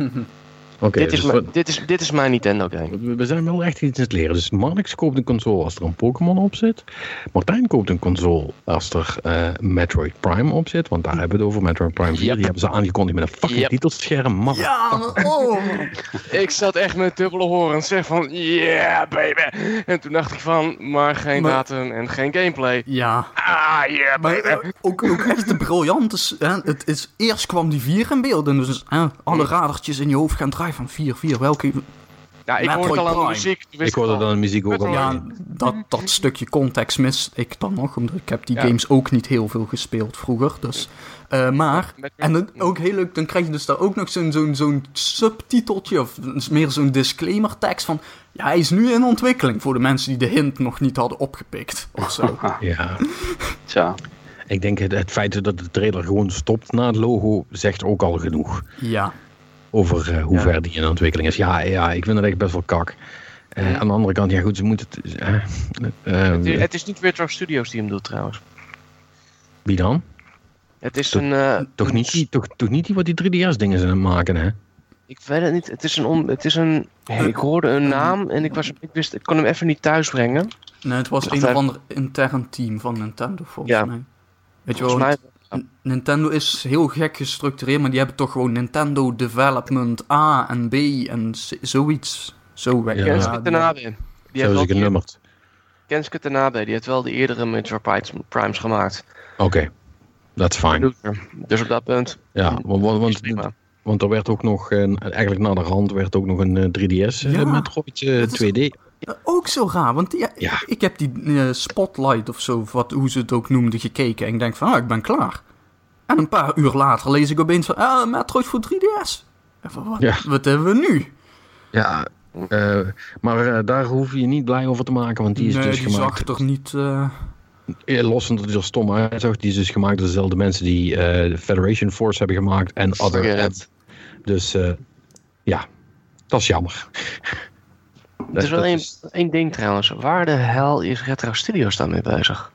Okay, dit, is dus mijn, dit, is, dit is mijn Nintendo game. We zijn wel echt iets aan het leren. Dus Marnix koopt een console als er een Pokémon op zit. Martijn koopt een console als er uh, Metroid Prime op zit. Want daar hebben we het over, Metroid Prime vier. Yep. Die hebben ze aangekondigd met een fucking yep. titelscherm. Ja, maar oh. Ik zat echt met dubbele horens. Zeg van, yeah baby. En toen dacht ik van, maar geen maar, datum en geen gameplay. Ja. Ah, yeah baby. Maar, uh, ook, ook echt de briljante... Hè, het is, eerst kwam die vier in beeld. En dus uh, alle radertjes in je hoofd gaan draaien. Van vier vier, welke... Ja, ik hoorde het al aan de muziek. Ik hoorde dan de muziek ook al. Ja, dat, dat stukje context mis ik dan nog, omdat ik heb die ja. games ook niet heel veel gespeeld vroeger, dus... Uh, maar, en dan ook heel leuk, dan krijg je dus daar ook nog zo'n, zo'n, zo'n subtiteltje, of meer zo'n disclaimer tekst van... Ja, hij is nu in ontwikkeling, voor de mensen die de hint nog niet hadden opgepikt, of zo. Ja. Tja. Ik denk het, het feit dat de trailer gewoon stopt na het logo, zegt ook al genoeg. Ja. Over uh, hoe ja. ver die in de ontwikkeling is. Ja, ja, ik vind het echt best wel kak. Uh, ja. Aan de andere kant, ja goed, ze moeten het... Uh, uh, het, is, het is niet Retro Studios die hem doet trouwens. Wie dan? Het is toch, een... Uh, toch, een niet die, toch, toch niet die wat die drie D S dingen zijn aan het maken, hè? Ik weet het niet. Het is een... Om, het is een ik hoorde een naam en ik, was, ik, wist, ik kon hem even niet thuis brengen. Nee, het was een of ander intern team van Nintendo, volgens ja. mij. Weet je wel... Mij... Nintendo is heel gek gestructureerd, maar die hebben toch gewoon Nintendo Development A en B en c- zoiets. Zo weg. Ja. Kensuke Tanabe. Die Zo is ik genummerd. Kensuke Tanabe, die heeft wel de eerdere Metroid Primes gemaakt. Oké, okay. That's fine. Dus op dat punt. Ja, want, want, want er werd ook nog, uh, eigenlijk na de rand werd ook nog een uh, drie D S uh, ja, Metroid uh, twee D. Is... Ook zo raar, want ja, ja. Ik, ik heb die uh, Spotlight of zo, wat, hoe ze het ook noemden, gekeken. En ik denk van, ah, ik ben klaar. En een paar uur later lees ik opeens van, ah, Metroid voor drie D S. Even, wat, ja. wat hebben we nu? Ja, uh, maar uh, daar hoef je niet blij over te maken, want die is nee, dus die gemaakt... zag toch niet... Uh... Los van dat hij er stom uitzag, die is dus gemaakt door dezelfde mensen die uh, Federation Force hebben gemaakt en Other Ed. Dus uh, ja, dat is jammer. Er is wel één is... ding trouwens. Waar de hel is Retro Studios dan mee bezig?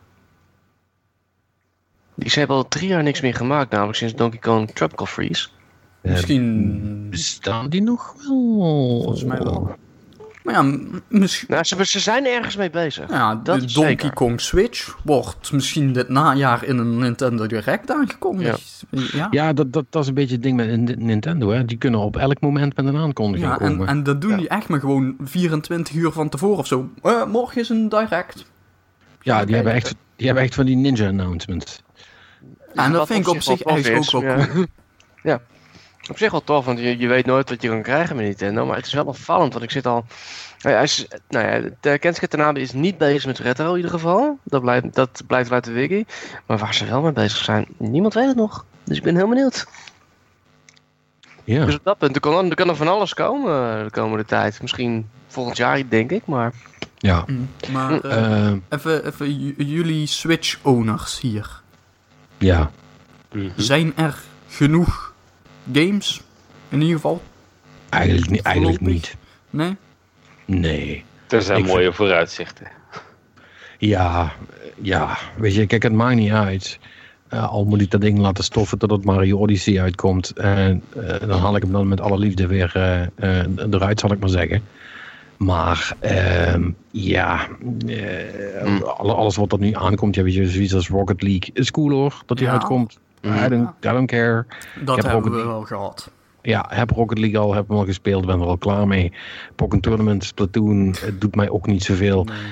Die ze hebben al drie jaar niks meer gemaakt, namelijk sinds Donkey Kong Tropical Freeze. Uh, Misschien... Bestaan die nog wel? Volgens mij wel. Maar ja, misschien... Nou, ze, ze zijn ergens mee bezig. Ja, de Donkey zeker. Kong Switch wordt misschien dit najaar in een Nintendo Direct aangekondigd. Ja, ja. ja dat, dat, dat is een beetje het ding met Nintendo. Hè. Die kunnen op elk moment met een aankondiging ja, komen. En, en dat doen ja. die echt maar gewoon vierentwintig uur van tevoren of zo. Uh, morgen is een Direct. Ja, die, okay. hebben echt, die hebben echt van die ninja announcements. Ja, en dat vind ik op zich eigenlijk ook wel cool. Ja. Op zich wel tof, want je, je weet nooit wat je kan krijgen met Nintendo, maar het is wel opvallend, want ik zit al... Nou ja, is, nou ja, de Kensuke Tanabe is niet bezig met retro in ieder geval, dat blijkt, dat blijkt uit de wiki, maar waar ze wel mee bezig zijn, niemand weet het nog, dus ik ben heel benieuwd. Ja. Dus op dat punt, er kan, er kan er van alles komen de komende tijd, misschien volgend jaar denk ik, maar... Ja. Mm, maar uh, uh, even, even j- jullie Switch-owners hier. Ja. Mm-hmm. Zijn er genoeg... games, in ieder geval? Eigenlijk niet. Eigenlijk niet. Nee? Nee. Er zijn ik mooie vind... vooruitzichten. Ja, ja. Weet je, kijk, het maakt niet uit. Uh, al moet ik dat ding laten stoffen totdat Mario Odyssey uitkomt. En uh, dan haal ik hem dan met alle liefde weer uh, uh, eruit, zal ik maar zeggen. Maar uh, ja, uh, mm. alles wat er nu aankomt, ja, weet je, zoiets als Rocket League, is cool hoor, dat die ja. uitkomt. I don't, I don't care. Dat hebben Rocket we League. wel gehad. Ja, heb Rocket League al, heb hem al gespeeld, ben er al klaar mee. Pokken Tournament, Splatoon, het doet mij ook niet zoveel. Nee.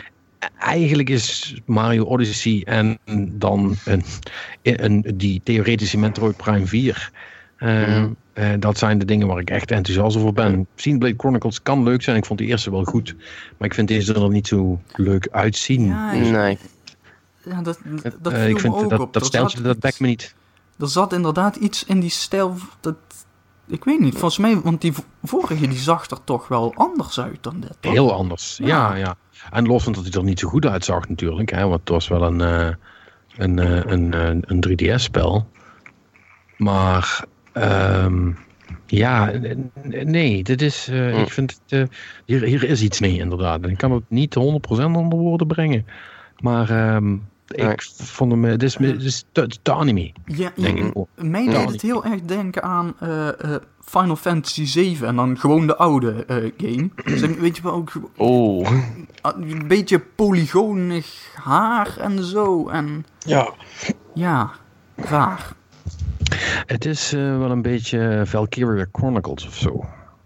eigenlijk is Mario Odyssey en dan een, een, die theoretische Metroid Prime vier. Uh, mm. uh, dat zijn de dingen waar ik echt enthousiast over ben. Xenoblade Chronicles kan leuk zijn. Ik vond die eerste wel goed. Maar ik vind deze er niet zo leuk uitzien. Ja, nee. Ja, dat, dat uh, ik vind ook dat, op. dat stijltje, dat bekt me niet. Er zat inderdaad iets in die stijl... Dat, ik weet niet, volgens mij... Want die vorige die zag er toch wel anders uit dan dit. Toch? Heel anders, ja. ja, ja. En los van dat hij er niet zo goed uitzag natuurlijk. Hè, want het was wel een, uh, een, uh, een, uh, een drie D S-spel. Maar... Um, ja, nee, dit is... Uh, hm. Ik vind het... Uh, hier, hier is iets mee inderdaad. En ik kan het niet honderd procent onder woorden brengen. Maar... Um, Ik nee. vond hem, het is, het is te, te anime. Ja, denk ik. Mij deed het heel erg denken aan uh, uh, Final Fantasy zeven en dan gewoon de oude uh, game. Dus, weet je wel, ook oh. een beetje polygonig haar en zo. En, ja. Ja, raar. Het is uh, wel een beetje Valkyria Chronicles of zo.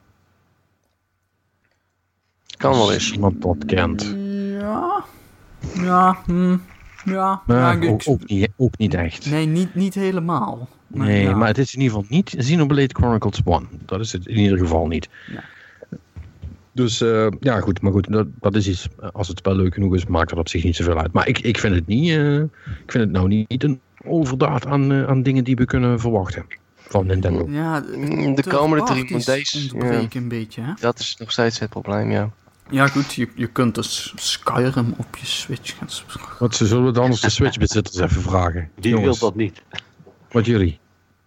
Kan wel eens. Als iemand dat kent. Ja. Ja, hm. Ja, maar ja ook, ook, niet, ook niet echt. Nee, niet, niet helemaal. Maar, nee, ja. maar het is in ieder geval niet Xenoblade Chronicles één. Dat is het in ieder geval niet. Ja. Dus uh, ja, goed. Maar goed, dat, dat is iets. Als het spel leuk genoeg is, maakt dat op zich niet zoveel uit. Maar ik, ik vind het niet. Uh, ik vind het nou niet, niet een overdaad aan, uh, aan dingen die we kunnen verwachten van Nintendo. Ja, de, de komende drie van deze. Ja. Een beetje, hè? Dat is nog steeds het probleem, ja. Ja goed, je, je kunt dus Skyrim op je Switch gaan spelen. Wat zullen we anders de Switch-bezitters even vragen? Wie Jongens, wil dat niet? Wat jullie?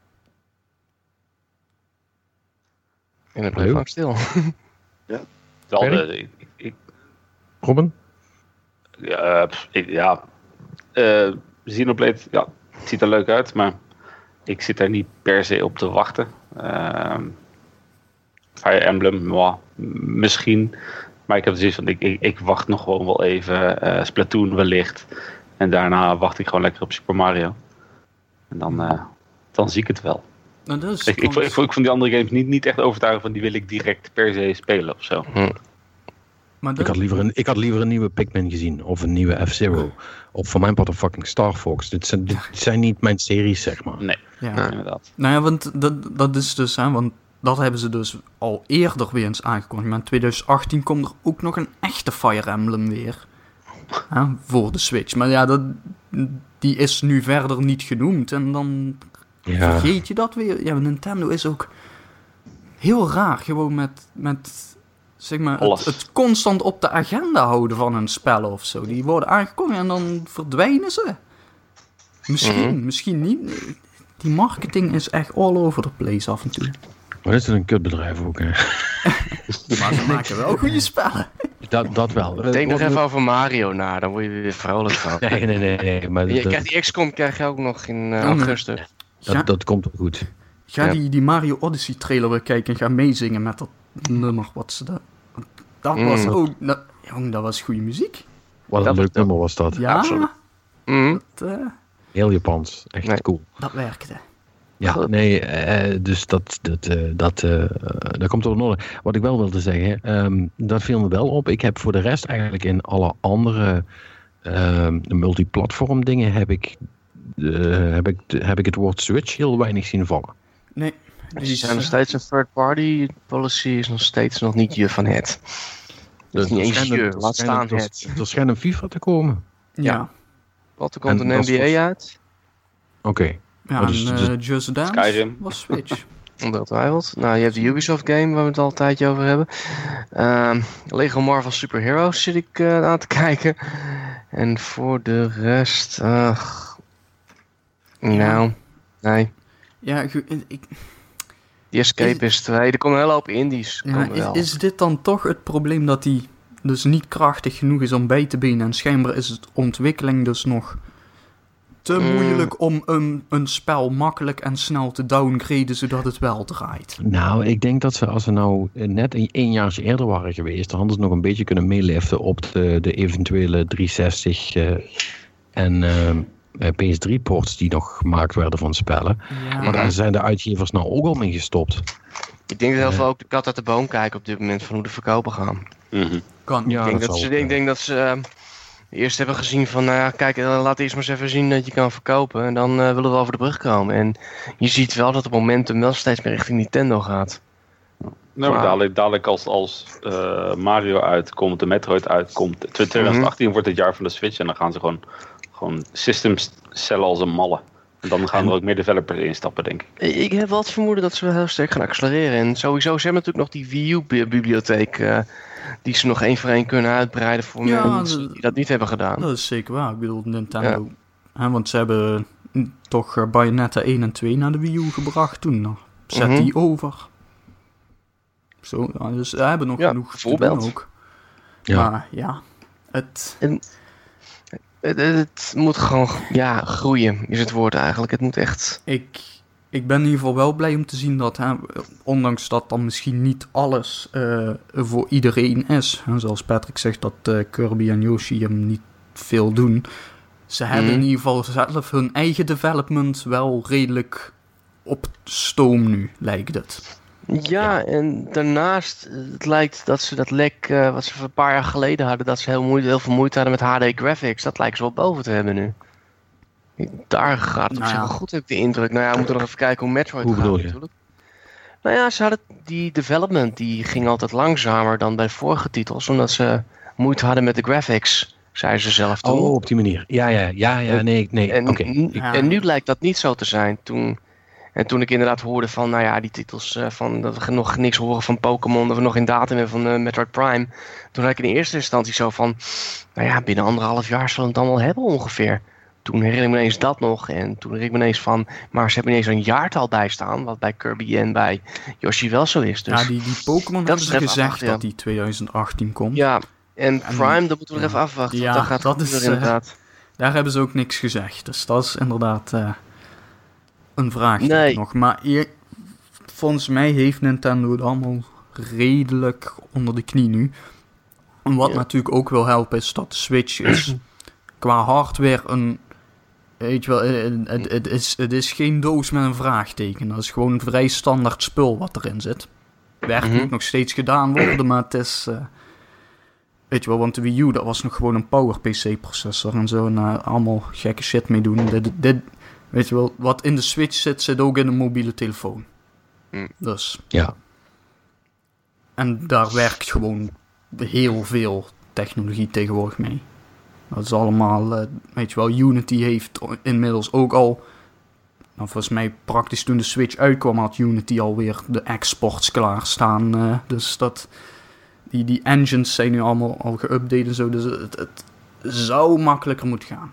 En dan blijf ik stil. Ja. Wel, uh, ik, ik, Robin? Ja, uh, ik, ja. Uh, Xenoblade, ja, het ziet er leuk uit, maar ik zit er niet per se op te wachten. Uh, Fire Emblem, wow, misschien. Maar ik heb zoiets van, ik, ik, ik wacht nog gewoon wel even. Uh, Splatoon wellicht. En daarna wacht ik gewoon lekker op Super Mario. En dan, uh, dan zie ik het wel. Nou, dat is ik, ik, ik, ik vond die andere games niet, niet echt overtuigend van die wil ik direct per se spelen of zo. Hm. Maar dat... ik, had liever een, ik had liever een nieuwe Pikmin gezien. Of een nieuwe F-Zero. Of voor mijn part een fucking Star Fox. Dit zijn, dit zijn niet mijn series, zeg maar. Nee, ja. Ja, inderdaad. Nou ja, want dat, dat is dus... Hè, want dat hebben ze dus al eerder weer eens aangekondigd. Maar in twintig achttien komt er ook nog een echte Fire Emblem weer. Hè, voor de Switch. Maar ja, dat, die is nu verder niet genoemd. En dan ja. vergeet je dat weer. Ja, Nintendo is ook heel raar. Gewoon met, met zeg maar, het, het constant op de agenda houden van hun spellen of zo. Die worden aangekondigd en dan verdwijnen ze. Misschien, mm-hmm. misschien niet. Die marketing is echt all over the place af en toe. Maar is het een kutbedrijf ook, hè? Maar ze maken wel goede spellen. Dat, dat wel. Denk nog even over Mario na, dan word je weer vrolijk van. Nee, nee, nee. nee maar je dat, krijgt die X COM krijg je ook nog in uh, augustus. Dat, ja. dat komt wel goed. Ga ja. die, die Mario Odyssey trailer weer kijken en ga meezingen met dat nummer. Wat ze dat... Dat mm. was ook... Dat, jong, dat was goede muziek. Wat een leuk nummer was dat. Ja. Absoluut. Mm. Dat, uh, Heel Japans. Echt nee. cool. Dat werkte. Ja, nee, uh, dus dat, dat, uh, dat, uh, dat komt door in orde. Wat ik wel wilde zeggen, um, dat viel me wel op. Ik heb voor de rest eigenlijk in alle andere um, multiplatform dingen heb ik, uh, heb, ik, heb ik het woord Switch heel weinig zien vallen. Nee. Die zijn nog steeds een third party policy, is nog steeds nog niet je van het. Dat is niet eens je, laat staan het. Er schijnt een FIFA te komen. Ja. ja. Wat, er komt en een N B A was... uit? Oké. Okay. Ja, dus, en uh, dus, Just Dance Skyrim was Switch. Ongetwijfeld. Nou, je hebt de Ubisoft game waar we het al een tijdje over hebben. Uh, Lego Marvel Super Heroes zit ik uh, aan te kijken. En voor de rest... Uh, nou, nee. Ja, ik... ik die Escapist twee, er komen een hele hoop indies. Ja, is, is dit dan toch het probleem dat die dus niet krachtig genoeg is om bij te benen? En schijnbaar is het ontwikkeling dus nog... te moeilijk om een, een spel makkelijk en snel te downgraden zodat het wel draait. Nou, ik denk dat ze als ze nou net een, een jaartje eerder waren geweest, dan hadden ze nog een beetje kunnen meeliften op de, de eventuele driehonderdzestig uh, en uh, P S drie ports die nog gemaakt werden van spellen. Ja. Maar daar zijn de uitgevers nou ook al mee gestopt. Ik denk dat heel veel ook de kat uit de boom kijken op dit moment van hoe de verkopen gaan. Mm-hmm. Kan. Ja, ik denk dat, dat ze, ik denk dat ze uh, eerst hebben gezien van, nou ja, kijk, laat eerst maar eens even zien dat je kan verkopen. En dan uh, willen we over de brug komen. En je ziet wel dat het momentum wel steeds meer richting Nintendo gaat. Nou, maar dadelijk, dadelijk als, als uh, Mario uitkomt, de Metroid uitkomt. twintig achttien mm-hmm. wordt het jaar van de Switch en dan gaan ze gewoon, gewoon systems cellen als een malle. En dan gaan er ook meer developers instappen, denk ik. Ik heb wel het vermoeden dat ze wel heel sterk gaan accelereren. En sowieso, ze hebben natuurlijk nog die Wii U-bibliotheek... Uh, die ze nog één voor één kunnen uitbreiden voor ja, mensen die dat niet hebben gedaan. Dat is zeker waar. Ik bedoel, Nintendo... Ja. Hè, want ze hebben toch uh, Bayonetta één en twee naar de Wii U gebracht toen. Zet mm-hmm. die over. Zo, ja, dus ze hebben nog ja, genoeg te doen ook. Ja. Maar ja, het... En, het... Het moet gewoon ja, groeien, is het woord eigenlijk. Het moet echt... Ik... Ik ben in ieder geval wel blij om te zien dat, hè, ondanks dat dan misschien niet alles uh, voor iedereen is, hè, zoals Patrick zegt dat uh, Kirby en Yoshi hem niet veel doen, ze mm. hebben in ieder geval zelf hun eigen development wel redelijk op stoom nu, lijkt het. Ja, ja. En daarnaast, het lijkt dat ze dat lek uh, wat ze een paar jaar geleden hadden, dat ze heel, moeite, heel veel moeite hadden met H D graphics, dat lijkt ze wel boven te hebben nu. Daar gaat het op nou zich wel goed, heb ik de indruk. Nou ja, we moeten nog even kijken hoe Metroid hoe gaat bedoel je? Natuurlijk. Nou ja, ze hadden die development, die ging altijd langzamer dan bij de vorige titels, omdat ze moeite hadden met de graphics, zeiden ze zelf toen. Oh, op die manier. Ja, ja, ja, ja, nee, nee. En, okay. n- ja. en nu lijkt dat niet zo te zijn. Toen, en toen ik inderdaad hoorde van, nou ja, die titels, uh, van, dat we nog niks horen van Pokémon, dat we nog geen datum hebben van uh, Metroid Prime. Toen had ik in eerste instantie zo van, nou ja, binnen anderhalf jaar zullen we het dan wel hebben ongeveer. Toen herinner ik me ineens dat nog. En toen herinner ik me ineens van... Maar ze hebben ineens een jaartal bij staan. Wat bij Kirby en bij Yoshi wel zo is. Dus ja, die, die Pokémon hebben ze gezegd afwachten, dat die twintig achttien komt. Ja, en Prime, en, dat moeten we ja, even afwachten. Ja, dat gaat dat is, inderdaad. Uh, daar hebben ze ook niks gezegd. Dus dat is inderdaad uh, een vraag nee. nog. Maar eer, volgens mij heeft Nintendo het allemaal redelijk onder de knie nu. En wat ja. natuurlijk ook wil helpen is dat de Switch is... qua hardware een... Weet je wel, het, het, is, het is geen doos met een vraagteken. Dat is gewoon een vrij standaard spul wat erin zit. Werk mm-hmm. moet nog steeds gedaan worden, maar het is... Uh, weet je wel, want de Wii U, dat was nog gewoon een Power P C processor en zo. En uh, allemaal gekke shit mee doen. Dit, dit, weet je wel, wat in de Switch zit, zit ook in een mobiele telefoon. Mm. Dus. Ja. En daar werkt gewoon heel veel technologie tegenwoordig mee. Dat is allemaal, uh, weet je wel, Unity heeft inmiddels ook al... Nou, volgens mij praktisch toen de Switch uitkwam had Unity alweer de exports klaarstaan. Uh, dus dat... Die, die engines zijn nu allemaal al geüpdate en zo. Dus het, het zou makkelijker moeten gaan.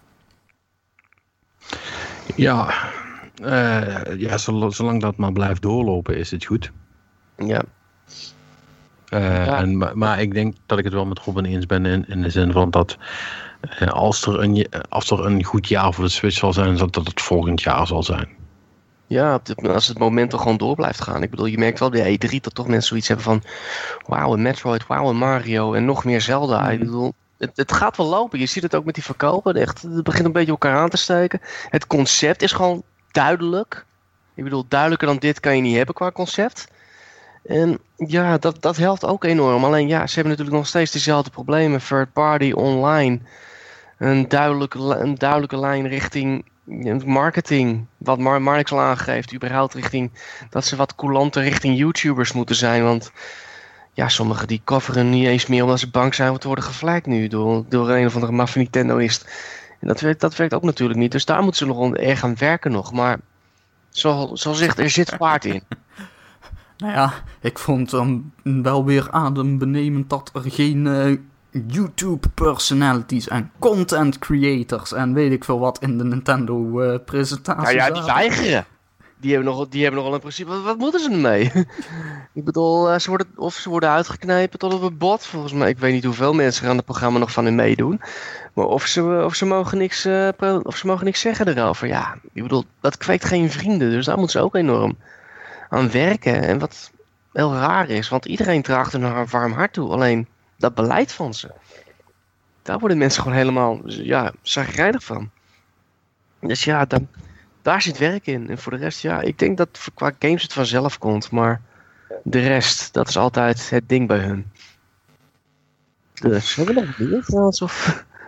Ja, uh, ja zolang, zolang dat maar blijft doorlopen is het goed. Ja. Uh, ja. En, maar, maar ik denk dat ik het wel met Robin eens ben in, in de zin van dat uh, als, er een, als er een goed jaar voor de Switch zal zijn, dat dat het volgend jaar zal zijn. Ja, als het momentum gewoon door blijft gaan. Ik bedoel, je merkt wel bij E drie dat toch mensen zoiets hebben van wauw, een Metroid, wauw, een Mario en nog meer Zelda. Mm. Ik bedoel, het, het gaat wel lopen. Je ziet het ook met die verkopen. Echt, het begint een beetje elkaar aan te steken. Het concept is gewoon duidelijk. Ik bedoel, duidelijker dan dit kan je niet hebben qua concept. En ja, dat, dat helpt ook enorm. Alleen ja, ze hebben natuurlijk nog steeds dezelfde problemen. Third party, online. Een duidelijke, een duidelijke lijn richting marketing. Wat Mar- Marnix al aangeeft. Überhaupt richting dat ze wat coulanter richting YouTubers moeten zijn. Want ja, sommigen die coveren niet eens meer omdat ze bang zijn om te worden gevlijkt nu. Door, door een of andere maffe Nintendoist. En dat werkt, dat werkt ook natuurlijk niet. Dus daar moeten ze nog erg aan werken nog. Maar zoals zo zegt, er zit vaart in. Nou ja, ik vond dan wel weer adembenemend dat er geen uh, YouTube-personalities en content creators en weet ik veel wat in de Nintendo-presentatie uh, Nou ja, die weigeren. Die hebben, nog, die hebben nogal in principe... Wat, wat moeten ze ermee? Ik bedoel, uh, ze worden, of ze worden uitgeknepen tot op een bot. Volgens mij, ik weet niet hoeveel mensen er aan het programma nog van in meedoen. Maar of ze, of ze, mogen, niks, uh, of ze mogen niks zeggen erover. Ja, ik bedoel, dat kweekt geen vrienden. Dus daar moeten ze ook enorm aan werken. En wat heel raar is, want iedereen draagt er naar een warm hart toe. Alleen dat beleid van ze, daar worden mensen gewoon helemaal ja, chagrijnig van. Dus ja, dan, daar zit werk in. En voor de rest, ja, ik denk dat qua games het vanzelf komt. Maar de rest, dat is altijd het ding bij hun. Dus, hebben we nog meer trouwens? Of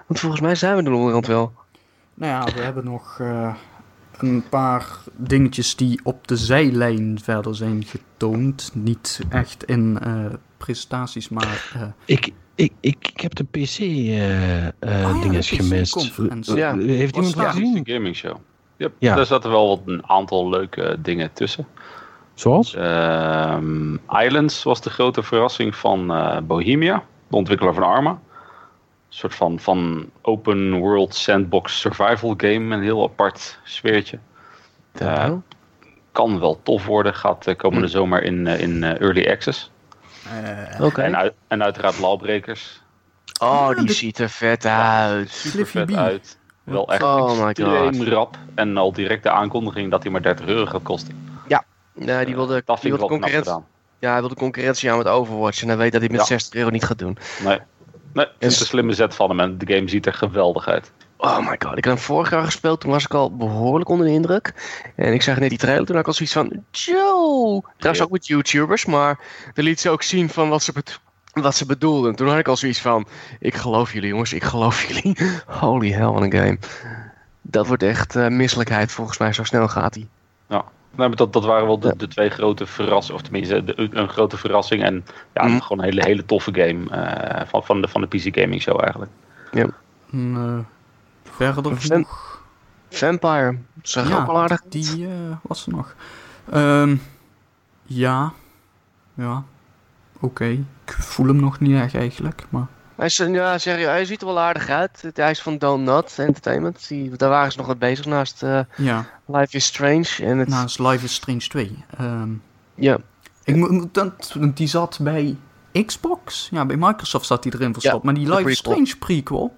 Want volgens mij zijn we de onderhand wel. Nou ja, we hebben nog uh, een paar dingetjes die op de zijlijn verder zijn getoond. Niet echt in uh, presentaties, maar... Uh... Ik, ik, ik, ik heb de P C uh, uh, oh, ja, dinges gemist. Ja. Heeft iemand dat gezien? De gaming show. Yep. Ja. Daar zaten wel wat een aantal leuke dingen tussen. Zoals? Uh, Islands was de grote verrassing van uh, Bohemia, de ontwikkelaar van Arma. Een soort van, van open world sandbox survival game, een heel apart sfeertje. Uh, kan wel tof worden, gaat uh, komende mm. zomer in, uh, in uh, early access. Uh, okay. en, uit, en uiteraard Lawbreakers. Oh, die ziet er vet uit. Ziet er vet uit. Wel echt oh extreem rap. En al direct de aankondiging dat hij maar dertig euro gaat kosten. Ja, ja die wilde, uh, die wilde concurrentie. Ja, hij wilde concurrentie aan met Overwatch. En hij weet dat hij met ja. zestig euro niet gaat doen. Nee, nee het is een slimme zet van hem. En de game ziet er geweldig uit. Oh my god, ik heb hem vorig jaar gespeeld. Toen was ik al behoorlijk onder de indruk. En ik zag net die trailer. Toen had ik al zoiets van... Joe! Trouwens ook met YouTubers. Maar dan liet ze ook zien van wat ze, bedo- wat ze bedoelden. Toen had ik al zoiets van... Ik geloof jullie jongens, ik geloof jullie. Holy hell, wat een game. Dat wordt echt uh, misselijkheid volgens mij. Zo snel gaat hij. Ja. Nou, dat, dat waren wel de, de twee grote verrassingen. Of tenminste, de, een grote verrassing. En ja, mm. gewoon een hele, hele toffe game. Uh, van, van, de, van de P C Gaming Show eigenlijk. Ja. Uh, verder Vamp- Vampire. Dat zag ja, ook al aardig. Die uh, was er nog. Um, ja. Ja. Oké. Okay. Ik voel hem nog niet echt eigenlijk. Maar... Hij, is, ja, zeg je, hij ziet er wel aardig uit. Hij is van Donut Entertainment. Die, daar waren ze nog wat bezig naast uh, ja. Life is Strange. En het... Naast Life is Strange twee. Um, ja. Ik moet, die zat bij Xbox. Ja, bij Microsoft zat die erin verstopt. Ja, maar die Life is Strange prequel...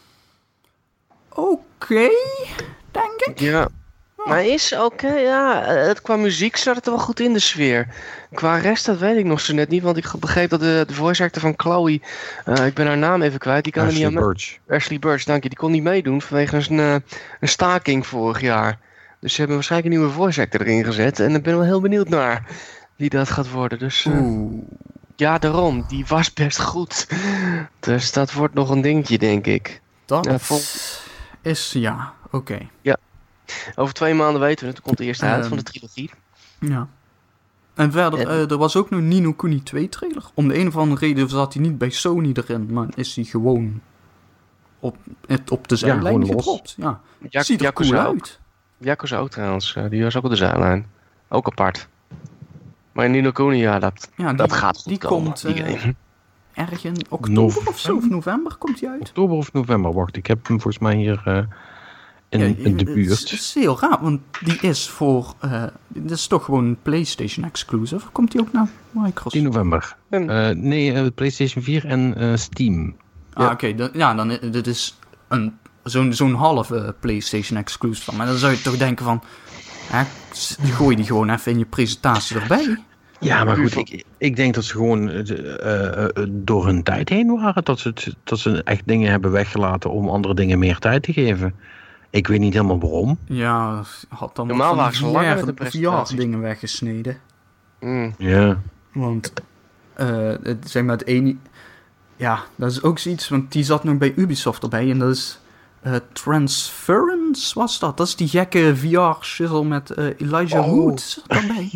Oké, okay, denk ik. Ja, oh. maar is oké, okay, ja. Het, qua muziek zat het er wel goed in de sfeer. Qua rest, dat weet ik nog zo net niet. Want ik begreep dat de, de voice actor van Chloe... Uh, ik ben haar naam even kwijt. Die kan Ashley er niet aan Burch. Me- Ashley Burch, dank je. Die kon niet meedoen vanwege een, uh, een staking vorig jaar. Dus ze hebben waarschijnlijk een nieuwe voice actor erin gezet. En ik ben wel heel benieuwd naar wie dat gaat worden. Dus uh, ja, daarom. Die was best goed. Dus dat wordt nog een dingetje, denk ik. Dat uh, vol- is, ja, oké. Okay. Ja. Over twee maanden weten we het. Toen komt de eerste um, uit van de trilogie. Ja. En verder, en... Uh, er was ook nog Ni no Kuni twee trailer. Om de een of andere reden zat hij niet bij Sony erin. Maar is hij gewoon op, het, op de zijlijn ja, gedropt. Ja. Jak- Ziet er Yakuza cool ook. uit. Yakuza ook trouwens. Uh, die was ook op de zijlijn. Ook apart. Maar Ni no Kuni, ja, dat, ja, die, dat gaat goed die komen. Komt, die uh, erg in oktober Nov- of zo, of november komt hij uit. Oktober of november, wacht. Ik heb hem volgens mij hier uh, in, ja, in de buurt. Het is heel raar, want die is voor... Uh, dit is toch gewoon een PlayStation exclusive. Komt die ook naar Microsoft? tien november. Uh, nee, uh, PlayStation vier en uh, Steam. Ah, ja. oké. Okay, ja, dan dit is een, zo'n, zo'n halve PlayStation exclusive. Maar dan zou je toch denken van... Hè, gooi die gewoon even in je presentatie erbij. Ja, maar goed, ik, ik denk dat ze gewoon uh, uh, door hun tijd heen waren. Dat ze, het, dat ze echt dingen hebben weggelaten om andere dingen meer tijd te geven. Ik weet niet helemaal waarom. Ja, had dan normaal waren ze langer met de presentatie dingen weggesneden. Mm. Ja. Want, uh, het, zeg maar, het ene... Ja, dat is ook zoiets, want die zat nog bij Ubisoft erbij. En dat is uh, Transference, was dat? Dat is die gekke V R-shizzle met uh, Elijah oh. Wood erbij.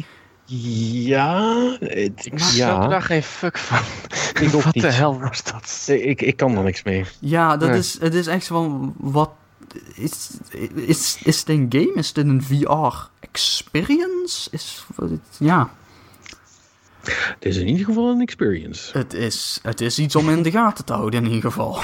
Ja, het, ik snap ja. daar geen fuck van. Ik wat niet. de hel was dat? Ik, ik kan er niks mee. Ja, dat nee. is, het is echt van, wat is, is, is dit een game? Is dit een V R-experience? Is, ja. Het is in ieder geval een experience. Het is, het is iets om in de gaten te houden in ieder geval.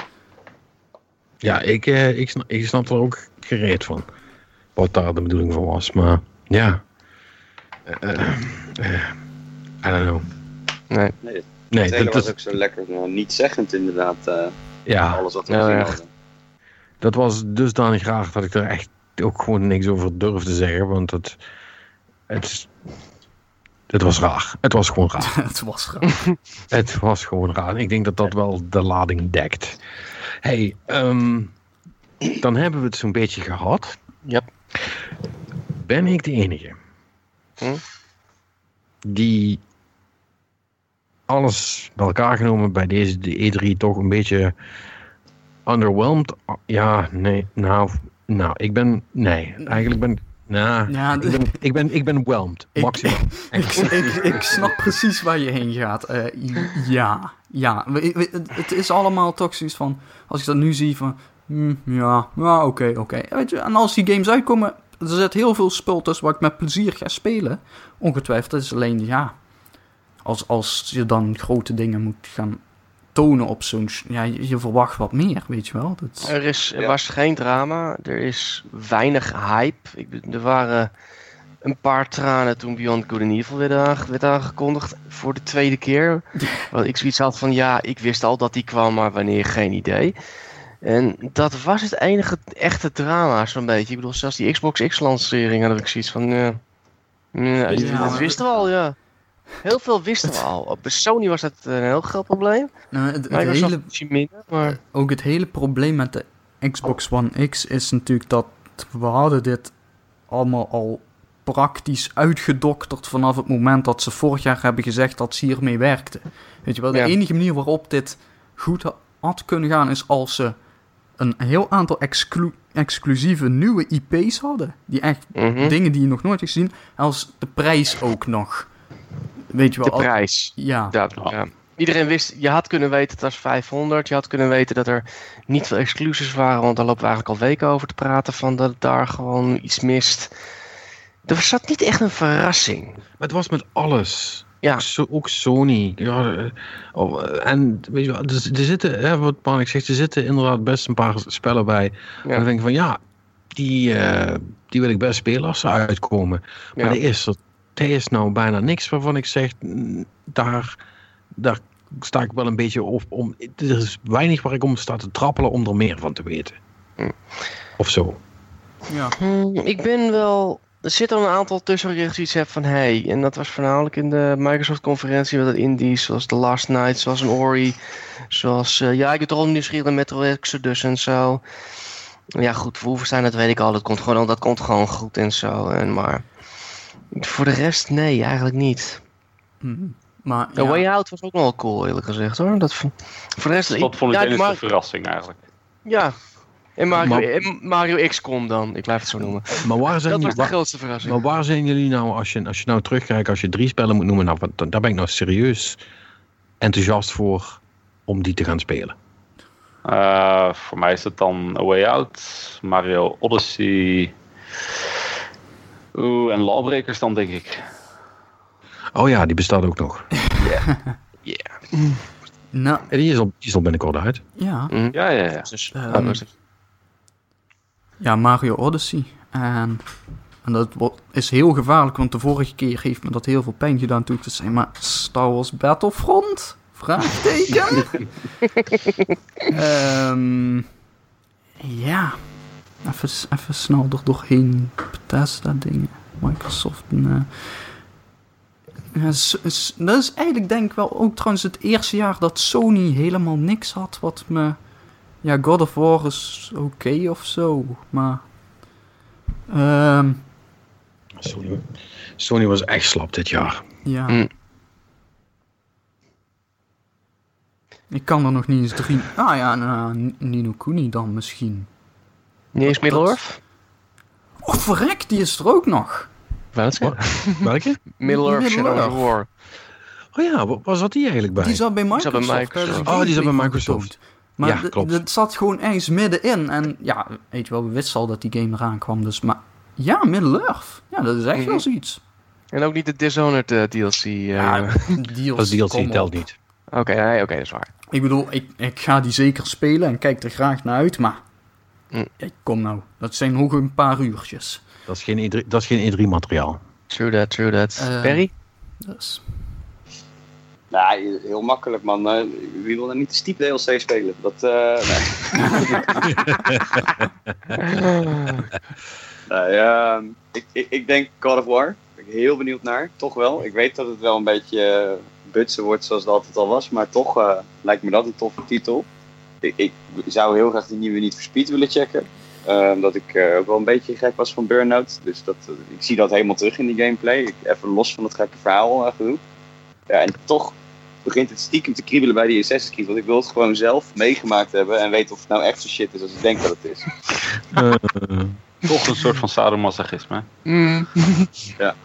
Ja, ik, eh, ik, snap, ik snap er ook gereed van. Wat daar de bedoeling van was, maar ja... Uh, uh, I don't know. Nee, nee, nee dat was is... ook zo lekker uh, niet zeggend inderdaad. Uh, ja. Alles wat we ja, gezien ja. hadden. Dat was dusdanig raar dat ik er echt ook gewoon niks over durfde zeggen. Want het... Het, het was raar. Het was gewoon raar. het was raar. het was gewoon raar. Ik denk dat dat wel de lading dekt. Hey, um, dan hebben we het zo'n beetje gehad. Yep. Ben ik de enige... Hm? die alles bij elkaar genomen bij deze de E drie toch een beetje underwhelmed? Ja, nee. Nou, nou, ik ben... Nee, eigenlijk ben nou, ja, ik... Ben, ik, ben, ik ben whelmed, maximaal. Ik, ik, ik, ik snap precies waar je heen gaat. Uh, ja, ja. Het is allemaal toch zoiets van... Als ik dat nu zie van... Mm, ja, ja oké, okay, oké. Okay. Weet je, en als die games uitkomen... Er zit heel veel spul tussen waar ik met plezier ga spelen. Ongetwijfeld. Het is alleen, ja... Als, als je dan grote dingen moet gaan tonen op zo'n... Ja, je, je verwacht wat meer, weet je wel. Dat... Er, is, er ja. was geen drama. Er is weinig hype. Ik, er waren een paar tranen toen Beyond Good and Evil werd, aange, werd aangekondigd. Voor de tweede keer. Want ik zoiets had van... Ja, ik wist al dat die kwam, maar wanneer, geen idee. En dat was het enige echte drama, zo'n beetje. Ik bedoel, zelfs die Xbox X-lancering had ik zoiets van... Uh, uh, ja, dat wisten we al, ja. Heel veel wisten we al. Bij Sony was dat een heel groot probleem. Nou, het, het hele, minder, maar... Ook het hele probleem met de Xbox One X is natuurlijk dat we hadden dit allemaal al praktisch uitgedokterd vanaf het moment dat ze vorig jaar hebben gezegd dat ze hiermee werkten. Weet je wel, de ja. enige manier waarop dit goed had kunnen gaan is als ze een heel aantal exclu- exclusieve nieuwe I P's hadden. Die echt mm-hmm. dingen die je nog nooit hebt gezien. Als de prijs ook nog... Weet je wel, de prijs. Al... Ja. Dat, ja. Iedereen wist, je had kunnen weten dat het was vijfhonderd. Je had kunnen weten dat er niet veel exclusives waren. Want daar lopen we eigenlijk al weken over te praten. Van dat daar gewoon iets mist. Er zat niet echt een verrassing. Maar het was met alles. Ja. Ook, so, ook Sony. Ja, oh, en weet je wel, er, er zitten, hè, wat Panik zegt, er zitten inderdaad best een paar spellen bij. Ja. En dan denk ik van ja, die, uh, die wil ik best spelen als ze uitkomen. Maar ja. er is er. Er is nou bijna niks waarvan ik zeg, daar, daar sta ik wel een beetje op. Om, er is weinig waar ik om sta te trappelen om er meer van te weten. Hm. Of zo. Ja. Hm, ik ben wel... Er zitten een aantal tussen waar je zoiets hebt van... Hey, en dat was voornamelijk in de Microsoft-conferentie... met het indies, zoals The Last Night, zoals een Ori... zoals... Uh, ja, ik ben toch al nieuwsgierig met Metro Exodus en zo. Ja, goed, voor hoeveel zijn dat weet ik al. Dat komt gewoon, dat komt gewoon goed en zo. En maar... Voor de rest, nee, eigenlijk niet. Mm, maar, ja. A Way Out was ook nog wel cool, eerlijk gezegd, hoor. Dat, voor de rest... Dat ik, vond ik ja, de maar... verrassing, eigenlijk. Ja. En Mario, maar, en Mario X COM dan, ik blijf het zo noemen. Maar waar zijn dat je, was de waar, grootste verrassing. Maar waar zijn jullie nou, als je, als je nou terugkijkt, als je drie spellen moet noemen, nou, daar ben ik nou serieus enthousiast voor om die te gaan spelen? Uh, voor mij is het dan A Way Out, Mario Odyssey... Oeh, en Lawbreakers dan, denk ik. Oh ja, die bestaat ook nog. Ja. Yeah. Yeah. Nou. En die is al, die is al binnenkort uit. Ja. Mm. Ja, ja, ja. Dus, um, ja, Mario Odyssey. En, en dat is heel gevaarlijk, want de vorige keer heeft me dat heel veel pijn gedaan toen ik te zeggen, maar Star Wars Battlefront? Vraagteken? um, ja... Even, even snel er doorheen. Bethesda dingen. Microsoft. Uh, ja, s- s- dat is eigenlijk denk ik wel ook trouwens het eerste jaar dat Sony helemaal niks had wat me... Ja, God of War is oké okay of zo. Maar... Um, Sony, Sony was echt slap dit jaar. Ja. Mm. Ik kan er nog niet eens drie... Ah ja, nou, Ni no Kuni dan misschien. Niet eens Middle-earth? Oh, verrek, die is er ook nog. Welke? Welke? Middle-earth Shadow of War. Oh ja, waar zat die eigenlijk bij? Die zat bij Microsoft. Die zat bij Microsoft. Oh, die zat bij Microsoft. Maar ja, d- klopt. Het zat gewoon ergens middenin. En ja, weet je wel, we wisten al dat die game eraan kwam. Dus, maar ja, Middle-earth. Ja, dat is echt mm-hmm. wel zoiets. En ook niet de Dishonored uh, D L C. Uh, ja, dat D L C telt niet. Oké, okay, nee, okay, dat is waar. Ik bedoel, ik, ik ga die zeker spelen en kijk er graag naar uit, maar... Mm. Ja, kom nou, dat zijn nog een paar uurtjes. Dat is geen E drie, dat is geen E drie materiaal. True that, true that. Uh, Perry? Dus. Nou, heel makkelijk, man. Uh, wie wil dan niet de Steep D L C spelen? Dat, uh, nee. nee uh, ik, ik, ik denk God of War. Daar ben ik heel benieuwd naar. Toch wel. Ik weet dat het wel een beetje uh, butsen wordt zoals het altijd al was. Maar toch uh, lijkt me dat een toffe titel. Ik, ik zou heel graag die nieuwe Need for Speed willen checken. Uh, omdat ik uh, ook wel een beetje gek was van Burnout. Dus dat, uh, ik zie dat helemaal terug in die gameplay. Ik, even los van het gekke verhaal uh, gedoe. Ja, en toch begint het stiekem te kriebelen bij die Assassin's Creed. Want ik wil het gewoon zelf meegemaakt hebben en weten of het nou echt zo shit is als ik denk dat het is. Uh, toch een soort van sadomasochisme. Mm. Ja.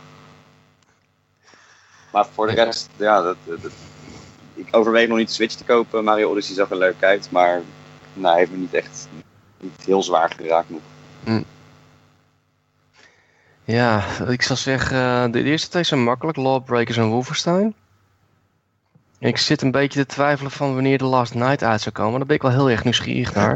Maar voor de rest, ja, dat, dat, ik overweeg nog niet de Switch te kopen. Mario Odyssey zag er leuk uit, maar nou, heeft me niet echt niet heel zwaar geraakt nog. Mm. Ja, ik zou zeggen, de eerste twee zijn makkelijk, Lawbreakers en Wolfenstein. Ik zit een beetje te twijfelen van wanneer The Last Night uit zou komen. Daar ben ik wel heel erg nieuwsgierig naar.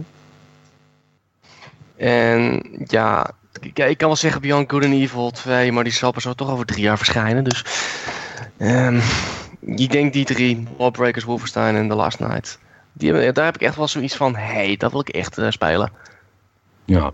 En ja, ik, ik kan wel zeggen Beyond Good and Evil twee, maar die zal pas toch over drie jaar verschijnen. Dus um, ik denk die drie, Lawbreakers, Wolfenstein en The Last Night. Die, daar heb ik echt wel zoiets van, hé, hey, dat wil ik echt uh, spelen. Ja.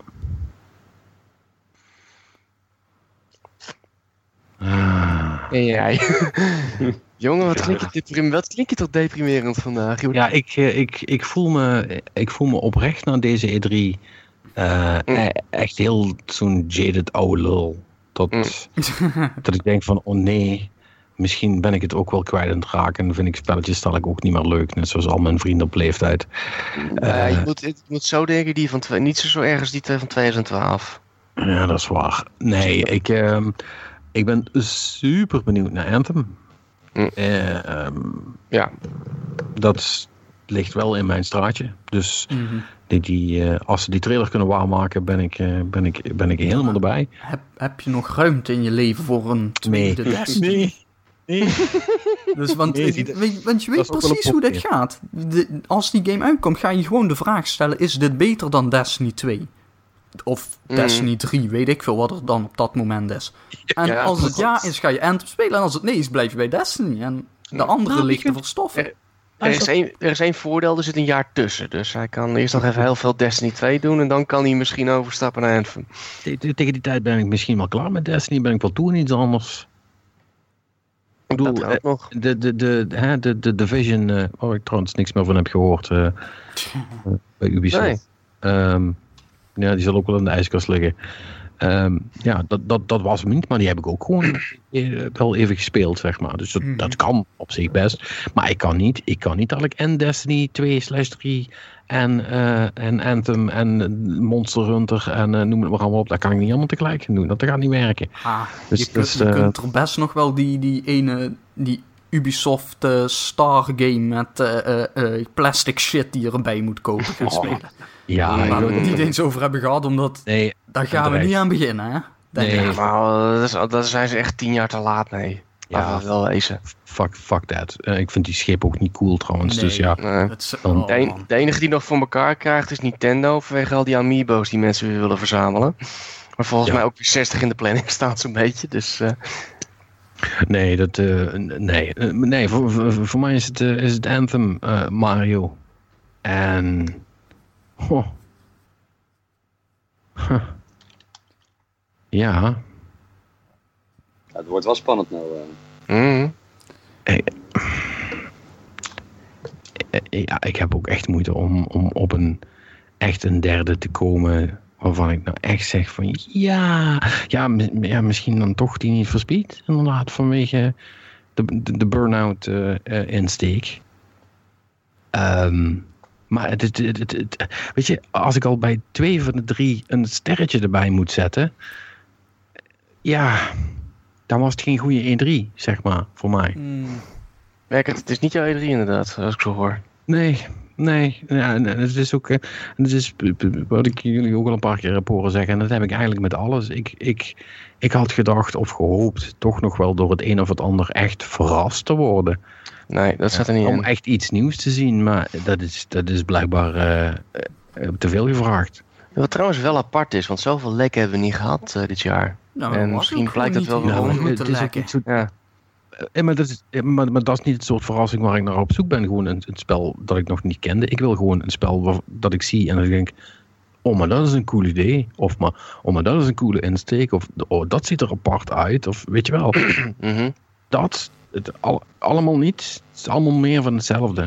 Ah. En jij? Jongen, wat klink, je deprim- wat klink je toch deprimerend vandaag? Ja, ik, ik, ik, voel me, ik voel me oprecht na deze E drie uh, mm. echt heel zo'n jaded oude lul. Dat, mm. dat ik denk van, oh nee, misschien ben ik het ook wel kwijt aan het raken. En vind ik spelletjes stel ik ook niet meer leuk. Net zoals al mijn vrienden op leeftijd. Uh, uh, je, moet, je moet zo denken, die van twee, niet zo, zo erg als die twee van twintig twaalf. Ja, dat is waar. Nee, ik, uh, ik ben super benieuwd naar Anthem. Mm. Uh, um, ja. Dat ligt wel in mijn straatje. Dus mm-hmm. die, die, uh, als ze die trailer kunnen waarmaken, ben ik, uh, ben ik, ben ik helemaal ja. erbij. Heb, heb je nog ruimte in je leven voor een tweede nee. Destiny? Nee. Nee. Dus, want, nee, dat, weet, want je weet precies hoe dit gaat. De, als die game uitkomt, ga je gewoon de vraag stellen, is dit beter dan Destiny twee? Of mm. Destiny drie, weet ik veel wat er dan op dat moment is. En ja, als het ja is, ga je Anthem spelen. En als het nee is, blijf je bij Destiny. En de andere nou, ligt voor stoffen. Er, er, is één, er is één voordeel, er zit een jaar tussen. Dus hij kan eerst nog even heel veel Destiny twee doen. En dan kan hij misschien overstappen naar Anthem. Tegen die tijd ben ik misschien wel klaar met Destiny. Ben ik wel toe in iets anders. Ik bedoel, dat ook nog. De, de, de, de, de, de Division, uh, waar ik trouwens niks meer van heb gehoord uh, uh, bij Ubisoft. Nee. Um, ja, die zal ook wel in de ijskast liggen. Um, ja, dat, dat, dat was hem niet, maar die heb ik ook gewoon uh, wel even gespeeld, zeg maar. Dus dat, mm-hmm. dat kan op zich best. Maar ik kan niet, ik kan niet dat ik en Destiny twee slash drie en, uh, en Anthem en Monster Hunter en uh, noem het maar allemaal op. Dat kan ik niet allemaal tegelijk doen. Dat gaat niet werken. Ah, dus, je, dus, kunt, uh, je kunt er best nog wel die, die ene, die Ubisoft uh, Star game met uh, uh, plastic shit die je erbij moet kopen gaan oh. spelen. Ja, waar we het niet eens over hebben gehad, omdat nee, daar gaan we niet aan beginnen, hè? Nee, nee maar dat, is, dat zijn ze echt tien jaar te laat, nee. Ja, dat wel wezen. Fuck, fuck that. Uh, ik vind die schip ook niet cool trouwens, nee, dus ja. Nee. Is, oh, de, en, de enige die nog voor elkaar krijgt is Nintendo, vanwege al die amiibo's die mensen weer willen verzamelen. Maar volgens ja. mij ook weer zestig in de planning staat zo'n beetje, dus... Uh... Nee, dat, uh, nee, uh, nee voor, voor, voor mij is het, uh, is het Anthem, uh, Mario. En... Oh. Huh. Ja. Ja. Het wordt wel spannend nou. Uh. Mm. Hey. Ja, ik heb ook echt moeite om, om op een echt een derde te komen waarvan ik nou echt zeg van ja, ja, ja misschien dan toch die niet verspied, inderdaad, vanwege de, de, de burn-out uh, uh, insteek. Um, maar het, het, het, het, het, weet je, als ik al bij twee van de drie een sterretje erbij moet zetten, ja, dan was het geen goede E drie, zeg maar, voor mij. Mm. Merk het, het is niet jouw E drie inderdaad, als ik zo hoor. Nee, nee. Ja, het is ook, het is wat ik jullie ook al een paar keer heb horen zeggen, en dat heb ik eigenlijk met alles. Ik, ik, ik had gedacht of gehoopt toch nog wel door het een of het ander echt verrast te worden. Nee, dat zat er niet Om in. Om echt iets nieuws te zien, maar dat is, dat is blijkbaar uh, uh, te veel gevraagd. Wat trouwens wel apart is, want zoveel lekken hebben we niet gehad uh, dit jaar. Nou, en misschien blijkt dat wel wel. Nou, het is ook niet zo... Ja. Uh, maar, dat is, maar, maar dat is niet het soort verrassing waar ik naar op zoek ben. Gewoon een, een spel dat ik nog niet kende. Ik wil gewoon een spel waar, dat ik zie en dat ik denk... Oh, maar dat is een cool idee. Of maar, oh, maar dat is een coole insteek. Of oh, dat ziet er apart uit. Of weet je wel. Mm-hmm. Dat, het, al, allemaal niet. Het is allemaal meer van hetzelfde.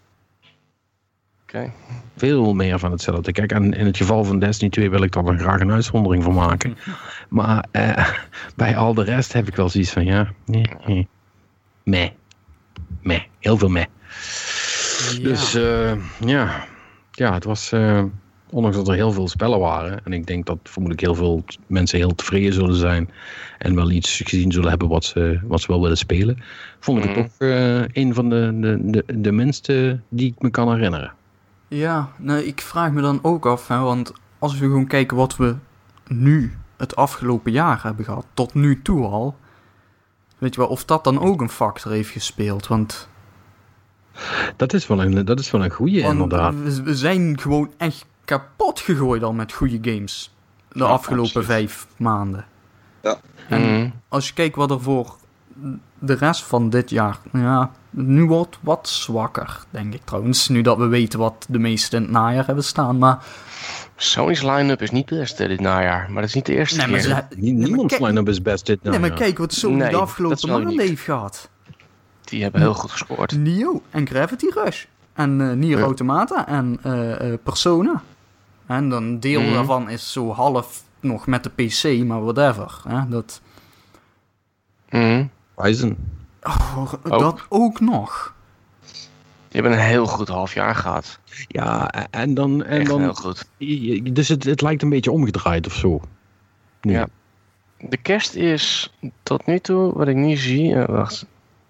Okay. Veel meer van hetzelfde. Kijk, en in het geval van Destiny twee wil ik daar dan graag een uitzondering voor maken. Maar uh, bij al de rest heb ik wel zoiets van, ja, nee, nee. Meh. Meh. heel veel mee. Ja. Dus uh, ja. ja, het was, uh, ondanks dat er heel veel spellen waren, en ik denk dat vermoedelijk heel veel mensen heel tevreden zullen zijn en wel iets gezien zullen hebben wat ze, wat ze wel willen spelen, vond ik het mm. toch uh, een van de, de, de, de minste die ik me kan herinneren. Ja, nou, ik vraag me dan ook af, hè, want als we gewoon kijken wat we nu het afgelopen jaar hebben gehad, tot nu toe al, weet je wel, of dat dan ook een factor heeft gespeeld, want... Dat is wel een, dat is wel een goeie, want inderdaad. We, we zijn gewoon echt kapot gegooid al met goede games de ja, afgelopen absoluut. vijf maanden. Ja. En mm. als je kijkt wat er voor de rest van dit jaar, ja, nu wordt wat zwakker, denk ik trouwens, nu dat we weten wat de meeste in het najaar hebben staan, maar... Sony's line-up is niet best dit najaar, maar dat is niet de eerste nee, keer. Maar ze, Niemands nee, line-up is best dit najaar. Nee, maar kijk wat Sony nee, de afgelopen maanden heeft gehad. Die hebben heel goed gescoord. Nioh en Gravity Rush. En uh, Nier ja. Automata en uh, uh, Persona. En dan een deel mm. daarvan is zo half nog met de P C, maar whatever. Hè? Dat... Mm. Ryzen. Oh, dat ook. ook nog. Je hebt een heel goed half jaar gehad. Ja, en dan... En Echt dan heel goed. Dus het, het lijkt een beetje omgedraaid of zo. Nee. Ja. De kerst is tot nu toe, wat ik nu zie... Uh, wacht...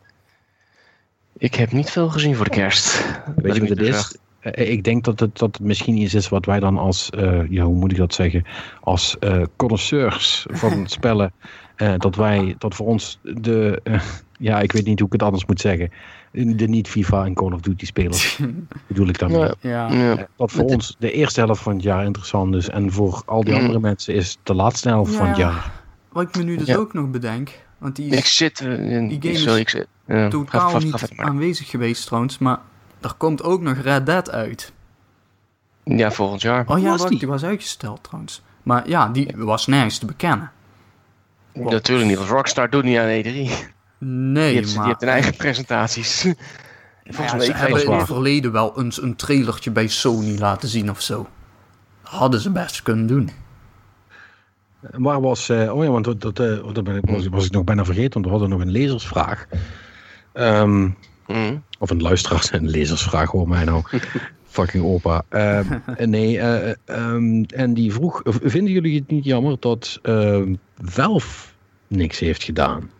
Ik heb niet veel gezien voor de kerst. Weet je wat het is? Uh, ik denk dat het, dat het misschien iets is wat wij dan als, uh, ja, hoe moet ik dat zeggen, als uh, connoisseurs van spellen, uh, dat wij, dat voor ons de, uh, ja, ik weet niet hoe ik het anders moet zeggen, de niet FIFA en Call of Duty spelers, bedoel ik daarmee. Ja, ja. Uh, dat voor ons de eerste helft van het jaar interessant is en voor al die andere mensen is de laatste helft ja, van het jaar. Wat ik me nu dus ja. ook nog bedenk, want die is, ik zit in, die game sorry, ik zit, ja, totaal ga, ga, ga, niet aanwezig geweest trouwens, maar er komt ook nog Red Dead uit. Ja, volgend jaar. Oh ja, wacht, die? die was uitgesteld trouwens. Maar ja, die was nergens te bekennen. Wat? Natuurlijk niet, als Rockstar doet niet aan E drie. Nee, je hebt, maar... Je hebt hun eigen presentaties. Volgens ja, mij ze hebben in het verleden wel eens een trailertje bij Sony laten zien of zo. Hadden ze best kunnen doen. Waar was... Uh, oh ja, want dat, dat, uh, dat ben ik, was, was ik nog bijna vergeten, want we hadden nog een lezersvraag. Um, mm. Of een luisteraars- en lezersvraag, hoor mij nou. Fucking opa. Uh, nee, uh, um, en die vroeg, vinden jullie het niet jammer dat uh, Valve niks heeft gedaan?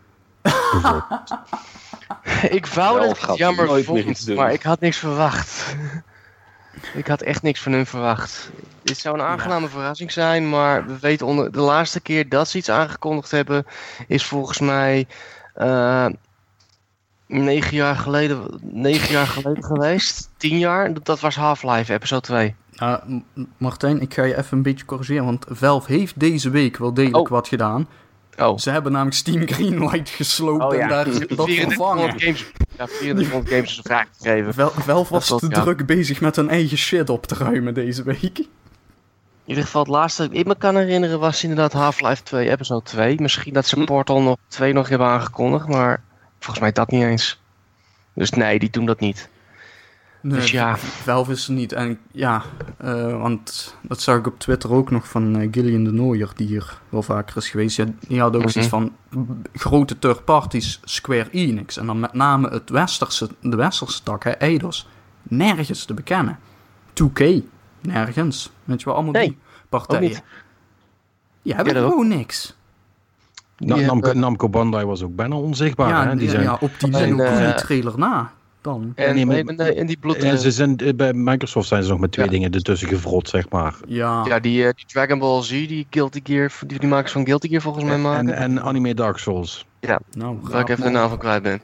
Ik wou dat ik het jammer vond, maar ik had niks verwacht. Ik had echt niks van hun verwacht. Dit zou een aangename ja. verrassing zijn, maar we weten onder de laatste keer dat ze iets aangekondigd hebben, is volgens mij uh, negen jaar geleden, negen jaar geleden geweest. Tien jaar. Dat was Half-Life episode twee. Uh, Martijn, ik ga je even een beetje corrigeren, want Valve heeft deze week wel degelijk oh. wat gedaan. Oh. Ze hebben namelijk Steam Greenlight gesloopt oh, ja. en daar is dat vervangen. Games, ja, vierhonderd games is een vraag gegeven. Vel, Valve was te ja. druk bezig met hun eigen shit op te ruimen deze week. In ieder geval het laatste dat ik me kan herinneren was inderdaad Half-Life twee, episode twee. Misschien dat ze hm. Portal nog twee nog hebben aangekondigd, maar volgens mij dat niet eens. Dus nee, die doen dat niet. Nee, dus ja. Valve is er niet. En ja, uh, want dat zag ik op Twitter ook nog van uh, Gillian de Nooier, die hier wel vaker is geweest. Ja, die had ook mm-hmm. zoiets van grote third parties, Square Enix. En dan met name het westerse, de westerse tak, hè, Eidos. Nergens te bekennen. twee K, nergens. Weet je wel, allemaal nee, die partijen. Die hebben ja, gewoon niks. Na, ja, Namco, uh, Namco Bandai was ook bijna onzichtbaar. Ja, hè? Die ja, zijn... ja op die zijn ook uh, een trailer na. Dan. En, nee, maar, nee, en die bloed... Ja, ze zijn, bij Microsoft zijn ze nog met twee ja. dingen ertussen gevrot, zeg maar. Ja, ja die, uh, die Dragon Ball Z, die Guilty Gear, die, die makers van Guilty Gear volgens mij maken. En, en Anime Dark Souls. Ja, nou, waar ik even man. de naam van kwijt ben.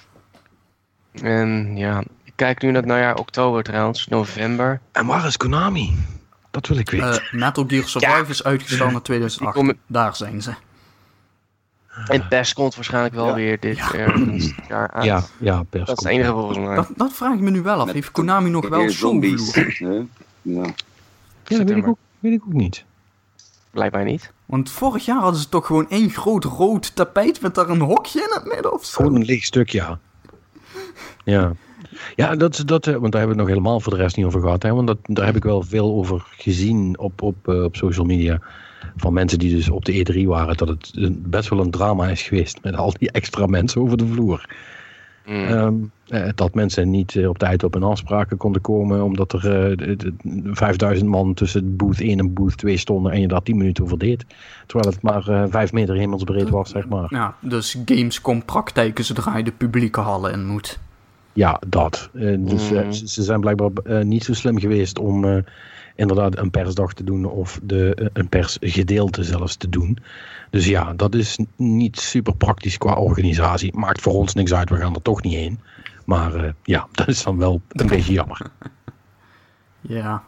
En ja, ik kijk nu naar het najaar oktober trouwens, november. En waar is Konami? Dat wil ik weten. Uh, Metal Gear Survive ja. is uitgesteld naar tweeduizend acht. Kom... Daar zijn ze. En pers komt waarschijnlijk wel ja. weer dit ja. jaar aan. Ja, ja, pers dat is het enige volgens mij. Dat, dat vraag ik me nu wel af. Met Heeft Konami nog wel zombies? Nee. Ja, ja dat weet ik, ook, weet ik ook niet. Blijkbaar niet. Want vorig jaar hadden ze toch gewoon één groot rood tapijt met daar een hokje in het midden of zo? Gewoon een leeg stuk, ja. Ja. Ja, dat, dat, want daar hebben we het nog helemaal voor de rest niet over gehad. Hè? Want dat, daar heb ik wel veel over gezien op, op, uh, op social media. Van mensen die dus op de E drie waren. Dat het best wel een drama is geweest. Met al die extra mensen over de vloer. Mm. Um, uh, dat mensen niet uh, op tijd op een afspraken konden komen. Omdat er uh, de, de, vijfduizend man tussen booth één en booth twee stonden. En je daar tien minuten over deed. Terwijl het maar uh, vijf meter hemelsbreed was, zeg maar. Ja, dus Gamescom praktijken zodra je de publieke hallen in moet. Ja, dat. Uh, dus uh, ze, ze zijn blijkbaar uh, niet zo slim geweest om uh, inderdaad een persdag te doen. Of de, uh, een persgedeelte zelfs te doen. Dus ja, dat is niet super praktisch qua organisatie. Maakt voor ons niks uit, we gaan er toch niet heen. Maar uh, ja, dat is dan wel een beetje jammer. Ja.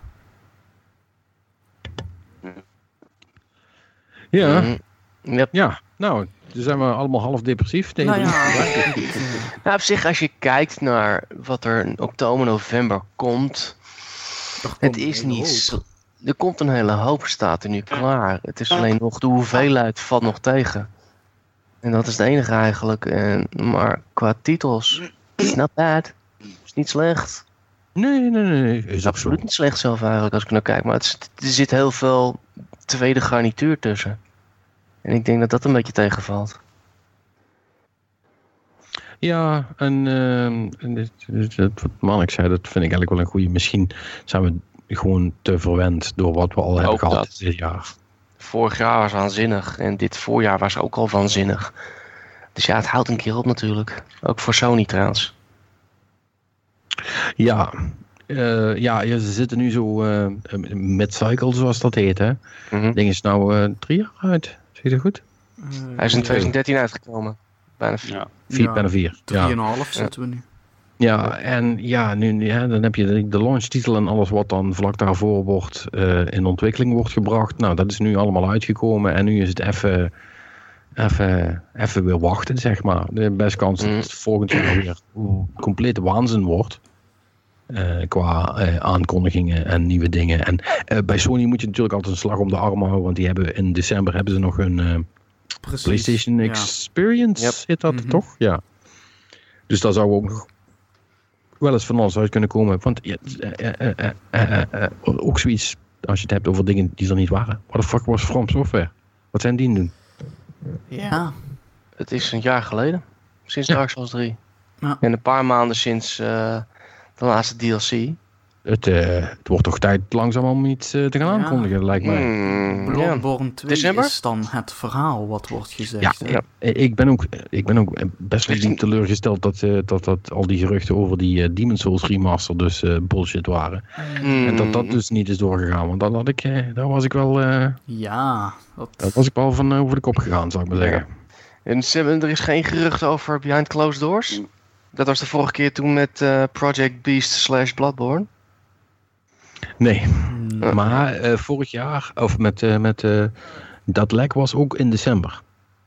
Ja. Mm, yep. Ja, nou, dan zijn we allemaal half depressief. Tegen nou, ja. nou, op zich, als je kijkt naar wat er in oktober, november komt. Het is niet zo... Er komt een hele hoop, staat er nu klaar. Het is alleen nog de hoeveelheid valt nog tegen. En dat is het enige eigenlijk. En, maar qua titels, it's not bad. Is niet slecht. Nee, nee, nee. Is absoluut zo. Niet slecht zelf eigenlijk als ik naar kijk. Maar het is, er zit heel veel tweede garnituur tussen. En ik denk dat dat een beetje tegenvalt. Ja, en, uh, en dit, dit, dit, wat Mark zei, dat vind ik eigenlijk wel een goede. Misschien zijn we gewoon te verwend door wat we al hebben ook gehad dat. dit jaar. Vorig jaar was waanzinnig en dit voorjaar was ook al waanzinnig. Dus ja, het houdt een keer op natuurlijk. Ook voor Sony trouwens. Ja, uh, ja ze zitten nu zo uh, mid-cycle zoals dat heet. Hè? Mm-hmm. Ding is nou uh, drie jaar uit. Zie je dat goed? Uh, Hij is in twintig dertien uitgekomen. Bijna vier. Ja. Vier, ja, bijna vier. Drieënhalf ja. zitten we nu. Ja, en ja, nu, ja, dan heb je de, de launchtitel en alles wat dan vlak daarvoor wordt uh, in ontwikkeling wordt gebracht. Nou, dat is nu allemaal uitgekomen en nu is het even, even, even weer wachten, zeg maar. De beste kans dat het volgend jaar weer complete waanzin wordt. Uh, qua uh, aankondigingen en nieuwe dingen. En uh, bij Sony moet je natuurlijk altijd een slag om de arm houden, want die hebben in december hebben ze nog een uh, PlayStation ja. Experience, yep. Heet dat mm-hmm. toch? Ja. Dus daar zou ook nog wel eens van alles uit kunnen komen. Want ja, uh, uh, uh, uh, uh, ook zoiets, als je het hebt over dingen die er niet waren. What the fuck was From Software? Wat zijn die doen? Ja, het is een jaar geleden. Sinds ja. Dark Souls drie. Ja. En een paar maanden sinds uh, de laatste D L C. Het, uh, het wordt toch tijd langzaam om iets uh, te gaan ja. aankondigen, lijkt mij. Mm, Bloodborne twee December? Is dan het verhaal wat wordt gezegd. Ja, ja. Ik, ben ook, ik ben ook best wel teleurgesteld dat, uh, dat, dat al die geruchten over die uh, Demon's Souls remaster dus uh, bullshit waren. Mm. En dat dat dus niet is doorgegaan. Want dan had ik, uh, daar was ik wel... Uh, ja. Dat... Daar was ik wel van uh, over de kop gegaan, zou ik maar zeggen. En er is geen gerucht over Behind Closed Doors? Dat was de vorige keer toen met uh, Project Beast slash Bloodborne. Nee, uh, maar uh, vorig jaar, of met, uh, met uh, dat lek was ook in december.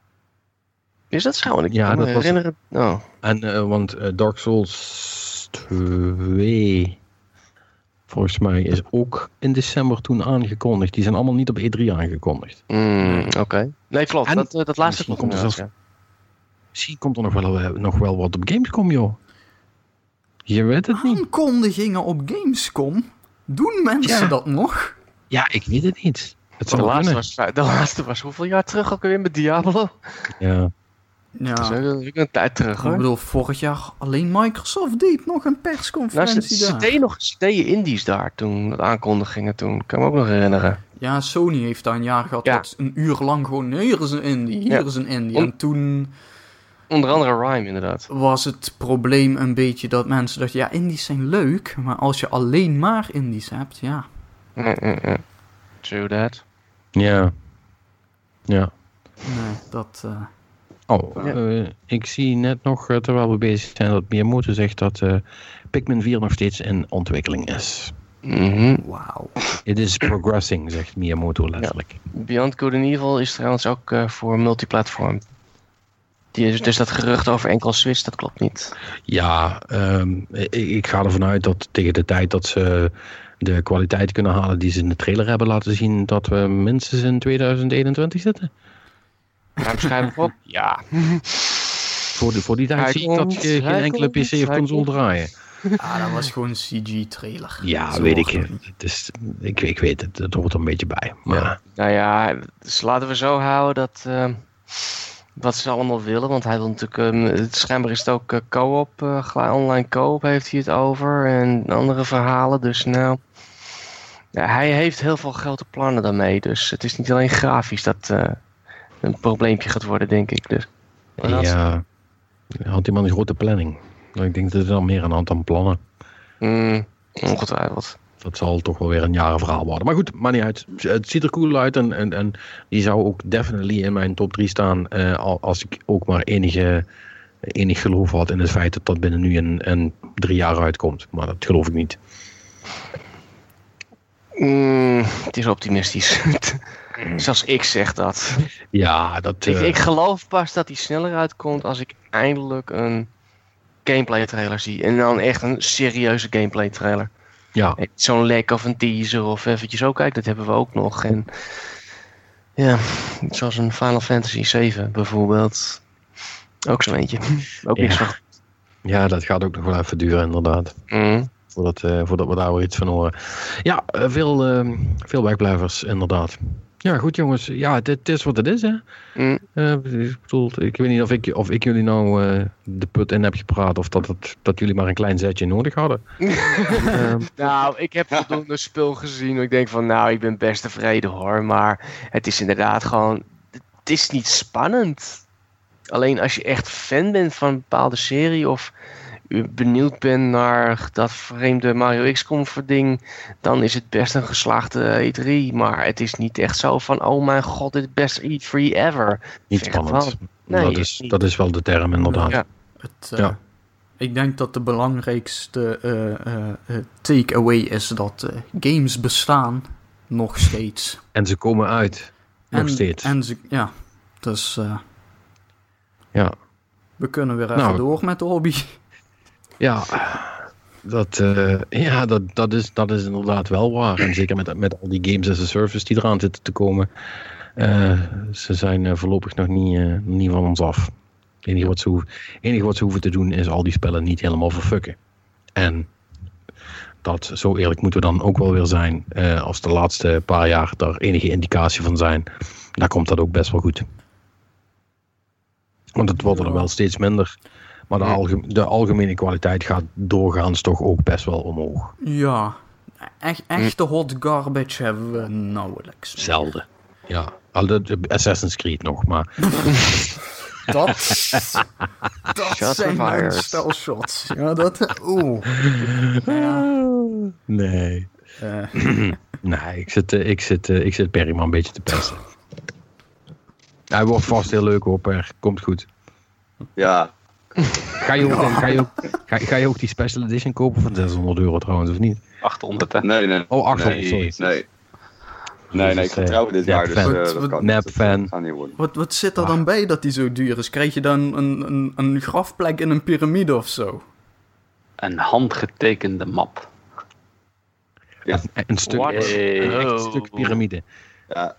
Is dat zo? Ik ja, kan me dat herinneren. Was, oh. En, uh, want uh, Dark Souls twee, volgens mij, is ook in december toen aangekondigd. Die zijn allemaal niet op E drie aangekondigd. Mm, Oké. Okay. Nee, klopt. En, dat, uh, dat laatste misschien komt er zelfs, ja. Misschien komt er nog wel, uh, nog wel wat op Gamescom, joh. Je weet het niet. Aankondigingen op Gamescom? Doen mensen ja. dat nog? Ja, ik weet het niet. Het de, laatste was, de laatste was hoeveel jaar terug ook weer met Diablo? Ja. Ja. Dat is ook een tijd terug, hoor. Ik bedoel, vorig jaar alleen Microsoft deed nog een persconferentie nou, ze, ze deden nog ze deden indies daar toen, dat aankondigingen toen. Ik kan me ook nog herinneren. Ja, Sony heeft daar een jaar gehad ja. dat een uur lang gewoon, hier is een indie, hier ja. is een indie. En toen... Onder andere Rime, inderdaad. Was het probleem een beetje dat mensen dachten, ja, indies zijn leuk, maar als je alleen maar indies hebt, ja. Mm, mm, mm. True that. Ja. Ja. Nee, dat... Uh... Oh, ja. uh, ik zie net nog, uh, terwijl we bezig zijn, dat Miyamoto zegt dat uh, Pikmin vier nog steeds in ontwikkeling is. Mm-hmm. Wauw. It is progressing, zegt Miyamoto letterlijk. Ja. Beyond Good and Evil is trouwens ook uh, voor multiplatform. Die is, dus dat gerucht over enkel Switch, dat klopt niet. Ja, um, ik, ik ga ervan uit dat tegen de tijd dat ze de kwaliteit kunnen halen die ze in de trailer hebben laten zien, dat we minstens in tweeduizend eenentwintig zitten. Ja, waarschijnlijk ook. Ja. Voor, de, voor die tijd zie ik dat je geen enkele P C of console draaien. Ah, dat was gewoon een C G-trailer. Ja, Zo weet ik. Het is, ik. Ik weet het, het hoort er een beetje bij. Maar... Ja. Nou ja, dus laten we zo houden dat... Uh, wat ze allemaal willen. Want hij wil natuurlijk, um, het schijnbaar is het ook uh, co-op, uh, online co-op heeft hij het over. En andere verhalen. Dus nou, ja, hij heeft heel veel grote plannen daarmee. Dus het is niet alleen grafisch dat uh, een probleempje gaat worden, denk ik. Dus, ja, had hij maar een grote planning. Ik denk dat er dan meer aan de hand dan plannen. Mm, ongetwijfeld. Dat zal toch wel weer een jarenverhaal worden. Maar goed, maakt niet uit. Het ziet er cool uit. En, en, en die zou ook definitely in mijn top drie staan. Uh, als ik ook maar enige, enig geloof had in het feit dat dat binnen nu en, en drie jaar uitkomt. Maar dat geloof ik niet. Mm, het is optimistisch. Zelfs ik zeg dat. Ja, dat... Uh... Ik, ik geloof pas dat hij sneller uitkomt als ik eindelijk een gameplay trailer zie. En dan echt een serieuze gameplay trailer. Ja. Zo'n lek of een teaser of eventjes ook, kijk, dat hebben we ook nog. En ja, zoals een Final Fantasy zeven bijvoorbeeld. Ook zo'n eentje. Ook ja. niks van. Ja, dat gaat ook nog wel even duren, inderdaad. Mm. Voordat, uh, voordat we daar weer iets van horen. Ja, uh, veel, uh, veel wegblijvers, inderdaad. Ja, goed jongens. Ja, het, het is wat het is, hè. Mm. Uh, ik bedoel, ik weet niet of ik, of ik jullie nou uh, de put in heb gepraat of dat, het, dat jullie maar een klein zetje nodig hadden. um, nou, ik heb voldoende spul gezien. Ik denk van, nou, ik ben best tevreden hoor. Maar het is inderdaad gewoon, het is niet spannend. Alleen als je echt fan bent van een bepaalde serie of benieuwd bent naar dat vreemde Mario X COM ding, dan is het best een geslaagde E drie. Maar het is niet echt zo van, oh mijn god, dit is best E drie ever. Niet spannend. Nee, dat, is, dat is wel de term, inderdaad. Ja. Het, uh, ja. Ik denk dat de belangrijkste uh, uh, take-away is dat uh, games bestaan nog steeds. En ze komen uit. Nog en, steeds. En ze, ja, dus uh, ja. we kunnen weer even nou, door met de hobby. Ja, dat, uh, ja dat, dat, is, dat is inderdaad wel waar. En zeker met, met al die games as a service die eraan zitten te komen. Uh, ze zijn uh, voorlopig nog niet, uh, niet van ons af. Het enige wat, ze hoeven, enige wat ze hoeven te doen is al die spellen niet helemaal verfucken. En dat, zo eerlijk moeten we dan ook wel weer zijn. Uh, als de laatste paar jaar daar enige indicatie van zijn, dan komt dat ook best wel goed. Want het wordt er wel steeds minder. Maar de, alge- de algemene kwaliteit gaat doorgaans toch ook best wel omhoog. Ja, echt, echte hot garbage hebben we nauwelijks. Zelden. Ja, al de, de Assassin's Creed nog, maar... dat dat shots zijn mijn stel shots. Ja, dat... Oeh. Ja. Nee. Uh. nee, ik zit, ik, zit, ik zit Perry maar een beetje te pesten. Hij wordt vast heel leuk hoor, Per. Komt goed. Ja. Ga je, ook, ga, je ook, ga, ga je ook die special edition kopen van zeshonderd euro trouwens, of niet? achthonderd hè? Nee, nee. Oh, achthonderd, nee, sorry. Nee. Nee, nee, ik vertrouw dit jaar, dus uh, dat kan Nep fan. niet worden. Wat, wat zit er dan ah. bij dat die zo duur is? Krijg je dan een, een, een grafplek in een piramide of zo? Een handgetekende map. Ja. Een, een, stuk, een echt stuk piramide. Ja.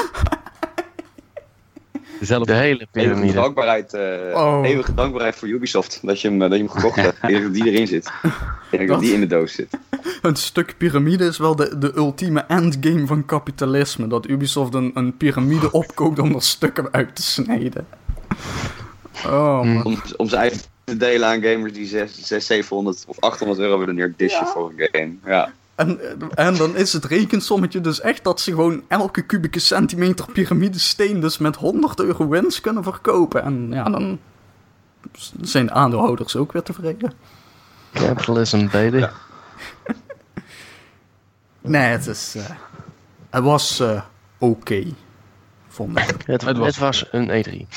Dezelfde. De hele piramide. Eeuwige dankbaarheid, uh, oh. eeuwige dankbaarheid voor Ubisoft dat je hem, dat je hem gekocht hebt. Ik denk dat die erin zit. Ik denk dat die in de doos zit. Een stuk piramide is wel de, de ultieme endgame van kapitalisme. Dat Ubisoft een, een piramide opkoopt om er stukken uit te snijden. Oh, man. Om, om zijn eigen te delen aan gamers die zeshonderd, zevenhonderd of achthonderd euro willen neerdishen ja. voor een game. Ja. En, en dan is het rekensommetje dus echt dat ze gewoon elke kubieke centimeter piramidesteen dus met honderd euro winst kunnen verkopen. En ja, dan zijn de aandeelhouders ook weer tevreden. Capitalism, baby. Ja. Nee, het is... Uh, het was uh, oké, okay, vond ik. Het, het, was, het was een E drie.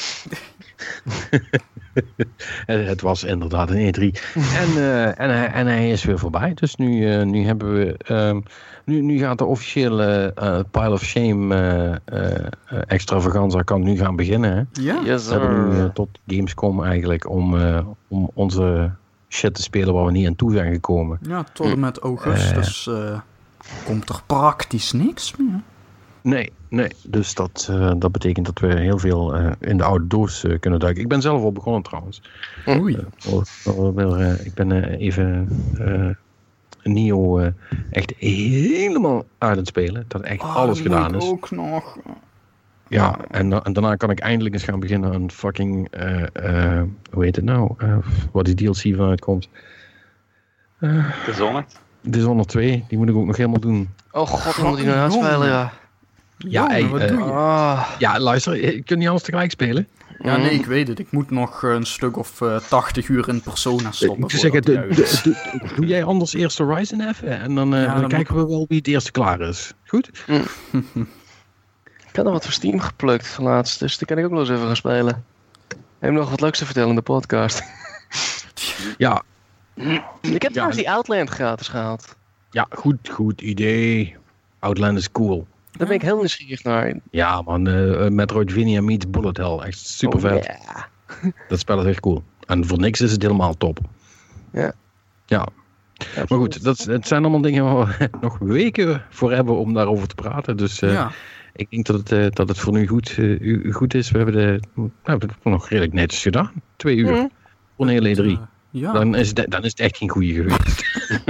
Het was inderdaad een E drie. en, uh, en, hij, en hij is weer voorbij. Dus nu, uh, nu hebben we... Um, nu, nu gaat de officiële uh, Pile of Shame uh, uh, extravaganza kan nu gaan beginnen. Hè? Ja. Yes, we hebben nu uh, tot Gamescom eigenlijk om, uh, om onze shit te spelen waar we niet aan toe zijn gekomen. Ja, tot en met augustus uh, komt er praktisch niks meer. Nee, nee. Dus dat, uh, dat betekent dat we heel veel uh, in de oude doos uh, kunnen duiken. Ik ben zelf al begonnen trouwens. Oei. Uh, oh, oh, uh, ik ben uh, even uh, Neo uh, echt helemaal uit het spelen. Dat echt oh, alles gedaan is. ook nog. Ja, en, en daarna kan ik eindelijk eens gaan beginnen aan fucking, uh, uh, hoe heet het nou? Uh, wat die D L C vanuit komt. Uh, Dishonored? Dishonored twee, die moet ik ook nog helemaal doen. Oh god, dan moet die nog aanspelen, ja. Ja, hey, wat uh, doe je? Oh. Ja, luister, je kunt niet alles tegelijk spelen. Ja, nee, ik weet het. Ik moet nog een stuk of uh, tachtig uur in Persona stoppen. Ik zeg, doe, doe, doe jij anders eerst Horizon even? En dan, uh, ja, dan, dan kijken moet... we wel wie het eerste klaar is. Goed? Mm. Ik had nog wat voor Steam geplukt laatst, dus die kan ik ook wel eens even gaan spelen. Heb nog wat leuks te vertellen in de podcast. Ja. Ik heb trouwens ja, die Outland gratis gehaald. Ja, goed, goed idee. Outland is cool. Daar ben ik heel nieuwsgierig naar. Ja man, uh, Metroidvania meets Bullet Hell. Echt super vet. Oh, yeah. Dat spel is echt cool. En voor niks is het helemaal top. Ja. Ja. Maar goed, dat, het zijn allemaal dingen waar we nog weken voor hebben om daarover te praten. Dus uh, ja. ik denk dat het, uh, dat het voor nu goed, uh, goed is. We hebben, de, we hebben het nog redelijk netjes gedaan. Twee uur. Mm. Voor een hele E drie. Ja. Dan, is het, dan is het echt geen goeie geweest.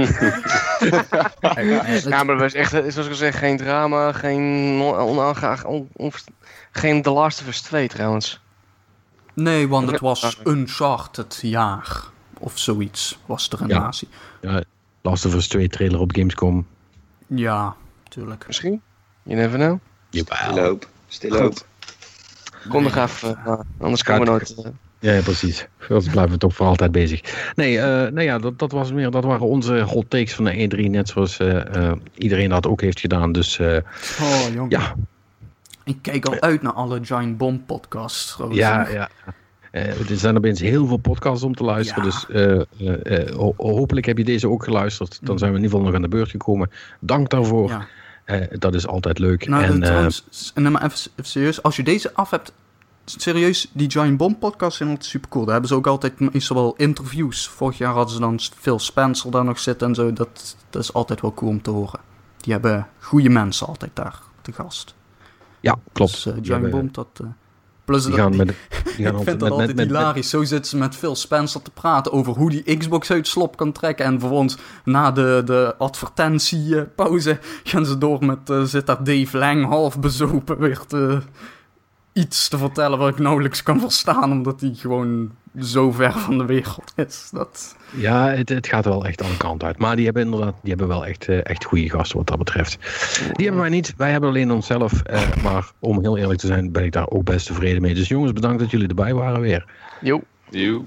Ja, maar het was echt, zoals ik al zeg, geen drama, geen onaangenaam, on, on, geen The Last of Us twee trouwens. Nee, want het was Uncharted jaar of zoiets, was er een ja. natie. Ja, Last of Us twee trailer op Gamescom. Ja, tuurlijk. Misschien, you never know. Stil hoop, stil hoop. Kom nog even, uh, anders komen we nooit... Uh, Ja, ja, precies. Anders blijven we toch voor altijd bezig. Nee, uh, nou ja, dat, dat, was meer, dat waren onze hot takes van de E drie. Net zoals uh, uh, iedereen dat ook heeft gedaan. Dus uh, oh, jongen. Ja. Ik kijk al uit naar alle Giant Bomb podcasts. Ja, ja. Uh, er zijn opeens heel veel podcasts om te luisteren. Ja. Dus uh, uh, uh, ho- hopelijk heb je deze ook geluisterd. Dan zijn we in ieder geval nog aan de beurt gekomen. Dank daarvoor. Ja. Uh, dat is altijd leuk. Nou, en, trouwens, uh, en maar even, even serieus. Als je deze af hebt... Serieus, die Giant Bomb podcast zijn altijd super cool. Daar hebben ze ook altijd meestal wel interviews. Vorig jaar hadden ze dan Phil Spencer daar nog zitten en zo. Dat, dat is altijd wel cool om te horen. Die hebben goede mensen altijd daar te gast. Ja, klopt. Dus uh, Giant hebben, Bomb, dat... Uh, plus die dat, gaan die, met, die gaan ik vind dat met, altijd met, hilarisch. Met, Zo zitten ze met Phil Spencer te praten over hoe die Xbox uit slop kan trekken. En vervolgens na de, de advertentiepauze gaan ze door met... Uh, zit daar Dave Lang half bezopen weer te... iets te vertellen wat ik nauwelijks kan verstaan, omdat hij gewoon zo ver van de wereld is. Dat... Ja, het, het gaat wel echt alle kanten uit. Maar die hebben inderdaad, die hebben wel echt, uh, echt goede gasten wat dat betreft. Die hebben wij niet, wij hebben alleen onszelf. Uh, maar om heel eerlijk te zijn, ben ik daar ook best tevreden mee. Dus jongens, bedankt dat jullie erbij waren weer. Jo. Jo.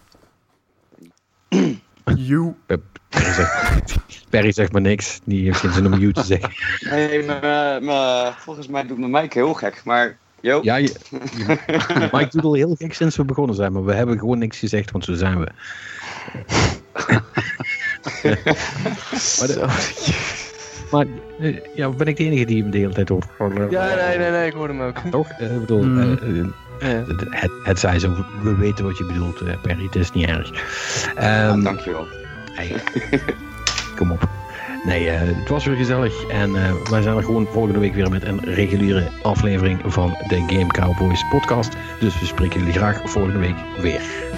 You. Perry zegt, Perry zegt maar niks. Die heeft geen zin om you te zeggen. Nee, maar, maar volgens mij doet mijn mic heel gek, maar... Yo. Ja, je, je, Mike doet al heel gek sinds we begonnen zijn, maar we hebben gewoon niks gezegd, want zo zijn we. maar, de, maar ja, ben ik de enige die hem de hele tijd op... Ja, nee, nee, nee, ik hoor hem ook. Toch? Ik uh, bedoel, mm. uh, uh, ja. het, het zij zo, we weten wat je bedoelt, uh, Perry, het is niet erg. Um, ja, dankjewel. Hey, kom op. Nee, uh, het was weer gezellig en uh, wij zijn er gewoon volgende week weer met een reguliere aflevering van de Game Cowboys podcast. Dus we spreken jullie graag volgende week weer.